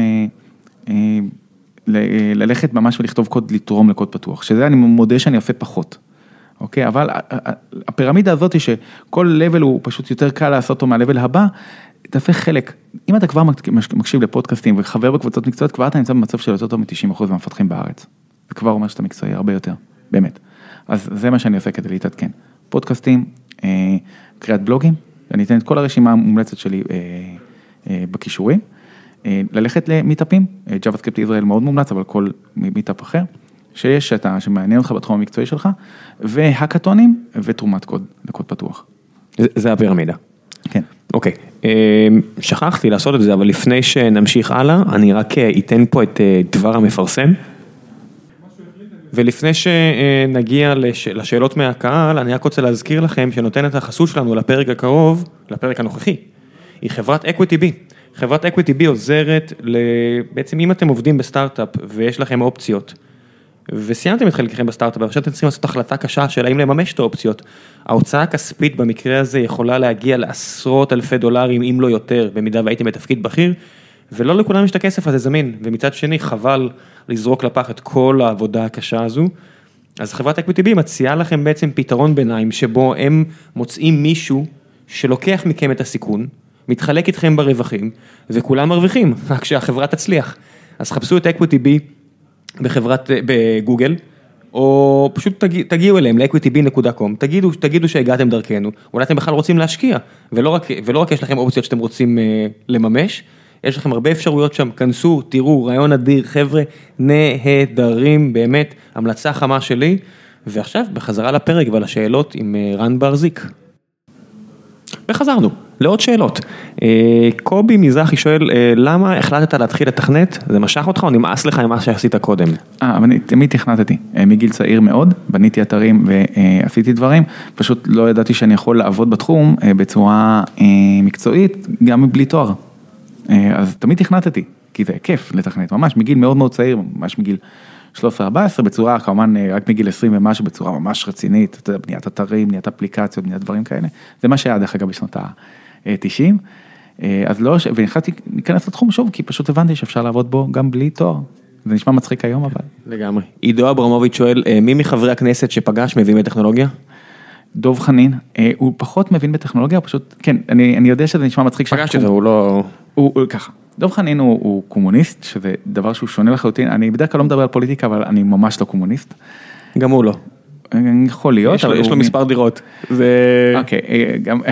ללכת ממש ולכתוב קוד, לתרום לקוד פתוח, שזה אני מודה שאני עושה פחות. אוקיי, אבל הפירמידה הזאת היא שכל level הוא פשוט יותר קל לעשות אותו מהlevel הבא, תעשה חלק. אם אתה כבר מקשיב לפודקאסטים וחבר בקבוצות מקצועיות, כבר אתה נמצא במצב של יותר טוב מ-90% מהמפתחים בארץ. זה כבר אומר שאתה מקצועי הרבה יותר, באמת. אז זה מה שאני עושה כדי להתעדכן. פודקאסטים, קריאת בלוגים, אני אתן את כל הרשימה המומלצת שלי בכישורים, ללכת למיטאפים, JavaScript ישראל מאוד מומלץ, אבל כל מיטאפ אחר, שיש שמעניין אותך בתחום המקצועי שלך, והקטונים ותרומת קוד לקוד פתוח. זה הפירמידה. כן. אוקיי, שכחתי לעשות את זה, אבל לפני שנמשיך הלאה, אני רק אתן פה את דבר המפרסם. ולפני שנגיע לשאלות מהקהל, אני רק רוצה להזכיר לכם שנותן את החסות שלנו לפרק הקרוב, לפרק הנוכחי, היא חברת EquityB. חברת EquityB עוזרת, בעצם אם אתם עובדים בסטארט-אפ ויש לכם אופציות, וסיימתם את חלקכם בסטארט-אפ, ועכשיו אתם צריכים לעשות החלטה קשה של האם לממש את האופציות. ההוצאה הכספית במקרה הזה יכולה להגיע לעשרות אלפי דולרים, אם לא יותר, במידה והייתם בתפקיד בכיר, ולא לכולם יש את הכסף הזה זמין, ומצד שני חבל לזרוק לפח את כל העבודה הקשה הזו. אז חברת EquityB מציעה לכם בעצם פתרון ביניים, שבו הם מוצאים מישהו שלוקח מכם את הסיכון, מתחלק איתכם ברווחים, וכולם מרוויחים, רק שהחברה תצליח. אז חפשו את EquityB בגוגל, או פשוט תגיעו אליהם, ל-equityb.com, תגידו שהגעתם דרכנו, אולי אתם בכלל רוצים להשקיע, ולא רק יש לכם אופציות שאתם רוצים לממש, יש לכם הרבה אפשרויות שם, כנסו, תראו, רעיון אדיר, חבר'ה, נהדרים, באמת, המלצה חמה שלי, ועכשיו בחזרה לפרק ולשאלות עם רן ברזיק. וחזרנו לעוד שאלות. קובי מזרחי שואל, למה החלטת להתחיל לתכנת? זה משך אותך או נמאס לך עם מה שעשית קודם? אבל אני תמיד תכנתתי, מגיל צעיר מאוד, בניתי אתרים ועשיתי דברים, פשוט לא ידעתי שאני יכול לעבוד בתחום בצורה מקצועית, גם מבלי תואר. אז תמיד תכנתתי, כי זה כיף לתכנת, ממש מגיל מאוד מאוד צעיר, ממש מגיל 13-14, בצורה כמובן רק מגיל 20 ומשהו, בצורה ממש רצינית, בניית אתרים, בניית אפליקציות, בניית דברים כאלה, זה מה שהיה דרך אגב בשנות ה-90, אז לא, והחלטתי להיכנס לתחום שוב, כי פשוט הבנתי שאפשר לעבוד בו גם בלי תואר, זה נשמע מצחיק היום אבל. לגמרי. עידו אברמוביץ' שואל, מי מחברי הכנסת שפגש מבין בטכנולוגיה? דוב חנין, הוא פחות מבין בטכנולוגיה, פשוט, כן, אני יודע שזה נשמע מצחיק. פגשתי אותו, הוא לא... הוא ככה. דוב חנין הוא קומוניסט, שזה דבר שהוא שונה לחלוטין, אני בדרך כלל לא מדבר על פוליטיקה, אבל אני ממש לא קומוניסט. גם הוא לא. יכול להיות. יש לו מספר דירות. אוקיי, גם...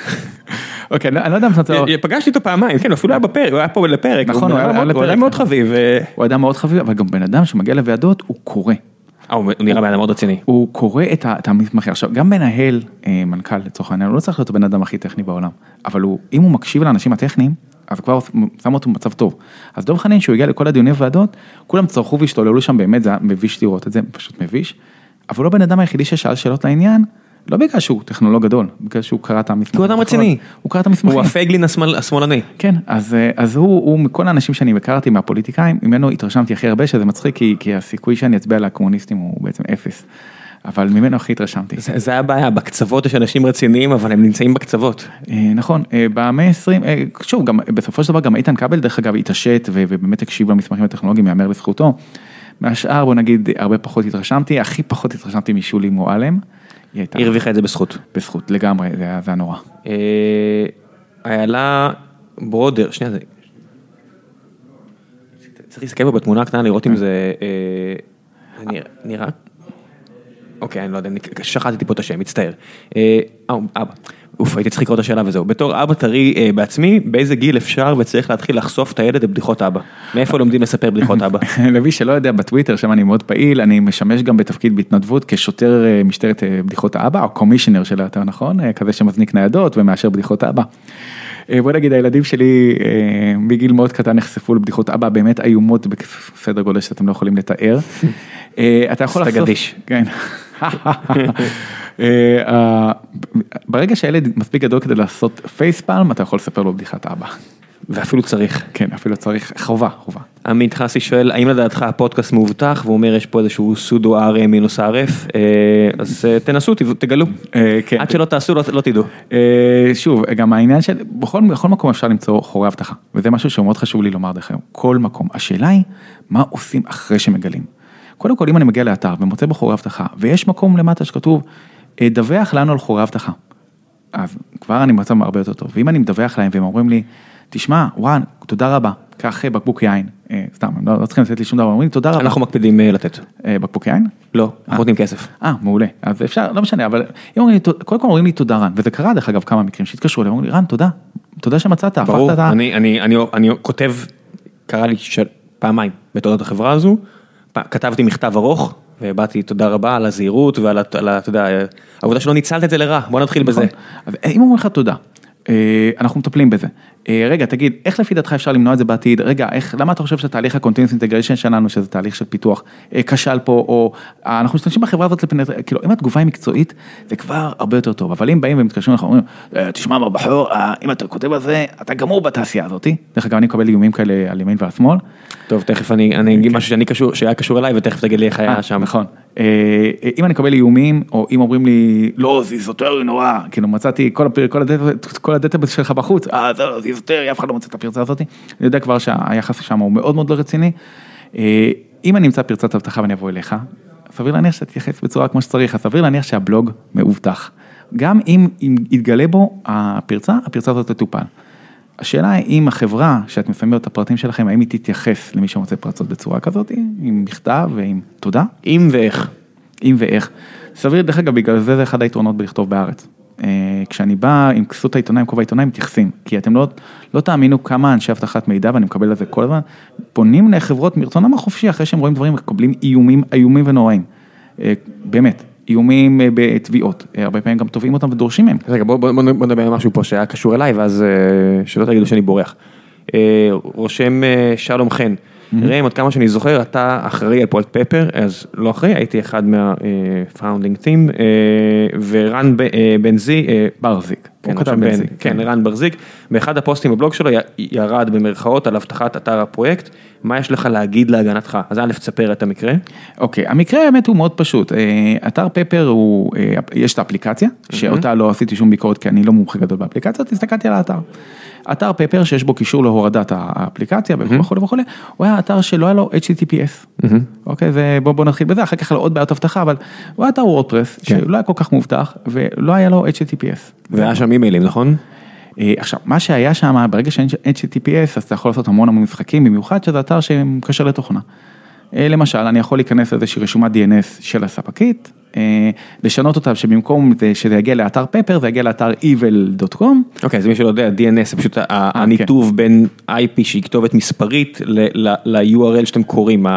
אוקיי, אני לא יודע אם אתה... פגשתי אותו פעמיים, כן, אפילו היה בפרק, הוא היה פה לפרק. נכון, הוא היה מאוד חביב. הוא אדם מאוד חביב, אבל גם בן אדם שמגיע לוועדות, הוא קורא. הוא נראה בן אדם מאוד רציני. הוא קורא את המסמכים. עכשיו, גם מנהל, מנכ"ל לצורך העניין, הוא לא צריך להיות הבן אדם הכי טכני בעולם, אבל אם הוא מקשיב לאנשים הטכניים, אז כבר שם אותו במצב טוב. אז דוב חנין, שהוא הגיע לכל הדיוני ועדות, כולם צרכו והשתוללו שם, באמת זה מביש לראות את זה, פשוט מביש, אבל לא בן אדם היחידי ששאל שאלות לעניין, לא בגלל שהוא טכנולוג גדול, בגלל שהוא קרא את המסמכים. הוא אדם רציני. הוא קרא את המסמכים. הוא הפייגלין השמאלני. כן, אז הוא מכל האנשים שאני הכרתי מהפוליטיקאים, ממנו התרשמתי הכי הרבה, שזה מצחיק, כי הסיכוי שאני אצביע לקומוניסטים הוא בעצם אפס. אבל ממנו הכי התרשמתי. זה הבעיה, בקצוות יש אנשים רציניים, אבל הם נמצאים בקצוות. נכון, במאה ה-20, שוב, בסופו של דבר גם איתן כבל, דרך אגב, התעשת ובאמת הקשיב למסמכים הטכנולוגיים, יאמר לזכותו. מהשאר, בוא נגיד, הרבה פחות התרשמתי, הכי פחות התרשמתי משולי מועלם. היא הרוויחה את זה בזכות. בזכות, לגמרי, זה היה נורא. איילה ברודר, שנייה, זה... צריך להסתכל פה בתמונה הקטנה, לראות אם זה... נראה... אוקיי, אני לא יודע, שכחתי פה את השם, מצטער. אבא, הייתי צריך לקרוא את השאלה וזהו. בתור אבא טרי בעצמי, באיזה גיל אפשר וצריך להתחיל לחשוף את הילד לבדיחות אבא? מאיפה לומדים לספר בדיחות אבא? למי שלא יודע, בטוויטר, שם אני מאוד פעיל, אני משמש גם בתפקיד בהתנדבות כשוטר משטרת בדיחות האבא, או קומישיונר שלה, יותר נכון, כזה שמזניק ניידות ומאשר בדיחות האבא. בוא נגיד, הילדים שלי בגיל מאוד קטן נחשפו לבדיחות אבא, באמת איומות בסדר גודל שאתם לא יכולים לתאר. אתה יכול לחשוף... כן. ברגע שהילד מספיק גדול כדי לעשות פייספלם, אתה יכול לספר לו בדיחת אבא. ואפילו צריך. כן, אפילו צריך, חובה. עמית חסי שואל, האם לדעתך הפודקאסט מאובטח, והוא אומר, יש פה איזשהו סודו RM-RF, אז תנסו, תגלו. עד שלא תעשו, לא תדעו. שוב, גם העניין של, בכל מקום אפשר למצוא חורי הבטחה, וזה משהו שמאוד חשוב לי לומר דרך היום, כל מקום. השאלה היא, מה עושים אחרי שמגלים? קודם כל, אם אני מגיע לאתר ומוצא בחורי הבטחה, ויש מקום למטה שכתוב, דווח לנו על חורי הבטחה. אז כבר אני מצב הרבה יותר טוב. ואם אני מדווח להם והם אומרים לי, תשמע, וואן, תודה רבה, קח בקבוק יין. סתם, לא צריכים לתת לי שום דבר, אומרים לי, תודה רבה. אנחנו מקפידים לתת. בקבוק יין? לא, אנחנו נותנים כסף. מעולה. אז אפשר, לא משנה, אבל קודם כל אומרים לי תודה רן, וזה קרה דרך אגב כמה מקרים שהתקשרו אליהם, אומרים לי, רן, תודה שמצאת, ברור, אני כותב, קרה לי פעמיים בתולדות החברה הזו, כתבתי מכתב ארוך, ובאתי תודה רבה על הזהירות ועל, אתה יודע, העובדה שלא ניצלת את זה לרע, בוא נתחיל בזה. אז אם אומרים לך תודה, אנחנו מטפלים בזה. רגע, תגיד, איך לפי דעתך אפשר למנוע את זה בעתיד? רגע, למה אתה חושב שהתהליך ה-Continuous Integration שלנו, שזה תהליך של פיתוח, כשל פה, או אנחנו משתמשים בחברה הזאת כאילו, אם התגובה היא מקצועית, זה כבר הרבה יותר טוב, אבל אם באים ומתקשרים לך, אומרים, תשמע מה בחור, אם אתה כותב על זה, אתה גמור בתעשייה הזאת. דרך אגב, אני מקבל איומים כאלה על ימין ועל שמאל. טוב, תכף אני אגיד משהו שהיה קשור אליי, ותכף תגיד לי איך היה שם. נכון. אם אני מקבל איומים, או אם אומרים לי, לא, זה איזוטרי נורא, כאילו מצאתי כל הדאטה שלך בחוץ, זה איזוטרי, אף אחד לא מוצא את הפרצה הזאת, אני יודע כבר שהיחס שם הוא מאוד מאוד לא רציני, אם אני אמצא פרצת הבטחה ואני אבוא אליך, סביר להניח שאתה תתייחס בצורה כמו שצריך, סביר להניח שהבלוג מאובטח, גם אם יתגלה בו הפרצה הזאת תטופל. השאלה היא אם החברה שאת מפעמים את הפרטים שלכם, האם היא תתייחס למי שמוצא פרצות בצורה כזאת, עם מכתב ועם תודה? אם ואיך. אם ואיך. סביר, דרך אגב, בגלל זה אחד היתרונות בלכתוב בארץ. כשאני בא עם כסות העיתונאים, כובע העיתונאים, מתייחסים, כי אתם לא תאמינו כמה אנשי הבטחת מידע, ואני מקבל על זה כל הזמן, פונים לחברות מרצונם החופשי, אחרי שהם רואים דברים, מקבלים איומים ונוראים. באמת. איומים בתביעות, הרבה פעמים גם תובעים אותם ודורשים מהם. רגע, בוא נדבר על משהו פה שהיה קשור אליי, ואז שלא תגידו שאני בורח. רושם שלום חן, ראם, עוד כמה שאני זוכר, אתה אחראי על פרויקט פפר, אז לא אחראי, הייתי אחד מה-founding team, ורן ברזיק. כן, רן ברזיק, באחד הפוסטים בבלוג שלו ירד במרכאות על הבטחת אתר הפרויקט, מה יש לך להגיד להגנתך? אז א' תספר את המקרה. אוקיי, המקרה האמת הוא מאוד פשוט, אתר פפר יש את האפליקציה, שאותה לא עשיתי שום ביקורת, כי אני לא מומחה גדול באפליקציות, הסתכלתי על האתר. אתר פפר שיש בו קישור להורדת האפליקציה וכו' וכו', הוא היה אתר שלא היה לו HTTPS. אוקיי, בוא נתחיל בזה, אחר כך לו עוד בעיות הבטחה, אבל הוא היה אתר וורדפרס, שלא היה כל כך מובטח, ולא היה לו HTTPS. והיה שם אימיילים, נכון? עכשיו, מה שהיה שם, ברגע שאין HTTPS, אז אתה יכול לעשות המון משחקים, במיוחד שזה אתר שמקשר לתוכנה. למשל, אני יכול להיכנס לאיזושהי רשומת DNS של הספקית, לשנות אותה שבמקום שזה יגיע לאתר פפר, זה יגיע לאתר evil.com. אוקיי, אז מי שלא יודע, DNS זה פשוט הניתוב בין IP שהיא כתובת מספרית ל-URL שאתם קוראים,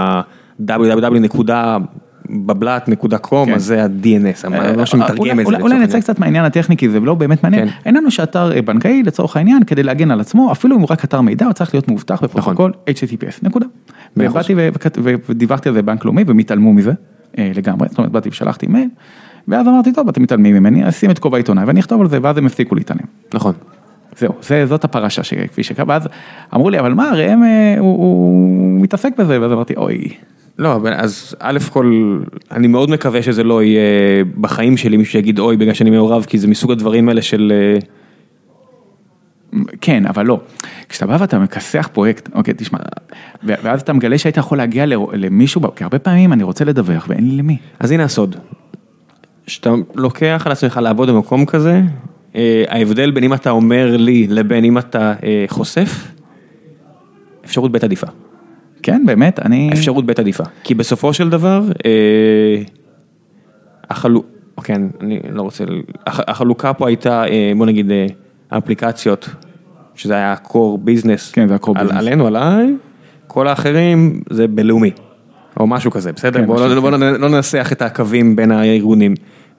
www.bablat.com, אז זה ה-DNS, מה שמתרגם את זה. אולי נצא קצת מהעניין הטכני, כי זה לא באמת מעניין. העניין הוא שאתר בנקאי, לצורך העניין, כדי להגן על עצמו, אפילו אם הוא רק אתר מידע, הוא צריך להיות מאובטח בפרוטוקול HTTPS, נקודה. ובאתי ודיווחתי על זה בנק לאומי, והם התעלמו מזה לגמרי, זאת אומרת, באתי ושלחתי מייל, ואז אמרתי, טוב, אתם מתעלמים ממני, אשים את כובע העיתונאי, ואני אכתוב על זה, ואז הם הפסיקו להתעלם. נכון. זהו, זאת הפרשה שכפי שקרה, ואז אמרו לי, אבל מה, ראם, הוא מתעסק בזה, ואז אמרתי, אוי. לא, אז א' כל, אני מאוד מקווה שזה לא יהיה בחיים שלי, מישהו שיגיד, אוי, בגלל שאני מעורב, כי זה מסוג הדברים האלה של... כן, אבל לא. כשאתה בא ואתה מכסח פרויקט, אוקיי, תשמע, ואז אתה מגלה שהיית יכול להגיע למישהו, כי הרבה פעמים אני רוצה לדווח, ואין לי למי. אז הנה הסוד. שאתה לוקח על עצמך לעבוד במקום כזה, ההבדל בין אם אתה אומר לי, לבין אם אתה חושף, אפשרות בית עדיפה. כן, באמת, אפשרות בית עדיפה. כי בסופו של דבר, כן, אני לא רוצה, החלוקה פה הייתה, בוא נגיד, האפליקציות, שזה היה core business, כן, זה ה-core business. עלינו, עליי, כל האחרים זה בלאומי, או משהו כזה, בסדר? בואו לא ננסח את הקווים בין הארגונים,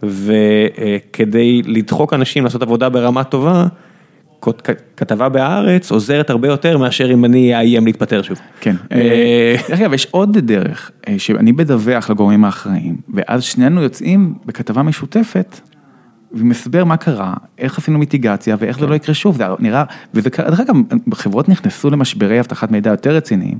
וכדי לדחוק אנשים לעשות עבודה ברמה טובה, כתבה בארץ עוזרת הרבה יותר מאשר אם אני איים להתפטר שוב. כן. דרך אגב, יש עוד דרך, שאני בדווח לגורמים האחראים, ואז שנינו יוצאים בכתבה משותפת, ומסבר מה קרה, איך עשינו מיטיגציה, ואיך זה לא יקרה שוב, זה נראה, וזה קרה, דרך אגב, חברות נכנסו למשברי הבטחת מידע יותר רציניים,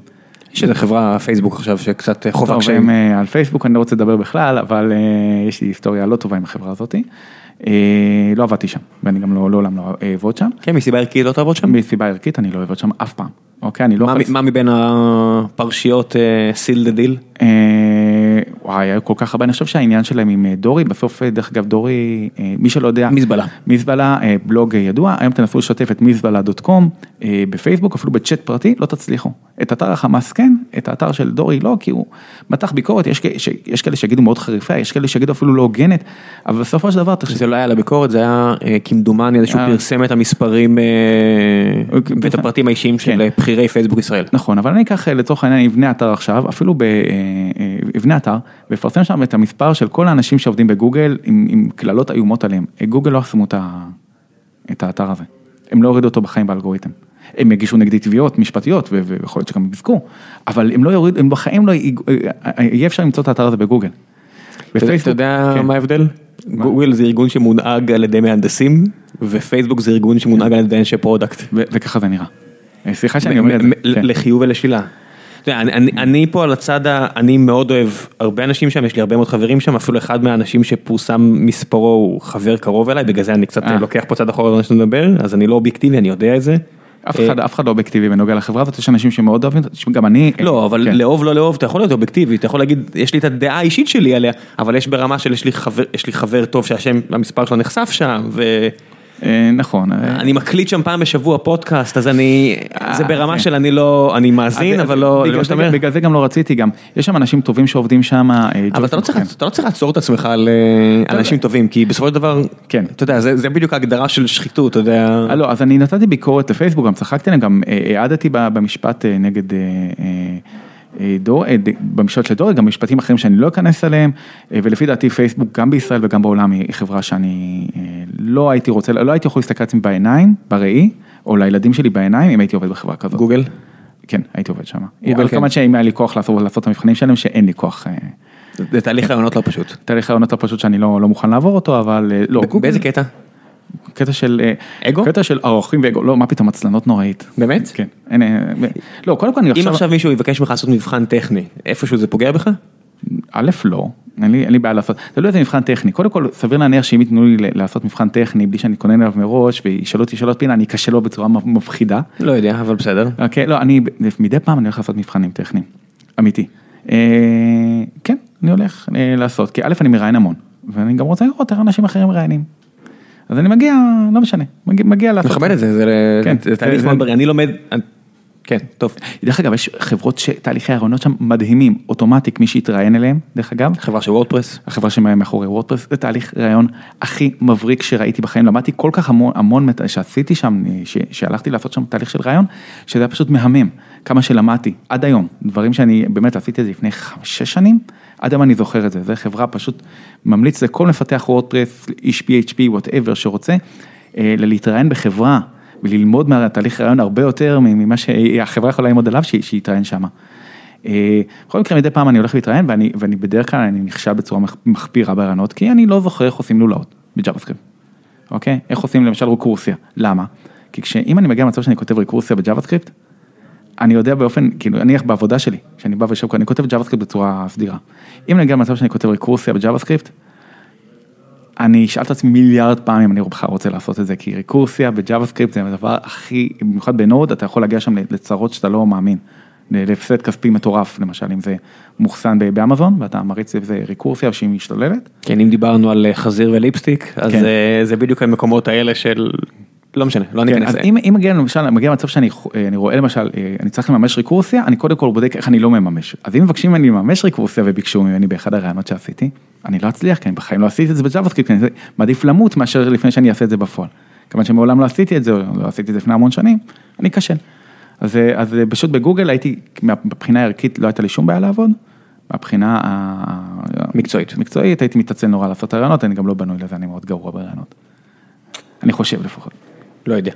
יש איזו חברה פייסבוק עכשיו שקצת חובה קשיים. על פייסבוק אני לא רוצה לדבר בכלל, אבל יש לי היסטוריה לא טובה עם החברה הזאת. לא עבדתי שם, ואני גם לעולם לא אעבוד שם. כן, מסיבה ערכית לא תעבוד שם? מסיבה ערכית אני לא אעבוד שם אף פעם. אוקיי, אני לא... מה מבין הפרשיות סיל דה דיל? וואי, היה כל כך הרבה, אני חושב שהעניין שלהם עם דורי, בסוף דרך אגב דורי, מי שלא יודע... מזבלה. מזבלה, בלוג ידוע, היום תנסו לשתף את מזבלה.com בפייסבוק, אפילו בצ'אט פרטי, לא תצליחו. את אתר החמאס כן, את האתר של דורי לא, כי הוא מתח ביקורת, יש כאלה שיגידו מאוד חריפה, יש כאלה שיגידו אפילו לא הוגנת, אבל בסופו של דבר... זה לא היה לביקורת, זה היה כמדומני, איזשהו פרסם את המספרים ואת הפרטים האישיים של בחירי פייסבוק ישראל. נכון, אבל אני אקח לצורך העניין, אבנה אתר עכשיו, אפילו אבנה אתר, ופרסם שם את המספר של כל האנשים שעובדים בגוגל, עם כללות איומות עליהם. גוגל לא חסמו את האתר הזה. הם לא הורידו אותו בחיים באלגוריתם. הם יגישו נגדי תביעות משפטיות, ויכול להיות שגם יבזקו, אבל הם לא יורידו, הם בחיים לא, יהיה אפשר למצוא את האתר הזה בגוגל. אתה יודע מה ההבדל? גוגל זה ארגון שמונהג על ידי מהנדסים, ופייסבוק זה ארגון שמונהג על ידי אנשי פרודקט. וככה זה נראה. סליחה שאני אומר את זה. לחיוב ולשלילה. אני פה על הצד, אני מאוד אוהב הרבה אנשים שם, יש לי הרבה מאוד חברים שם, אפילו אחד מהאנשים שפורסם מספרו הוא חבר קרוב אליי, בגלל זה אני קצת לוקח פה צד אחורה ואנשים לדבר, אז אני לא אובייקטיבי, אני יודע את זה. אף אחד לא אובייקטיבי בנוגע לחברה הזאת, יש אנשים שמאוד אוהבים, גם אני... לא, אבל לאהוב לא לאהוב, אתה יכול להיות אובייקטיבי, אתה יכול להגיד, יש לי את הדעה האישית שלי עליה, אבל יש ברמה של יש לי חבר טוב שהשם, המספר שלו נחשף שם, נכון. אני מקליט שם פעם בשבוע פודקאסט, אז זה ברמה של אני מאזין, אבל לא... בגלל זה גם לא רציתי גם, יש שם אנשים טובים שעובדים שם... אבל אתה לא צריך לעצור את עצמך על אנשים טובים, כי בסופו של דבר, אתה יודע, זה בדיוק ההגדרה של שחיתות, אתה יודע... לא, אז אני נתתי ביקורת לפייסבוק, גם צחקתי להם, גם העדתי במשפט נגד... במשפט של דורי, גם משפטים אחרים שאני לא אכנס עליהם, ולפי דעתי פייסבוק גם בישראל וגם בעולם היא חברה שאני לא הייתי יכול להסתכל עצמי בעיניים, בראי, או לילדים שלי בעיניים, אם הייתי עובד בחברה כזאת. גוגל? כן, הייתי עובד שם. גוגל כן. כמובן שאם היה לי כוח לעשות את המבחנים שלהם, שאין לי כוח. זה תהליך רעיונות לא פשוט. תהליך רעיונות לא פשוט שאני לא מוכן לעבור אותו, אבל לא. באיזה קטע? קטע של... אגו? קטע של ערכים ואגו, לא, מה פתאום, הצלנות נוראית. באמת? כן. לא, קודם כל אני אם עכשיו מישהו יבקש ממך לעשות מבחן טכני, איפשהו זה פוגע בך? א', לא. אין לי בעיה לעשות. זה לא איזה מבחן טכני. קודם כל, סביר להניח שאם יתנו לי לעשות מבחן טכני, בלי שאני קונן אליו מראש, וישאלו אותי שאלות פינה, אני אקשה לו בצורה מפחידה. לא יודע, אבל בסדר. אוקיי, לא, מדי פעם אני הולך לעשות מבחנים טכניים. אמיתי. כן, אני הולך לעשות. כי א', אני מראיין המון. ואני גם רוצה לראות איך אנשים אחרים מראיינים. אז אני מגיע, לא משנה, מגיע לעשות. מכבד את זה, זה תהליך מאוד בריא, אני לומד, כן, טוב. דרך אגב, יש חברות שתהליכי הרעיונות שם מדהימים, אוטומטיק, מי שהתראיין אליהם, דרך אגב. חברה של וורדפרס. החברה שמאחורי וורדפרס, זה תהליך רעיון הכי מבריק שראיתי בחיים, למדתי כל כך המון שעשיתי שם, שהלכתי לעשות שם תהליך של רעיון, שזה היה פשוט מהמם, כמה שלמדתי, עד היום, דברים שאני באמת עשיתי את זה לפני 5-6 שנים, עד היום אני זוכר את זה, זה חברה פשוט ממליץ לכל מפתח וורדפרס, איש PHP, whatever שרוצה, להתראיין בחברה, וללמוד מהתהליך רעיון הרבה יותר ממה שהחברה יכולה ללמוד עליו, שיתראיין שם. בכל מקרה, מדי פעם אני הולך להתראיין, ואני בדרך כלל אני נכשל בצורה מחפירה ברעיונות, כי אני לא זוכר איך עושים לולאות בג'אווה-סקריפט. אוקיי? איך עושים למשל ריקורסיה. למה? כי אם אני מגיע למצב שאני כותב ריקורסיה בג'אווה-סקריפט, אני יודע באופן, כאילו, אני איך בעבודה שלי, שאני בא ושב, אני כותב ג'אווה-סקריפט בצורה סדירה. אם אני מגיע למצב שאני כותב ריקורסיה בג'אווה-סקריפט, אני אשאל את עצמי מיליארד פעמים, אני בכלל רוצה לעשות את זה, כי ריקורסיה בג'אווה-סקריפט זה הדבר הכי, במיוחד בנוד, אתה יכול להגיע שם לצרות שאתה לא מאמין, להפסד כספי מטורף, למשל, אם זה מוכסן באמזון, ואתה מריץ איזה ריקורסיה שהיא משתוללת. כן, אם דיברנו על חזיר וליפסטיק, אז זה בדיוק המקומות האלה של... לא משנה, לא ניכנס לזה. אם מגיע למצב שאני רואה למשל, אני צריך לממש ריקורסיה, אני קודם כל בודק איך אני לא מממש. אז אם מבקשים ממני לממש ריקורסיה וביקשו ממני באחד הרעיונות שעשיתי, אני לא אצליח, כי אני בחיים לא עשיתי את זה בג'אווה-סקריפט, כי אני מעדיף למות מאשר לפני שאני אעשה את זה בפועל. כיוון שמעולם לא עשיתי את זה, לא עשיתי את זה לפני המון שנים, אני קשה. אז פשוט בגוגל הייתי, מבחינה ערכית לא הייתה לי שום בעיה לעבוד, מבחינה מקצועית הייתי מתעצל נורא לעשות הרעיונות, אני גם לא בנוי לזה, אני מאוד גרוע ברעיונות. אני חושב לפחות. לא יודע.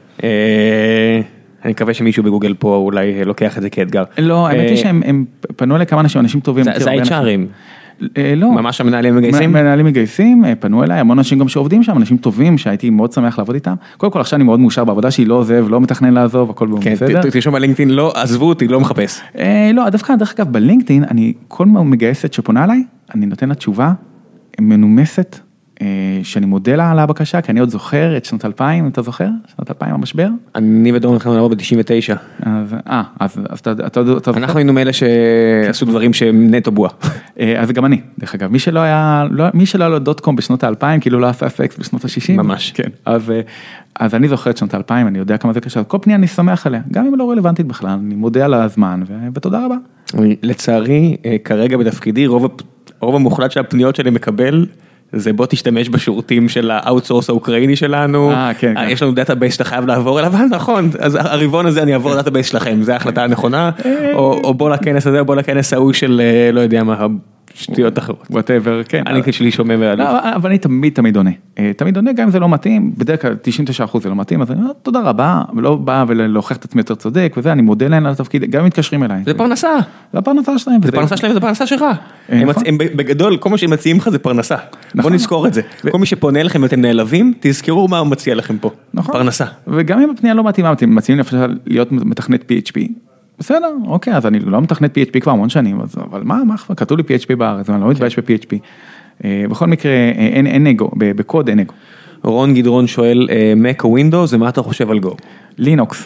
אני מקווה שמישהו בגוגל פה אולי לוקח את זה כאתגר. לא, האמת היא שהם פנו אליי כמה אנשים טובים. זה ה-HR'ים. לא. ממש המנהלים מגייסים? מנהלים מגייסים, פנו אליי, המון אנשים גם שעובדים שם, אנשים טובים, שהייתי מאוד שמח לעבוד איתם. קודם כל, עכשיו אני מאוד מאושר בעבודה שלי, לא עוזב, לא מתכנן לעזוב, הכל בסדר. כן, תרשום בלינקדאין, לא עזבו אותי, לא מחפש. לא, דווקא, דרך אגב, בלינקדאין, כל מגייסת שפונה אליי, אני נותן לה תשובה מנומסת, שאני מודה לה על הבקשה, כי אני עוד זוכר את שנות 2000, אתה זוכר? שנות 2000 המשבר? אני ודורון התחלנו לעבוד ב-99. אז אתה זוכר? אנחנו היינו מאלה שעשו דברים שהם נטו בועה. אז גם אני, דרך אגב, מי שלא היה לו .com בשנות ה-2000, כאילו לא עשה פקס בשנות ה-60. ממש. כן. אז אני זוכר את שנות ה-2000, אני יודע כמה זה קשה, כל פנייה אני שמח עליה, גם אם לא רלוונטית בכלל, אני מודה על הזמן, ותודה רבה. לצערי, כרגע בתפקידי, רוב המוחלט של הפניות שלי מקבל, זה בוא תשתמש בשירותים של האוטסורס האוקראיני שלנו, כן, יש לנו דאטאבייס שאתה חייב לעבור אליו, נכון, אז הרבעון הזה אני אעבור לדאטאבייס שלכם, זו ההחלטה הנכונה, או בוא לכנס הזה, או בוא לכנס ההוא של לא יודע מה, שטויות אחרות. whatever, כן. אני כשלי שומע מהלב. אבל אני תמיד עונה. תמיד עונה, גם אם זה לא מתאים, בדרך כלל 99% זה לא מתאים, אז אני אומר, תודה רבה, ולא בא ולהוכיח את עצמי יותר צודק, וזה, אני מודה להם על התפקיד, גם אם מתקשרים אליי. זה פרנסה. זה הפרנסה שלהם. זה פרנסה שלהם, זה פרנסה שלך. הם בגדול, כל מה שהם מציעים לך זה פרנסה. בוא נזכור את זה. כל מי שפונה אליכם ואתם נעלבים, תזכרו מה הוא מציע לכם פה. פרנסה. וגם אם הפנייה לא מתאימה, אתם מציעים לפעמים להיות מתכנת PHP. בסדר, אוקיי, אז אני לא מתכנת PHP כבר המון שנים, אבל מה, כתוב לי PHP בארץ, אני לא מתבייש ב-PHP. בכל מקרה, אין אגו, בקוד אין אגו. רון גדרון שואל, Mac או Windows, ומה אתה חושב על Go? לינוקס.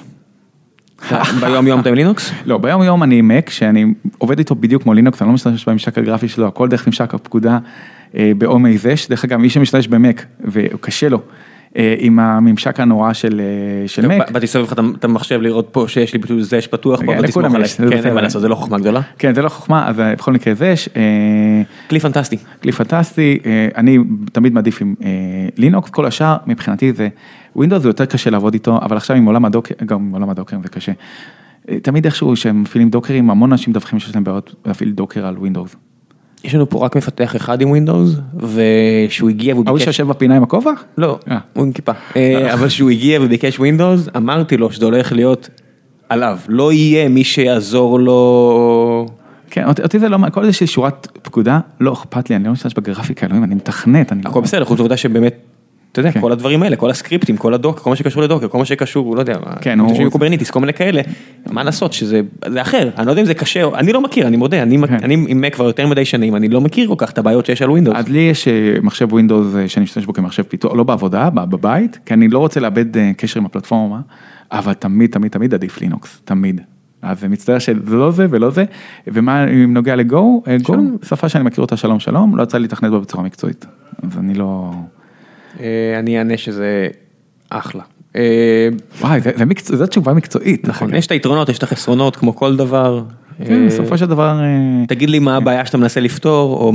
ביום יום אתה עם לינוקס? לא, ביום יום אני Mac, שאני עובד איתו בדיוק כמו לינוקס, אני לא משתמש בממשק הגרפי שלו, הכל דרך ממשק הפקודה באומי זש, דרך אגב, מי שמשתמש במק, וקשה לו, עם הממשק הנורא של Mac. באתי סובב לך את המחשב לראות פה שיש לי פשוט זש פתוח, פה באתי סמוך עליי. כן, אין מה לעשות, זה לא חוכמה גדולה. כן, זה לא חוכמה, אז בכל מקרה זש. כלי פנטסטי. כלי פנטסטי, אני תמיד מעדיף עם לינוקס, כל השאר מבחינתי זה, ווינדוס זה יותר קשה לעבוד איתו, אבל עכשיו עם עולם הדוקר, גם עם עולם הדוקרים זה קשה. תמיד איכשהו שהם מפעילים דוקרים, המון אנשים מדווחים שיש להם בעיות להפעיל דוקר על ווינדוס. יש לנו פה רק מפתח אחד עם ווינדוס, ושהוא הגיע והוא ביקש... הוא שיושב בפינה עם הכובע? לא, הוא עם כיפה. אבל שהוא הגיע וביקש ווינדוס, אמרתי לו שזה הולך להיות עליו. לא יהיה מי שיעזור לו... כן, אותי זה לא... כל זה שיש שורת פקודה, לא אכפת לי, אני לא משתמש בגרפיקה, אני מתכנת. הכל בסדר, חוץ לעובדה שבאמת... אתה יודע, כל הדברים האלה, כל הסקריפטים, כל הדוקר, כל מה שקשור לדוקר, כל מה שקשור, לא יודע, קוברניטיס, כל מיני כאלה, מה לעשות, שזה אחר, אני לא יודע אם זה קשה, אני לא מכיר, אני מודה, אני עם Mac כבר יותר מדי שנים, אני לא מכיר כל כך את הבעיות שיש על ווינדוס. אז לי יש מחשב ווינדוס שאני משתמש בו כמחשב פיתוח, לא בעבודה, בבית, כי אני לא רוצה לאבד קשר עם הפלטפורמה, אבל תמיד עדיף לינוקס, תמיד. אז מצטער שזה לא זה ולא זה, ומה אם נוגע לגו, גו, שפה שאני מכיר אותה שלום שלום, לא יצא לי לתכנת בה בצורה מקצועית, אז אני לא... אני אענה שזה אחלה. וואי, זו תשובה מקצועית. נכון, יש את היתרונות, יש את החסרונות, כמו כל דבר. כן, בסופו של דבר... תגיד לי מה הבעיה שאתה מנסה לפתור, או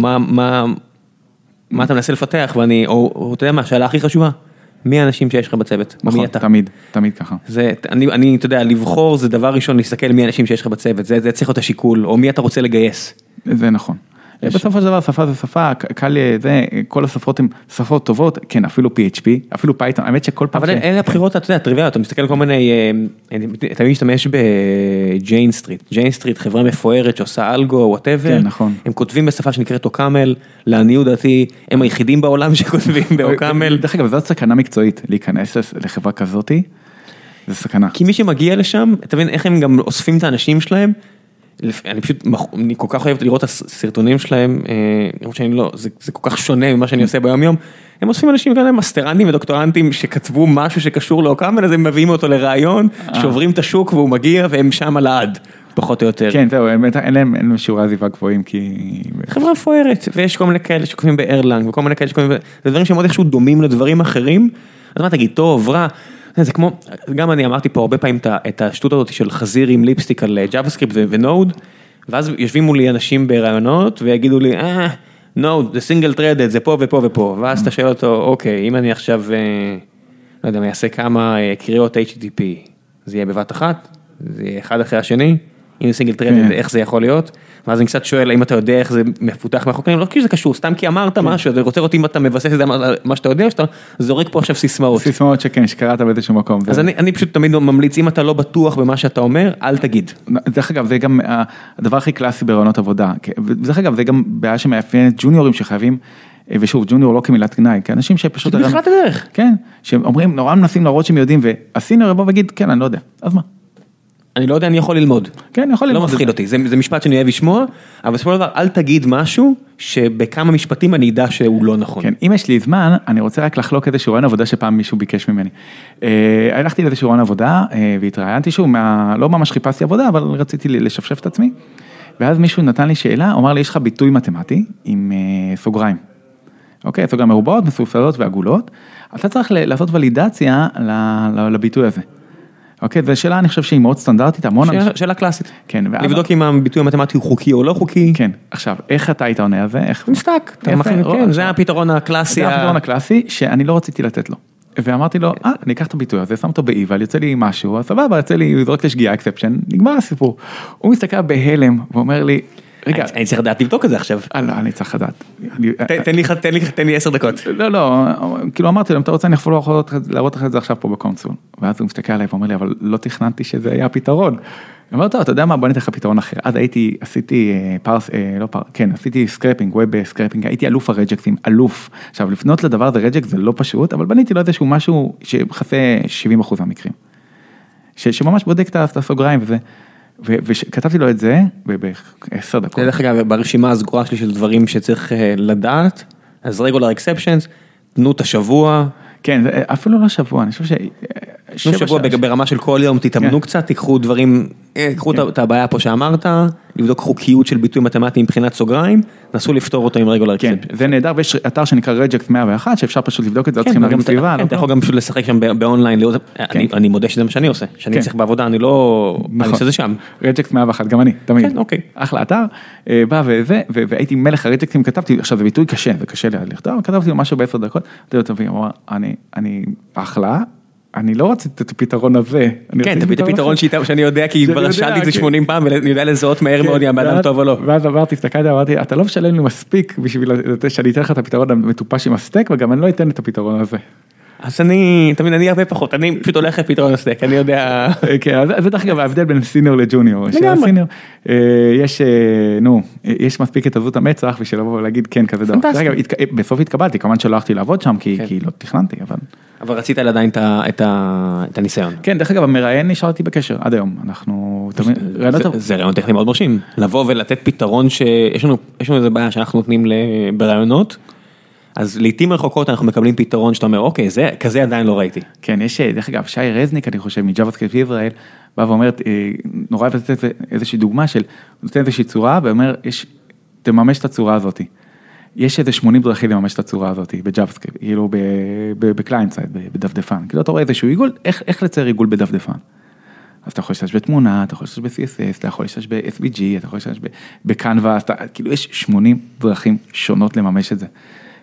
מה אתה מנסה לפתח, או אתה יודע מה, השאלה הכי חשובה, מי האנשים שיש לך בצוות? נכון, תמיד ככה. אני, אתה יודע, לבחור זה דבר ראשון, להסתכל מי האנשים שיש לך בצוות, זה צריך להיות השיקול, או מי אתה רוצה לגייס. זה נכון. בסופו של דבר, שפה זה שפה, קל זה, כל השפות הן שפות טובות, כן, אפילו PHP, אפילו פייתון, האמת שכל פעם... אבל אלה הבחירות, אתה יודע, טריוויאליות, אתה מסתכל על כל מיני, אתה משתמש בג'יין סטריט, ג'יין סטריט, חברה מפוארת שעושה אלגו, whatever, כן, נכון. הם כותבים בשפה שנקראת אוקאמל, לעניות דעתי, הם היחידים בעולם שכותבים באוקאמל. דרך אגב, זאת סכנה מקצועית, להיכנס לחברה כזאת, זה סכנה. כי מי שמגיע לשם, אתה מבין איך הם גם אוספים את האנשים שלהם, אני כל כך אוהב לראות את הסרטונים שלהם, למרות שאני לא, זה כל כך שונה ממה שאני עושה ביום יום, הם אוספים אנשים כאלה מסטרנטים ודוקטורנטים שכתבו משהו שקשור לאוקאמל, אז הם מביאים אותו לרעיון, שוברים את השוק והוא מגיע והם שם על העד, פחות או יותר. כן, זהו, אין להם שיעורי עזיבה גבוהים כי... חברה מפוארת, ויש כל מיני כאלה שכותבים בארלנג, וכל מיני כאלה שכותבים, זה דברים שמאוד איכשהו דומים לדברים אחרים, אז מה תגיד, טוב, רע, זה כמו, גם אני אמרתי פה הרבה פעמים את השטות הזאת של חזיר עם ליפסטיק על JavaScript ונוד, ואז יושבים מולי אנשים ברעיונות ויגידו לי, נוד, זה סינגל טרדד, זה פה ופה ופה, ואז אתה שואל אותו, אוקיי, אם אני עכשיו, לא יודע, אני אעשה כמה קריאות HTTP, זה יהיה בבת אחת, זה יהיה אחד אחרי השני, עם סינגל טרייד, איך זה יכול להיות, ואז אני קצת שואל, האם אתה יודע איך זה מפותח מהחוקרים, לא כי זה קשור, סתם כי אמרת משהו, אתה רוצה לראות אם אתה מבסס את זה, מה שאתה יודע, שאתה זורק פה עכשיו סיסמאות. סיסמאות שכן, שקראת באיזשהו מקום. אז אני פשוט תמיד ממליץ, אם אתה לא בטוח במה שאתה אומר, אל תגיד. דרך אגב, זה גם הדבר הכי קלאסי ברעיונות עבודה. דרך אגב, זה גם בעיה שמאפיינת ג'וניורים שחייבים, ושוב, ג'וניור לא כמילת גנאי, כי אנשים שפשוט... זה בכלל הדרך. כן, שאומרים, נורא מנסים להראות שהם יודעים, והסינר יבוא ויגיד, כן, אני לא יודע, אז מה? אני לא יודע, אני יכול ללמוד. כן, אני יכול ללמוד. לא מפחיד אותי, זה משפט שאני אוהב לשמוע, אבל בסופו של דבר, אל תגיד משהו שבכמה משפטים אני אדע שהוא לא נכון. כן, אם יש לי זמן, אני רוצה רק לחלוק איזשהו רעיון עבודה שפעם מישהו ביקש ממני. הלכתי לאיזשהו רעיון עבודה, והתראיינתי שוב, לא ממש חיפשתי עבודה, אבל רציתי לשפשף את עצמי, ואז מישהו נתן לי שאלה, אמר לי, יש לך ביטוי מתמטי עם סוגריים. אוקיי, סוגריים מרובעות, מסופסדות ועגולות, אתה צריך לעשות ולידציה לביטוי הזה. אוקיי, זו שאלה, אני חושב שהיא מאוד סטנדרטית, המון... שאלה קלאסית. כן. לבדוק אם הביטוי המתמטי הוא חוקי או לא חוקי. כן, עכשיו, איך אתה היית עונה על זה? נסתק. כן, זה הפתרון הקלאסי. זה הפתרון הקלאסי שאני לא רציתי לתת לו. ואמרתי לו, אני אקח את הביטוי הזה, שם אותו באיבל, יוצא לי משהו, אז סבבה, יוצא לי, זורק לשגיאה, אקספשן, נגמר הסיפור. הוא מסתכל בהלם, ואומר לי, רגע... אני צריך לדעת לבדוק את זה עכשיו. לא, אני צריך לדעת. תן לי 10 דקות. לא, כאילו אמרתי לו, אם אתה רוצה, אני יכול להראות לך את זה עכשיו פה בקונסול. ואז הוא מסתכל עליי ואומר לי, אבל לא תכננתי שזה היה הפתרון. אמרתי לו, אתה יודע מה, בוא ניתן לך פתרון אחר. אז עשיתי סקרפינג, ווב סקרפינג, הייתי אלוף הרג'קסים, אלוף. עכשיו, לפנות לדבר הזה רג'קס זה לא פשוט, אבל בניתי לו איזשהו משהו שחסה 70% מהמקרים. שממש בודק את הסוגריים וזה. וכתבתי לו את זה ב10 דקות. דרך אגב, ברשימה הסגורה שלי של דברים שצריך לדעת, אז regular exceptions, תנו את השבוע. כן, אפילו לא שבוע, אני חושב ש... תנו שבוע ברמה של כל יום, תתאמנו קצת, תיקחו דברים, תיקחו את הבעיה פה שאמרת, לבדוק חוקיות של ביטוי מתמטי מבחינת סוגריים, נסו לפתור אותו עם regular exceptions. זה נהדר, ויש אתר שנקרא רג'קס 101, שאפשר פשוט לבדוק את זה, צריכים להרים סביבה. אתה יכול גם פשוט לשחק שם באונליין, אני מודה שזה מה שאני עושה, שאני צריך בעבודה, אני לא... אני עושה זה שם. רג'קס 101, גם אני, תמיד. כן, אוקיי. אחלה אתר, בא וזה, והייתי מלך הרג'קסים, כתבתי, עכשיו זה ביטוי קשה, זה קשה לכתוב, כתבתי לו משהו ב10 דקות, אני אחלה, אני לא רציתי את הפתרון הזה. כן, את הפתרון שאני יודע, כי כבר שאלתי את זה 80 פעם, ואני יודע לזהות מהר מאוד אם האדם טוב או לא. ואז אמרתי, אתה לא משלם לי מספיק בשביל שאני אתן לך את הפתרון המטופש עם הסטייק, וגם אני לא אתן את הפתרון הזה. אז תמיד אני הרבה פחות, אני פשוט הולך לפתרון הסטייק, אני יודע... כן, אז זה דרך אגב ההבדל בין סינר לג'וניור. יש מספיק את עזות המצח, בשביל לבוא ולהגיד כן כזה דבר. בסוף התקבלתי, כמובן שלא הלכתי לעבוד שם, כי לא תכננתי, אבל... אבל רצית עדיין את הניסיון. כן, דרך אגב, המראיין נשארתי בקשר, עד היום. אנחנו... זה רעיון טכני מאוד מרשים. לבוא ולתת פתרון שיש לנו איזה בעיה שאנחנו נותנים ברעיונות, אז לעתים רחוקות אנחנו מקבלים פתרון שאתה אומר, אוקיי, כזה עדיין לא ראיתי. כן, יש, דרך אגב, שי רזניק, אני חושב, מג'אווה-סקריפט ישראל, בא ואומרת, נורא לתת איזושהי דוגמה של, נותן איזושהי צורה, ואומר, תממש את הצורה הזאת. יש איזה 80 דרכים לממש את הצורה הזאת, בג'אווה-סקריפט, כאילו בקליינט סייד, בדפדפן. כאילו, אתה רואה איזשהו עיגול, איך לצייר עיגול בדפדפן? אז אתה יכול להשתמש בתמונה, אתה יכול להשתמש ב-CSS, אתה יכול להשתמש ב-SVG, אתה יכול להשתמש בקנווה, כאילו, יש 80 דרכים שונות לממש את זה.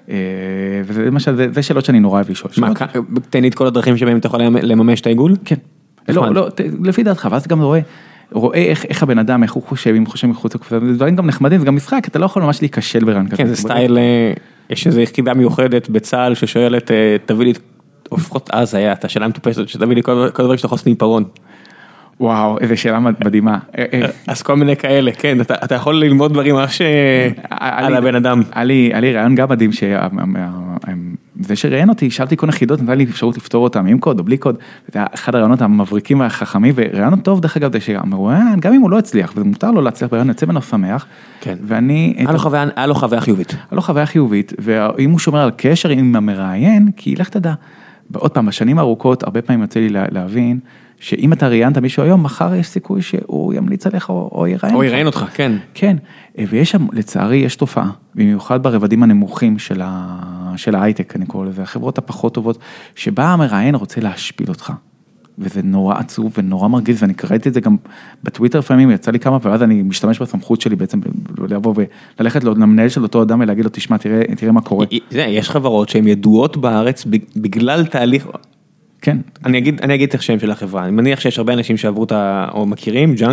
וזה שאלות שאני נורא אוהב לשאול. מה, תן לי את כל הדרכים שבהם אתה יכול לממש את העיגול? כן. לא, לפי דעתך, ואז אתה גם רואה איך הבן אדם, איך הוא חושב, אם הוא חושב מחוץ לקופסה, זה דברים גם נחמדים, זה גם משחק, אתה לא יכול ממש להיכשל ברעיון כזה. כן, זה סטייל, יש איזו יחידה מיוחדת בצה"ל ששואלת, תביא לי, או לפחות אז היה, אתה שאלה מטופשת, שתביא לי כל דבר שאתה חוסן עיפרון. וואו, איזו שאלה מדהימה. אז כל מיני כאלה, כן, אתה יכול ללמוד דברים ממש על הבן אדם. היה לי רעיון גם מדהים, זה שראיין אותי, שאלתי כל נחידות, נתן לי אפשרות לפתור אותם עם קוד או בלי קוד, זה אחד הרעיונות המבריקים והחכמים, ורעיונות טוב דרך אגב, זה שהמרואיין, גם אם הוא לא הצליח, וזה מותר לו להצליח ברעיון, יוצא ממנו שמח, ואני... היה לו חוויה חיובית. היה לו חוויה חיובית, ואם הוא שומר על קשר עם המראיין, כי לך תדע, עוד פעם, בשנים הארוכות, הרבה פעמים יוצא לי להבין, שאם אתה ראיינת מישהו היום, מחר יש סיכוי שהוא ימליץ עליך או יראיין. או יראיין אותך, כן. כן, ויש שם, לצערי, יש תופעה, במיוחד ברבדים הנמוכים של ההייטק, אני קורא לזה, החברות הפחות טובות, שבה המראיין רוצה להשפיל אותך. וזה נורא עצוב ונורא מרגיז, ואני קראתי את זה גם בטוויטר לפעמים, יצא לי כמה, ואז אני משתמש בסמכות שלי בעצם, לבוא וללכת למנהל של אותו אדם ולהגיד לו, תשמע, תראה מה קורה. יש חברות שהן ידועות בארץ בגלל תהליך... כן. אני אגיד את השם של החברה, אני מניח שיש הרבה אנשים שעברו או מכירים, ג'אנגו,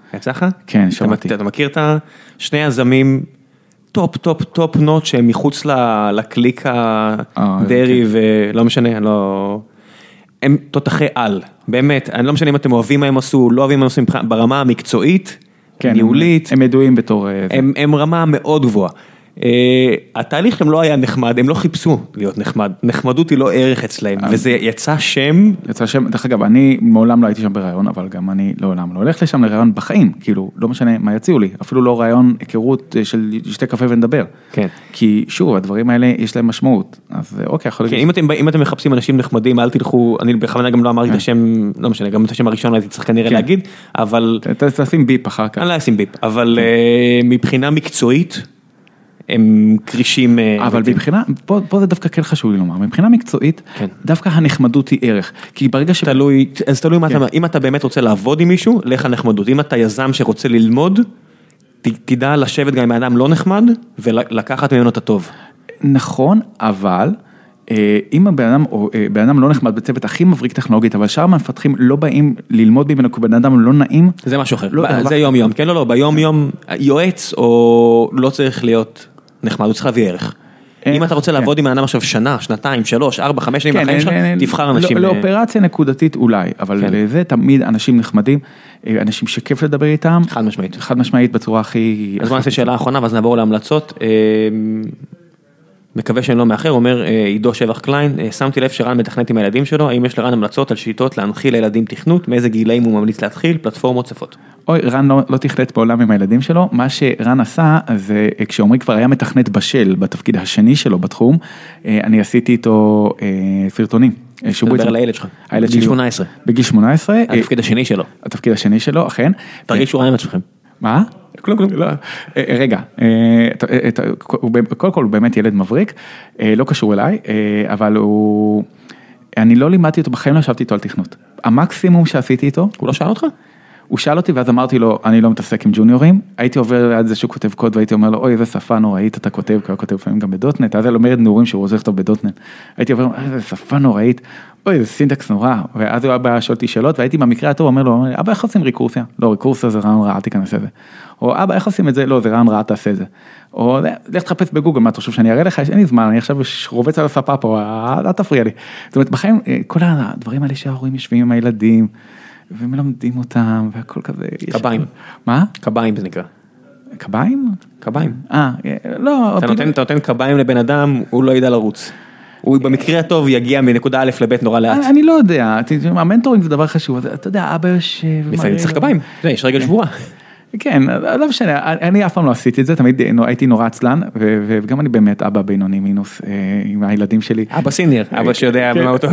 יצא לך? כן, שמעתי. אתה מכיר את שני יזמים טופ נוט שהם מחוץ לקליק הדרי ולא משנה, הם תותחי על, באמת, אני לא משנה אם אתם אוהבים מה הם עשו, לא אוהבים מה הם עשו ברמה המקצועית, ניהולית. הם ידועים בתור... הם רמה מאוד גבוהה. התהליך שלהם לא היה נחמד, הם לא חיפשו להיות נחמד, נחמדות היא לא ערך אצלהם, וזה יצא שם. יצא שם, דרך אגב, אני מעולם לא הייתי שם ברעיון, אבל גם אני לעולם לא הולך לשם לרעיון בחיים, כאילו, לא משנה מה יציעו לי, אפילו לא רעיון היכרות של שתי קפה ונדבר. כן. כי שוב, הדברים האלה יש להם משמעות, אז אוקיי, יכול להיות. אם אתם מחפשים אנשים נחמדים, אל תלכו, אני בכוונה גם לא אמרתי את השם, לא משנה, גם את השם הראשון הייתי צריך כנראה להגיד, אבל... תשים ביפ אחר כך. אני לא אשים ביפ, אבל מבחינה מקצועית, הם קרישים... אבל מבחינה, פה זה דווקא כן חשוב לי לומר, מבחינה מקצועית, דווקא הנחמדות היא ערך, כי ברגע ש... אז תלוי אם אתה באמת רוצה לעבוד עם מישהו, לך הנחמדות, אם אתה יזם שרוצה ללמוד, תדע לשבת גם עם האדם לא נחמד, ולקחת ממנו את הטוב. נכון, אבל... אם בן אדם לא נחמד בצוות הכי מבריק טכנולוגית, אבל שאר המפתחים לא באים ללמוד ממנו, כי בן אדם לא נעים. זה משהו אחר, זה יום יום, כן לא, ביום יום יועץ או לא צריך להיות נחמד, הוא צריך להביא ערך. אם אתה רוצה לעבוד עם האדם עכשיו שנה, שנתיים, 3, 4, 5 שנים בחיים שלך, תבחר אנשים. לאופרציה נקודתית אולי, אבל זה תמיד אנשים נחמדים, אנשים שכיף לדבר איתם. חד משמעית. חד משמעית בצורה הכי... אז בוא נעשה שאלה האחרונה, ואז נעבור להמלצות. מקווה שאני לא מאחר, אומר עידו שבח קליין, שמתי לב שרן מתכנת עם הילדים שלו, האם יש לרן המלצות על שיטות להנחיל לילדים תכנות, מאיזה גילאים הוא ממליץ להתחיל, פלטפורמות צפות. אוי, רן לא תכנת בעולם עם הילדים שלו, מה שרן עשה, זה כשעומרי כבר היה מתכנת בשל, בתפקיד השני שלו בתחום, אני עשיתי איתו סרטונים. תדבר על הילד שלך, בגיל 18. בגיל 18. התפקיד השני שלו. התפקיד השני שלו, אכן. תרגישו רן עם עצמכם. מה? כלום. רגע, קודם כל הוא באמת ילד מבריק, לא קשור אליי, אבל אני לא לימדתי אותו, בחיים לא ישבתי איתו על תכנות. המקסימום שעשיתי איתו... הוא לא שאל אותך? הוא שאל אותי ואז אמרתי לו, אני לא מתעסק עם ג'וניורים, הייתי עובר ליד זה שהוא כותב קוד והייתי אומר לו, אוי, איזה שפה נוראית אתה כותב, כי הוא כותב לפעמים גם בדוטנט, אז היה לו מרד נעורים שהוא עוזר לכתוב בדוטנט. הייתי עובר, איזה שפה נוראית, אוי, איזה סינטקס נורא, ואז הוא היה שואל אותי שאלות, והייתי במקרה הטוב אומר לו, אבא, איך עושים ריקורסיה? לא, ריקורסיה זה רעיון רע, אל תיכנס לזה. או אבא, איך עושים את זה? לא, זה רעיון רע, תעשה זה. או לך תחפש בגוגל, מה אתה חושב שאני אראה לך? אין לי זמן, אני עכשיו רובץ על הספה פה, אל תפריע לי. זאת אומרת, בחיים, כל הדברים האלה שההורים יושבים עם הילדים, ומלמדים אותם, והכל כזה. קביים. מה? קביים זה נקרא. קביים? קביים. לא. אתה נותן קביים לבן אדם, הוא לא ידע לרוץ. הוא במקרה הטוב יגיע מנקודה א' לב' נורא לאט. אני לא יודע, המנטורינג זה דבר חשוב, אתה יודע, אבא יושב... לפעמים צריך קביים, יש רגל שבורה. כן, לא משנה, אני אף פעם לא עשיתי את זה, תמיד הייתי נורא עצלן, וגם אני באמת אבא בינוני מינוס עם הילדים שלי. אבא סיניור, אבא שיודע מה הוא טוב.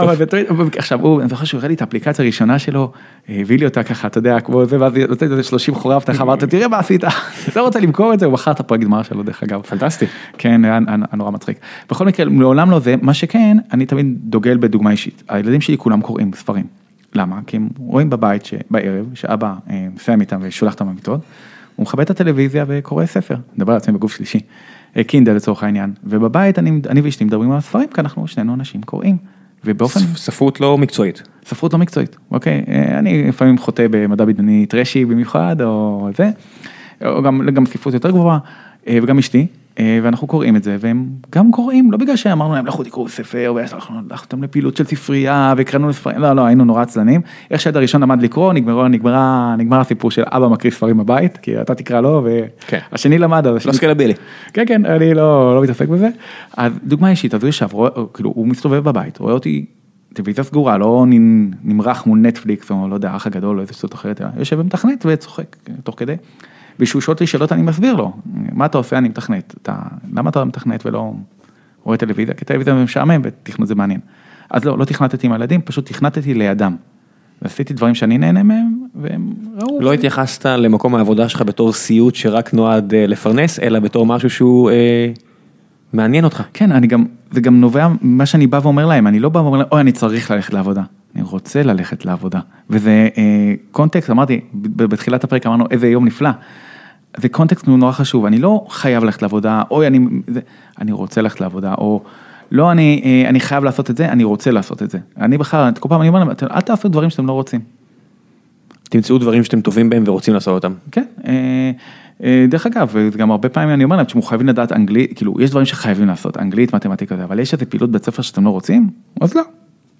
עכשיו, אני זוכר שהוא הראה לי את האפליקציה הראשונה שלו, הביא לי אותה ככה, אתה יודע, כמו זה, ואז נותן את זה 30 חורה הבטחה, אמרת, תראה מה עשית, לא רוצה למכור את זה, הוא בחר את הפרק גמר שלו, דרך אגב. פנטסטי. כן, נורא מצחיק. בכל מקרה, לעולם לא זה, מה שכן, אני תמיד דוגל בדוגמה אישית. הילדים שלי כולם קוראים ספרים. למה? כי הם רואים בבית בערב, שאבא מסיים איתם ושולח אותם במיטות, הוא מכבה את הטלוויזיה וקורא ספר, מדבר על עצמי בגוף שלישי, קינדל לצורך העניין, ובבית אני ואשתי מדברים על הספרים, כי אנחנו שנינו אנשים קוראים, ובאופן... ספרות לא מקצועית. ספרות לא מקצועית, אוקיי, אני לפעמים חוטא במדע בדיוני טרשי במיוחד, או זה, או גם ספרות יותר גבוהה, וגם אשתי, ואנחנו קוראים את זה, והם גם קוראים, לא בגלל שאמרנו להם, לכו תקראו ספר, ואנחנו אותם לפעילות של ספרייה, והקראנו לספרים, לא, היינו נורא עצלנים, איך שהעד הראשון למד לקרוא, נגמר הסיפור של אבא מקריא ספרים בבית, כי אתה תקרא לו, והשני למד, לא סקלבילי. כן, אני לא מתעסק בזה, אז דוגמה אישית, אז הוא ישב, כאילו, הוא מסתובב בבית, רואה אותי, טלוויזיה סגורה, לא נמרח מול נטפליקס, או לא יודע, האח הגדול, או איזה שטות אחרת, יושב ומתכנת וצוחק תוך כדי. ושהוא שואל אותי שאלות, אני מסביר לו, מה אתה עושה? אני מתכנת. למה אתה מתכנת ולא רואה טלוויזיה? כי טלוויזיה משעמם ותכנות זה מעניין. אז לא תכנתתי עם הילדים, פשוט תכנתתי לידם. ועשיתי דברים שאני נהנה מהם, והם ראו. לא התייחסת למקום העבודה שלך בתור סיוט שרק נועד לפרנס, אלא בתור משהו שהוא מעניין אותך. כן, זה גם נובע מה שאני בא ואומר להם, אני לא בא ואומר להם, אוי, אני צריך ללכת לעבודה. אני רוצה ללכת לעבודה. וזה קונטקסט, אמרתי, בתחילת הפרק אמרנו, איזה יום נפלא. זה קונטקסט נורא חשוב, אני לא חייב ללכת לעבודה, אוי, אני רוצה ללכת לעבודה, או לא, אני חייב לעשות את זה, אני רוצה לעשות את זה. אני בכלל, כל פעם אני אומר להם, אל תעשו דברים שאתם לא רוצים. תמצאו דברים שאתם טובים בהם ורוצים לעשות אותם. כן, דרך אגב, גם הרבה פעמים אני אומר להם, שאתם חייבים לדעת אנגלית, כאילו, יש דברים שחייבים לעשות, אנגלית, מתמטיקה, אבל יש איזו פעילות בית ספר שאתם לא רוצים, אז לא.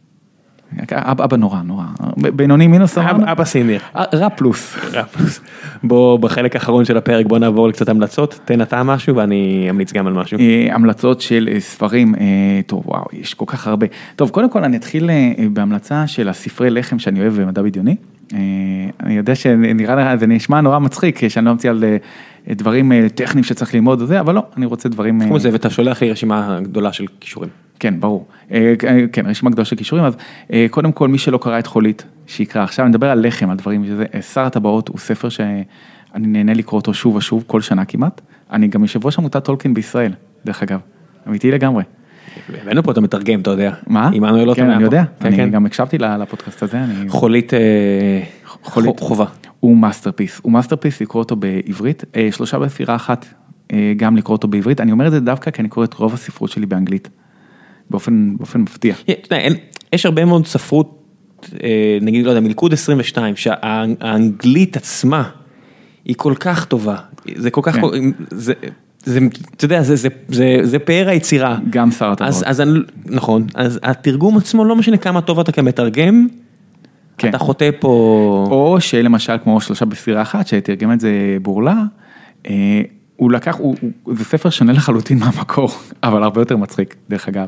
אבא נורא, בינוני מינוס, אבא סיניר. רע פלוס. בוא, בחלק האחרון של הפרק, בוא נעבור לקצת המלצות, תן אתה משהו ואני אמליץ גם על משהו. המלצות של ספרים, טוב, וואו, יש כל כך הרבה. טוב, קודם כל אני אתחיל בהמלצה של הספרי לחם שאני אוהב במדע בדיוני. אני יודע שנראה, זה נשמע נורא מצחיק, שאני לא מציע על דברים טכניים שצריך ללמוד וזה, אבל לא, אני רוצה דברים... כמו זה, ואתה שולח לי רשימה גדולה של קישורים. כן, ברור. כן, רשימה גדולה של קישורים, אז קודם כל, מי שלא קרא את חולית, שיקרא. עכשיו אני מדבר על לחם, על דברים שזה, שר הטבעות הוא ספר שאני נהנה לקרוא אותו שוב ושוב, כל שנה כמעט. אני גם יושב ראש עמותת טולקין בישראל, דרך אגב. אמיתי לגמרי. הבאנו פה אתה מתרגם, אתה יודע. מה? כן, אני יודע. אני גם הקשבתי לפודקאסט הזה. חולית חובה. הוא מאסטרפיס. הוא מאסטרפיס לקרוא אותו בעברית. 3 בספירה אחת גם לקרוא אותו בעברית. אני אומר את זה דווקא כי אני קורא את רוב הספרות שלי באנגלית. באופן מפתיע. יש הרבה מאוד ספרות, נגיד, לא יודע, מלכוד 22, שהאנגלית עצמה היא כל כך טובה. זה כל כך, אתה יודע, זה פאר היצירה. גם שר הטבעות. נכון, אז התרגום עצמו לא משנה כמה טוב אתה כמתרגם, אתה חוטא פה... או שלמשל כמו 3 בספירה אחת, שתרגם את זה בורלה, הוא לקח, זה ספר שונה לחלוטין מהמקור, אבל הרבה יותר מצחיק, דרך אגב.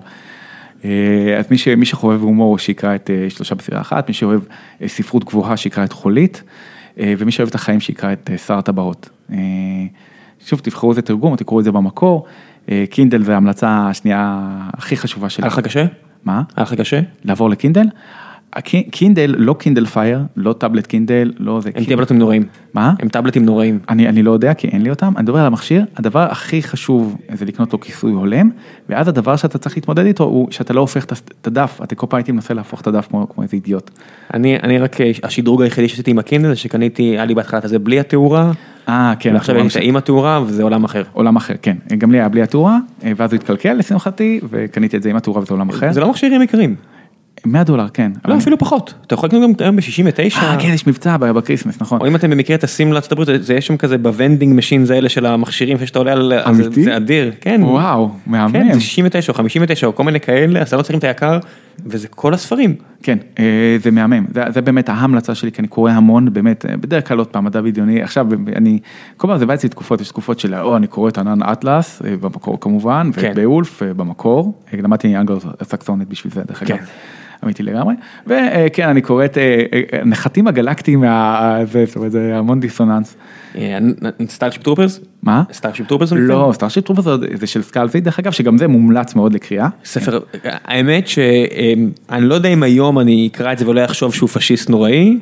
אז מי שחובב הומור שיקרא את 3 בספירה אחת, מי שאוהב ספרות גבוהה שיקרא את חולית, ומי שאוהב את החיים שיקרא את שר הטבעות. שוב, תבחרו איזה תרגום, או תקראו את זה במקור. קינדל זה ההמלצה השנייה הכי חשובה שלי. היה לך קשה? מה? היה לך קשה? לעבור לקינדל? קינדל, לא קינדל פייר, לא טאבלט קינדל, לא זה... הם טאבלטים נוראים. מה? הם טאבלטים נוראים. אני לא יודע, כי אין לי אותם. אני מדבר על המכשיר, הדבר הכי חשוב זה לקנות לו כיסוי הולם, ואז הדבר שאתה צריך להתמודד איתו הוא שאתה לא הופך את הדף, אתה כל פעם הייתי מנסה להפוך את הדף כמו איזה אידיוט. אני רק, השדרוג היחידי שעשיתי עם הקינדל, זה שקניתי, היה לי בהתחלה הזה בלי התאורה, כן. ועכשיו יש עם התאורה, וזה עולם אחר. עולם אחר, כן. גם לי היה בלי התאורה, ואז הוא התקלקל לשמחתי, וקניתי את זה עם התאורה, וזה עולם אחר. זה לא מכשירים יקרים. $100, כן. לא, אפילו פחות. אתה יכול לקנות גם ב-69. כן, יש מבצע בקריסמס, נכון. או אם אתם במקרה טסים לארצות הברית, זה יש שם כזה בוונדינג משין האלה של המכשירים, שאתה עולה על... אמיתי? זה אדיר, כן. וואו, מהמם. כן, זה 69 או 59 או כל מיני כאלה, אז לא צריכים את היקר, וזה כל הספרים. כן, זה מהמם. זה באמת ההמלצה שלי, כי אני קורא המון, באמת, בדרך כלל עוד פעם, מדע בדיוני. עכשיו, כל פעם זה בא אצלי תקופות, יש תקופות של, אני קורא את ענן אטלס, במקור כמובן, ובאולף, במקור. למדתי אנגלו-סקסונית בשביל זה, דרך אגב. אמיתי לגמרי, וכן, אני קורא את נחתים הגלקטיים, זה המון דיסוננס. סטארשיפ טרופרס? מה? סטארשיפ טרופרס? לא, סטארשיפ טרופרס זה של סקלזי, דרך אגב, שגם זה מומלץ מאוד לקריאה. ספר, האמת שאני לא יודע אם היום אני אקרא את זה ולא אחשוב שהוא פשיסט נוראי,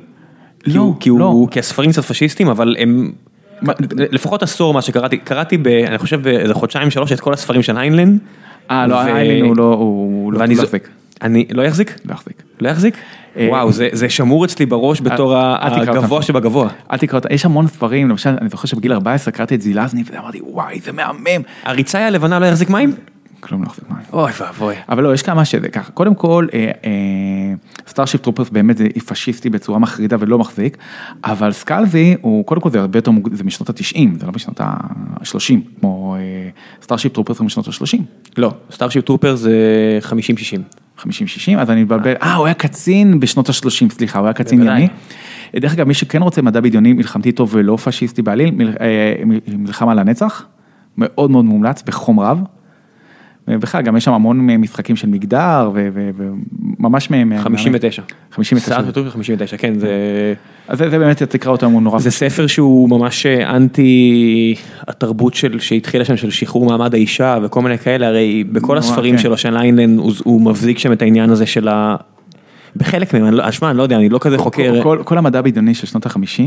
כי הספרים קצת פשיסטים, אבל הם, לפחות עשור מה שקראתי, קראתי אני חושב באיזה 2-3 את כל הספרים של היינלן. לא, היינלן הוא לא יחזיק. אני לא יחזיק? לא יחזיק. לא יחזיק? וואו, זה שמור אצלי בראש בתור הגבוה שבגבוה. אל תקרא אותה, יש המון ספרים, למשל, אני זוכר שבגיל 14 קראתי את זילזני, ואמרתי, וואי, זה מהמם. הריצה הלבנה לא יחזיק מים? כלום לא יחזיק מים. אוי ואבוי. אבל לא, יש כמה שזה ככה. קודם כל, סטארשיפ טרופרס באמת זה פשיסטי בצורה מחרידה ולא מחזיק, אבל סקלזי הוא, קודם כל זה הרבה יותר, זה משנות ה-90, זה לא משנות ה-30, כמו סטארשיפ טרופרס הוא משנות ה-30. לא, סטארשיפ טרופרס זה 50-60. 50-60, אז אני מתבלבל, הוא היה קצין בשנות ה-30, סליחה, הוא היה קצין ימי. דרך אגב, מי שכן רוצה מדע בדיוני, מלחמתי טוב ולא פשיסטי בעליל, מלחמה לנצח, מאוד מאוד מומלץ, בחום רב. ובכלל, גם יש שם המון משחקים של מגדר, וממש 59. 59, כן, זה... אז זה באמת, תקרא אותו, הוא נורא... זה ספר שהוא ממש אנטי התרבות שהתחילה שם, של שחרור מעמד האישה, וכל מיני כאלה, הרי בכל הספרים שלו, של היינלן, הוא מבזיק שם את העניין הזה של ה... בחלק מהם, אני לא יודע, אני לא כזה חוקר... כל המדע בדיוני של שנות ה-50,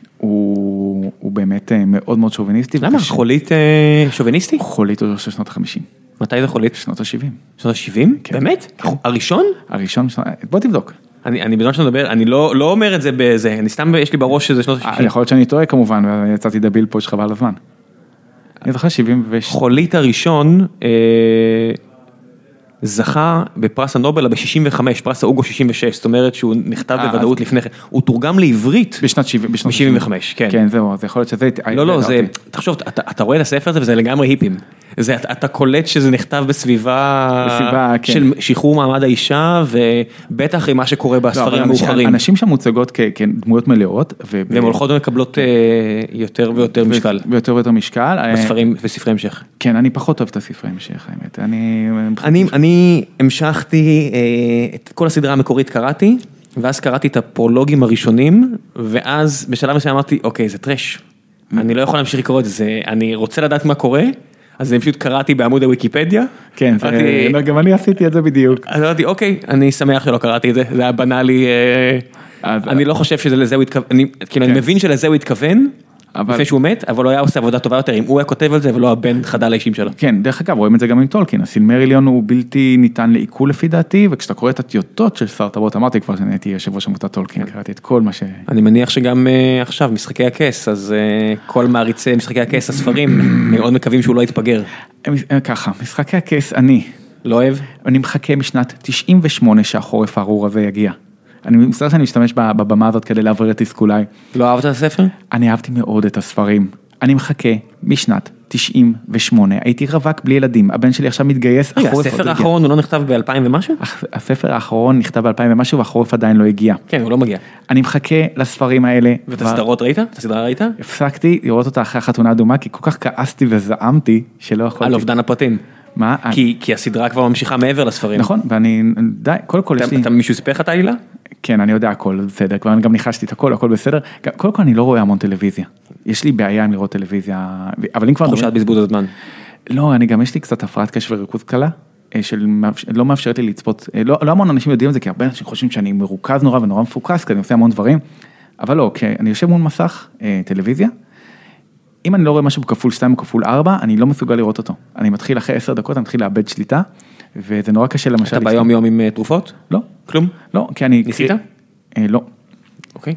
הוא באמת מאוד מאוד שוביניסטי. למה? חולית שוביניסטי? חולית של שנות ה-50. מתי זה חולית? שנות ה-70. שנות ה-70? באמת? הראשון? הראשון, בוא תבדוק. אני בזמן שאני מדבר, אני לא אומר את זה בזה, אני סתם, יש לי בראש שזה שנות ה-60. יכול להיות שאני טועה כמובן, ויצאתי דביל פה שחבל הזמן. אני זוכר 70 חולית הראשון, זכה בפרס הנובל ב-65, פרס האוגו 66, זאת אומרת שהוא נכתב בוודאות לפני כן, הוא תורגם לעברית בשנת 75, כן. כן, זהו, זה יכול להיות שזה... לא, זה, תחשוב, אתה רואה את הספר הזה וזה לגמרי היפים. אתה קולט שזה נכתב בסביבה של שחרור מעמד האישה, ובטח עם מה שקורה בספרים המאוחרים. אנשים שם מוצגות כדמויות מלאות. והן הולכות ומקבלות יותר ויותר משקל. ויותר ויותר משקל. בספרים וספרי המשך. כן, אני פחות אוהב את הספרי המשך, האמת. אני המשכתי את כל הסדרה המקורית קראתי, ואז קראתי את הפרולוגים הראשונים, ואז בשלב מסוים אמרתי, אוקיי, זה טרש. אני לא יכול להמשיך לקרוא את זה, אני רוצה לדעת מה קורה, אז אני פשוט קראתי בעמוד הוויקיפדיה. כן, גם אני עשיתי את זה בדיוק. אז אמרתי, אוקיי, אני שמח שלא קראתי את זה, זה היה בנאלי, אני לא חושב שלזה הוא התכוון, כאילו אני מבין שלזה הוא התכוון, לפני שהוא מת, אבל הוא היה עושה עבודה טובה יותר, אם הוא היה כותב על זה ולא הבן חדל האישים שלו. כן, דרך אגב, רואים את זה גם עם טולקין, הסילמריליון הוא בלתי ניתן לעיכול לפי דעתי, וכשאתה קורא את הטיוטות של שר טבעות, אמרתי כבר שאני הייתי יושב ראש עמותת טולקין, קראתי את כל מה ש... אני מניח שגם עכשיו, משחקי הכס, אז כל מעריצי משחקי הכס, הספרים, מאוד מקווים שהוא לא יתפגר. ככה, משחקי הכס, אני לא אוהב? אני מחכה משנת 98 שהחורף הארור הזה יגיע. אני מצטער שאני משתמש בבמה הזאת כדי לעבר את תסכולי. לא אהבת את הספר? אני אהבתי מאוד את הספרים. אני מחכה משנת 98. הייתי רווק בלי ילדים. הבן שלי עכשיו מתגייס. הספר האחרון הוא לא נכתב ב-2000 ומשהו? הספר האחרון נכתב ב-2000 ומשהו, והחורף עדיין לא הגיע. כן, הוא לא מגיע. אני מחכה לספרים האלה. ואת הסדרות ראית? את הסדרה ראית? הפסקתי לראות אותה אחרי החתונה האדומה, כי כל כך כעסתי וזעמתי שלא יכולתי. על אובדן הפרטים. מה? כי הסדרה כבר ממשיכה מעבר לספרים. נכון, ואני, די, קודם כל יש לי... אתה מישהו סיפר לך את העלילה? כן, אני יודע הכל, בסדר, כבר אני גם ניחשתי את הכל, הכל בסדר. קודם כל אני לא רואה המון טלוויזיה. יש לי בעיה עם לראות טלוויזיה, אבל אם כבר... תחושת בזבוז הזמן. לא, גם יש לי קצת הפרעת קשב וריכוז קלה, שלא מאפשרת לי לצפות, לא המון אנשים יודעים את זה, כי הרבה אנשים חושבים שאני מרוכז נורא ונורא מפוקס, כי אני עושה המון דברים, אבל לא, אני יושב מול מסך טלוויזיה, אם אני לא רואה משהו בכפול 2 או כפול 4, אני לא מסוגל לראות אותו. אני מתחיל אחרי 10 דקות, אני מתחיל לאבד שליטה, וזה נורא קשה למשל... אתה ביום יום עם תרופות? לא. כלום? לא, כי אני... ניסית? לא. אוקיי.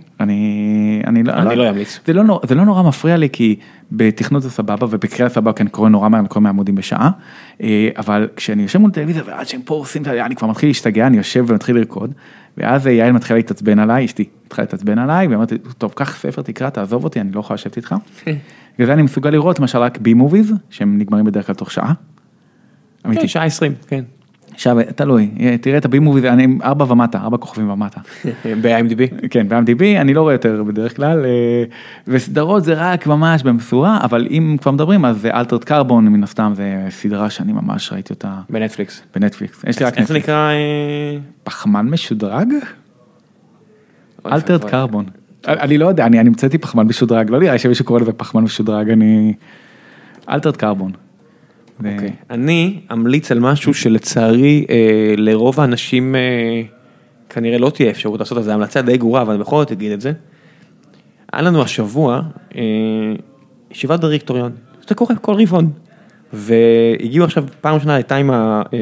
אני לא אמליץ. זה לא נורא מפריע לי, כי בתכנות זה סבבה, ובקריאה סבבה, כי אני קורא נורא מהר, אני קורא מעמודים בשעה, אבל כשאני יושב מול טלוויזיה, ועד שהם פה עושים, אני כבר מתחיל להשתגע, אני יושב ומתחיל לרקוד, ואז יעל מתחילה להתעצבן עליי, אשתי מתחילה להתעצבן עליי, ואמרתי, טוב, קח ספר, תקרא, תעזוב אותי, אני לא יכול לשבת איתך. וזה אני מסוגל לראות, למשל רק בי-מוביז, שהם נגמרים בדרך כלל תוך שעה. כן, שעה 20, כן. עכשיו, תלוי, תראה את הבי-מובי, אני 4 ומטה, 4 כוכבים ומטה. ב-IMDb? כן, ב-IMDb, אני לא רואה יותר בדרך כלל, וסדרות זה רק ממש במסורה, אבל אם כבר מדברים, אז זה אלטרד קרבון, מן הסתם, זה סדרה שאני ממש ראיתי אותה. בנטפליקס. בנטפליקס. יש לי רק נטפליקס. איך זה נקרא? פחמן משודרג? אלטרד קרבון. אני לא יודע, אני מצאתי פחמן משודרג, לא נראה שמישהו קורא לזה פחמן משודרג, אלטרד קרבון. אוקיי. אני אמליץ על משהו שלצערי לרוב האנשים כנראה לא תהיה אפשרות לעשות את זה, המלצה די גרורה, אבל בכל זאת אגיד את זה. היה לנו השבוע ישיבת דירקטוריון, זה קורה כל רבעון, והגיעו עכשיו פעם ראשונה הייתה עם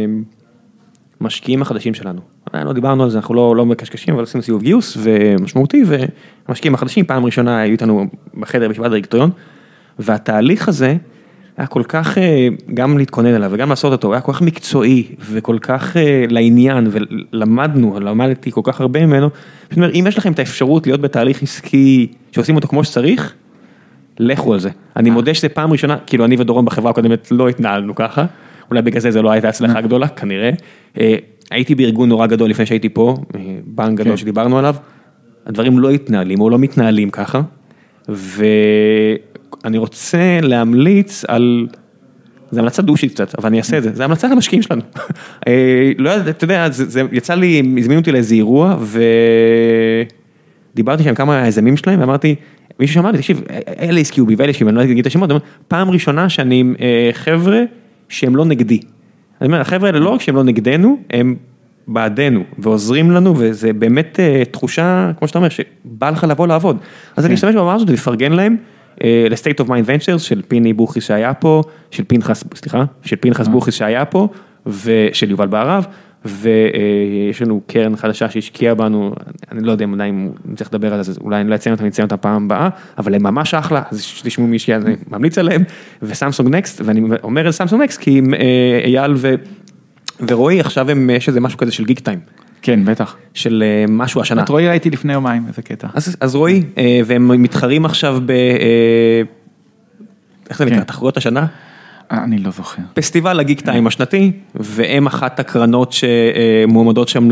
המשקיעים החדשים שלנו. לא דיברנו על זה, אנחנו לא מקשקשים, אבל עשינו סיבוב גיוס ומשמעותי, והמשקיעים החדשים פעם ראשונה היו איתנו בחדר בישיבת דירקטוריון, והתהליך הזה היה כל כך, גם להתכונן עליו וגם לעשות אותו, היה כל כך מקצועי וכל כך לעניין, ולמדתי כל כך הרבה ממנו. זאת אומרת, אם יש לכם את האפשרות להיות בתהליך עסקי שעושים אותו כמו שצריך, לכו על זה. אני מודה שזה פעם ראשונה, כאילו אני ודורון בחברה הקודמת לא התנהלנו ככה, אולי בגלל זה לא הייתה הצלחה גדולה, כנראה. הייתי בארגון נורא גדול לפני שהייתי פה, בנק גדול שדיברנו עליו, הדברים לא התנהלים או לא מתנהלים ככה, אני רוצה להמליץ על, זה המלצה דושית קצת, אבל אני אעשה את זה, זה המלצה למשקיעים שלנו. לא יודע, אתה יודע, זה יצא לי, הזמינו אותי לאיזה אירוע, ודיברתי שם כמה היזמים שלהם, ואמרתי, מישהו שאמר לי, תקשיב, אלה הסקיעו בי ואלה הסקיעו, אני לא אגיד את השמות, פעם ראשונה שאני עם חבר'ה שהם לא נגדי. אני אומר, החבר'ה האלה לא רק שהם לא נגדנו, הם בעדנו, ועוזרים לנו, וזה באמת תחושה, כמו שאתה אומר, שבא לך לבוא לעבוד. אז אני אשתמש במה הזאת ולפרגן להם, ל-State of Mind Ventures של פיני בוכריס שהיה פה, של פנחס בוכריס שהיה פה, ושל יובל בערב, ויש לנו קרן חדשה שהשקיעה בנו, אני לא יודע אם עדיין צריך לדבר על זה, אולי אני לא אציין אותם, אני אציין אותם פעם הבאה, אבל הם ממש אחלה, אז תשמעו מי שאני ממליץ עליהם, וסמסונג נקסט, ואני אומר על סמסונג נקסט, כי אייל ורועי, עכשיו יש איזה משהו כזה של גיק טיים. כן, בטח. של משהו השנה. את רועי ראיתי לפני יומיים, איזה קטע. אז רועי, והם מתחרים עכשיו איך זה נקרא? תחרויות השנה? אני לא זוכר. פסטיבל הגיק טיים השנתי, והם אחת הקרנות שמועמדות שם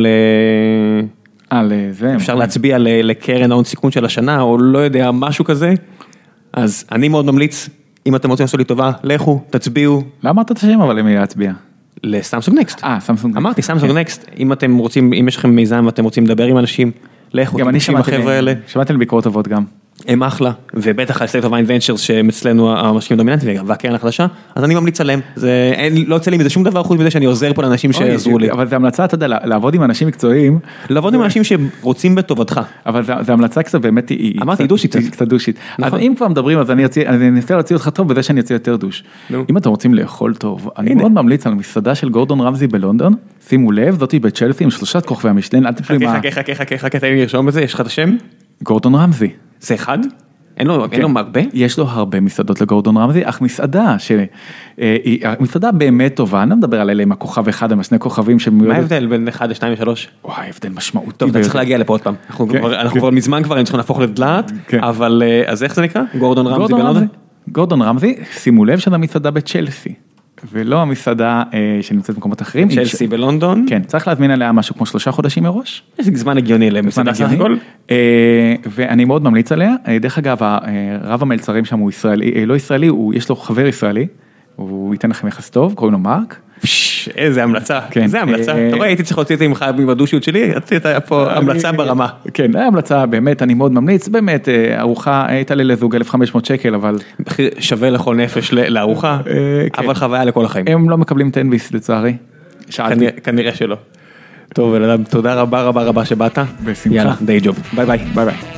לזה. אפשר להצביע לקרן ההון סיכון של השנה, או לא יודע, משהו כזה. אז אני מאוד ממליץ, אם אתם רוצים לעשות לי טובה, לכו, תצביעו. לא אמרת את השם, אבל למי להצביע? לסמסונג נקסט. סמסונג. אמרתי, סמסונג נקסט. אם אתם רוצים, אם יש לכם מיזם ואתם רוצים לדבר עם אנשים, לכו, תקשיב בחבר'ה האלה. שמעתי על ביקורות טובות גם. הם אחלה, ובטח על State of Mind Ventures שהם אצלנו המשקיעים הדומיננטיים והקרן החדשה, אז אני ממליץ עליהם, לא יוצא לי מזה שום דבר חוץ מזה שאני עוזר פה לאנשים שיעזרו לי. אבל זה המלצה, אתה יודע, לעבוד עם אנשים מקצועיים. לעבוד עם אנשים שרוצים בטובתך. אבל זה המלצה קצת באמת היא... אמרתי דושית. קצת דושית. אז אם כבר מדברים, אז אני אנסה להוציא אותך טוב בזה שאני אוציא יותר דוש. אם אתם רוצים לאכול טוב, אני מאוד ממליץ על מסעדה של גורדון רמזי בלונדון, שימו לב, זאתי בצ'לסי עם 3 כוכבי המשלן, אל תפלו מה... חכה, תן לי לרשום את זה, יש לך את השם? גורדון רמזי. זה אחד? אין לו הרבה? יש לו הרבה מסעדות לגורדון רמזי, אך מסעדה באמת טובה, אני מדבר על אלה עם הכוכב אחד, עם 2 כוכבים מה ההבדל בין 1 ל-2 ו-3? וואי, הבדל משמעותי. טוב, אתה צריך להגיע לפה עוד פעם. אנחנו כבר מזמן כבר צריכים להפוך לדלת, אבל אז איך זה נקרא? גורדון רמזי בלונדון? גורדון רמזי, שימו לב שזה מסעדה בצ'לסי, ולא המסעדה שנמצאת במקומות אחרים. צ'לסי בלונדון? כן, צריך להזמין עליה משהו כמו 3 חודשים מראש. יש זמן הגיוני למסעדה סך הכל. ואני מאוד ממליץ עליה. דרך אגב, רב המלצרים שם הוא ישראלי, לא ישראלי, יש לו חבר ישראלי, הוא ייתן לכם יחס טוב, קוראים לו מרק. איזה המלצה, איזה המלצה. אתה רואה, הייתי צריך להוציא את זה ממך בדושיות שלי, רציתי פה המלצה ברמה. כן, המלצה באמת, אני מאוד ממליץ, באמת, ארוחה, הייתה לי לזוג 1,500 שקל, אבל... שווה לכל נפש לארוחה, אבל חוויה לכל החיים. הם לא מקבלים טנביס לצערי. כנראה שלא. טוב, תודה רבה שבאת. בשמחה. יאללה, די ג'וב. ביי ביי. ביי ביי.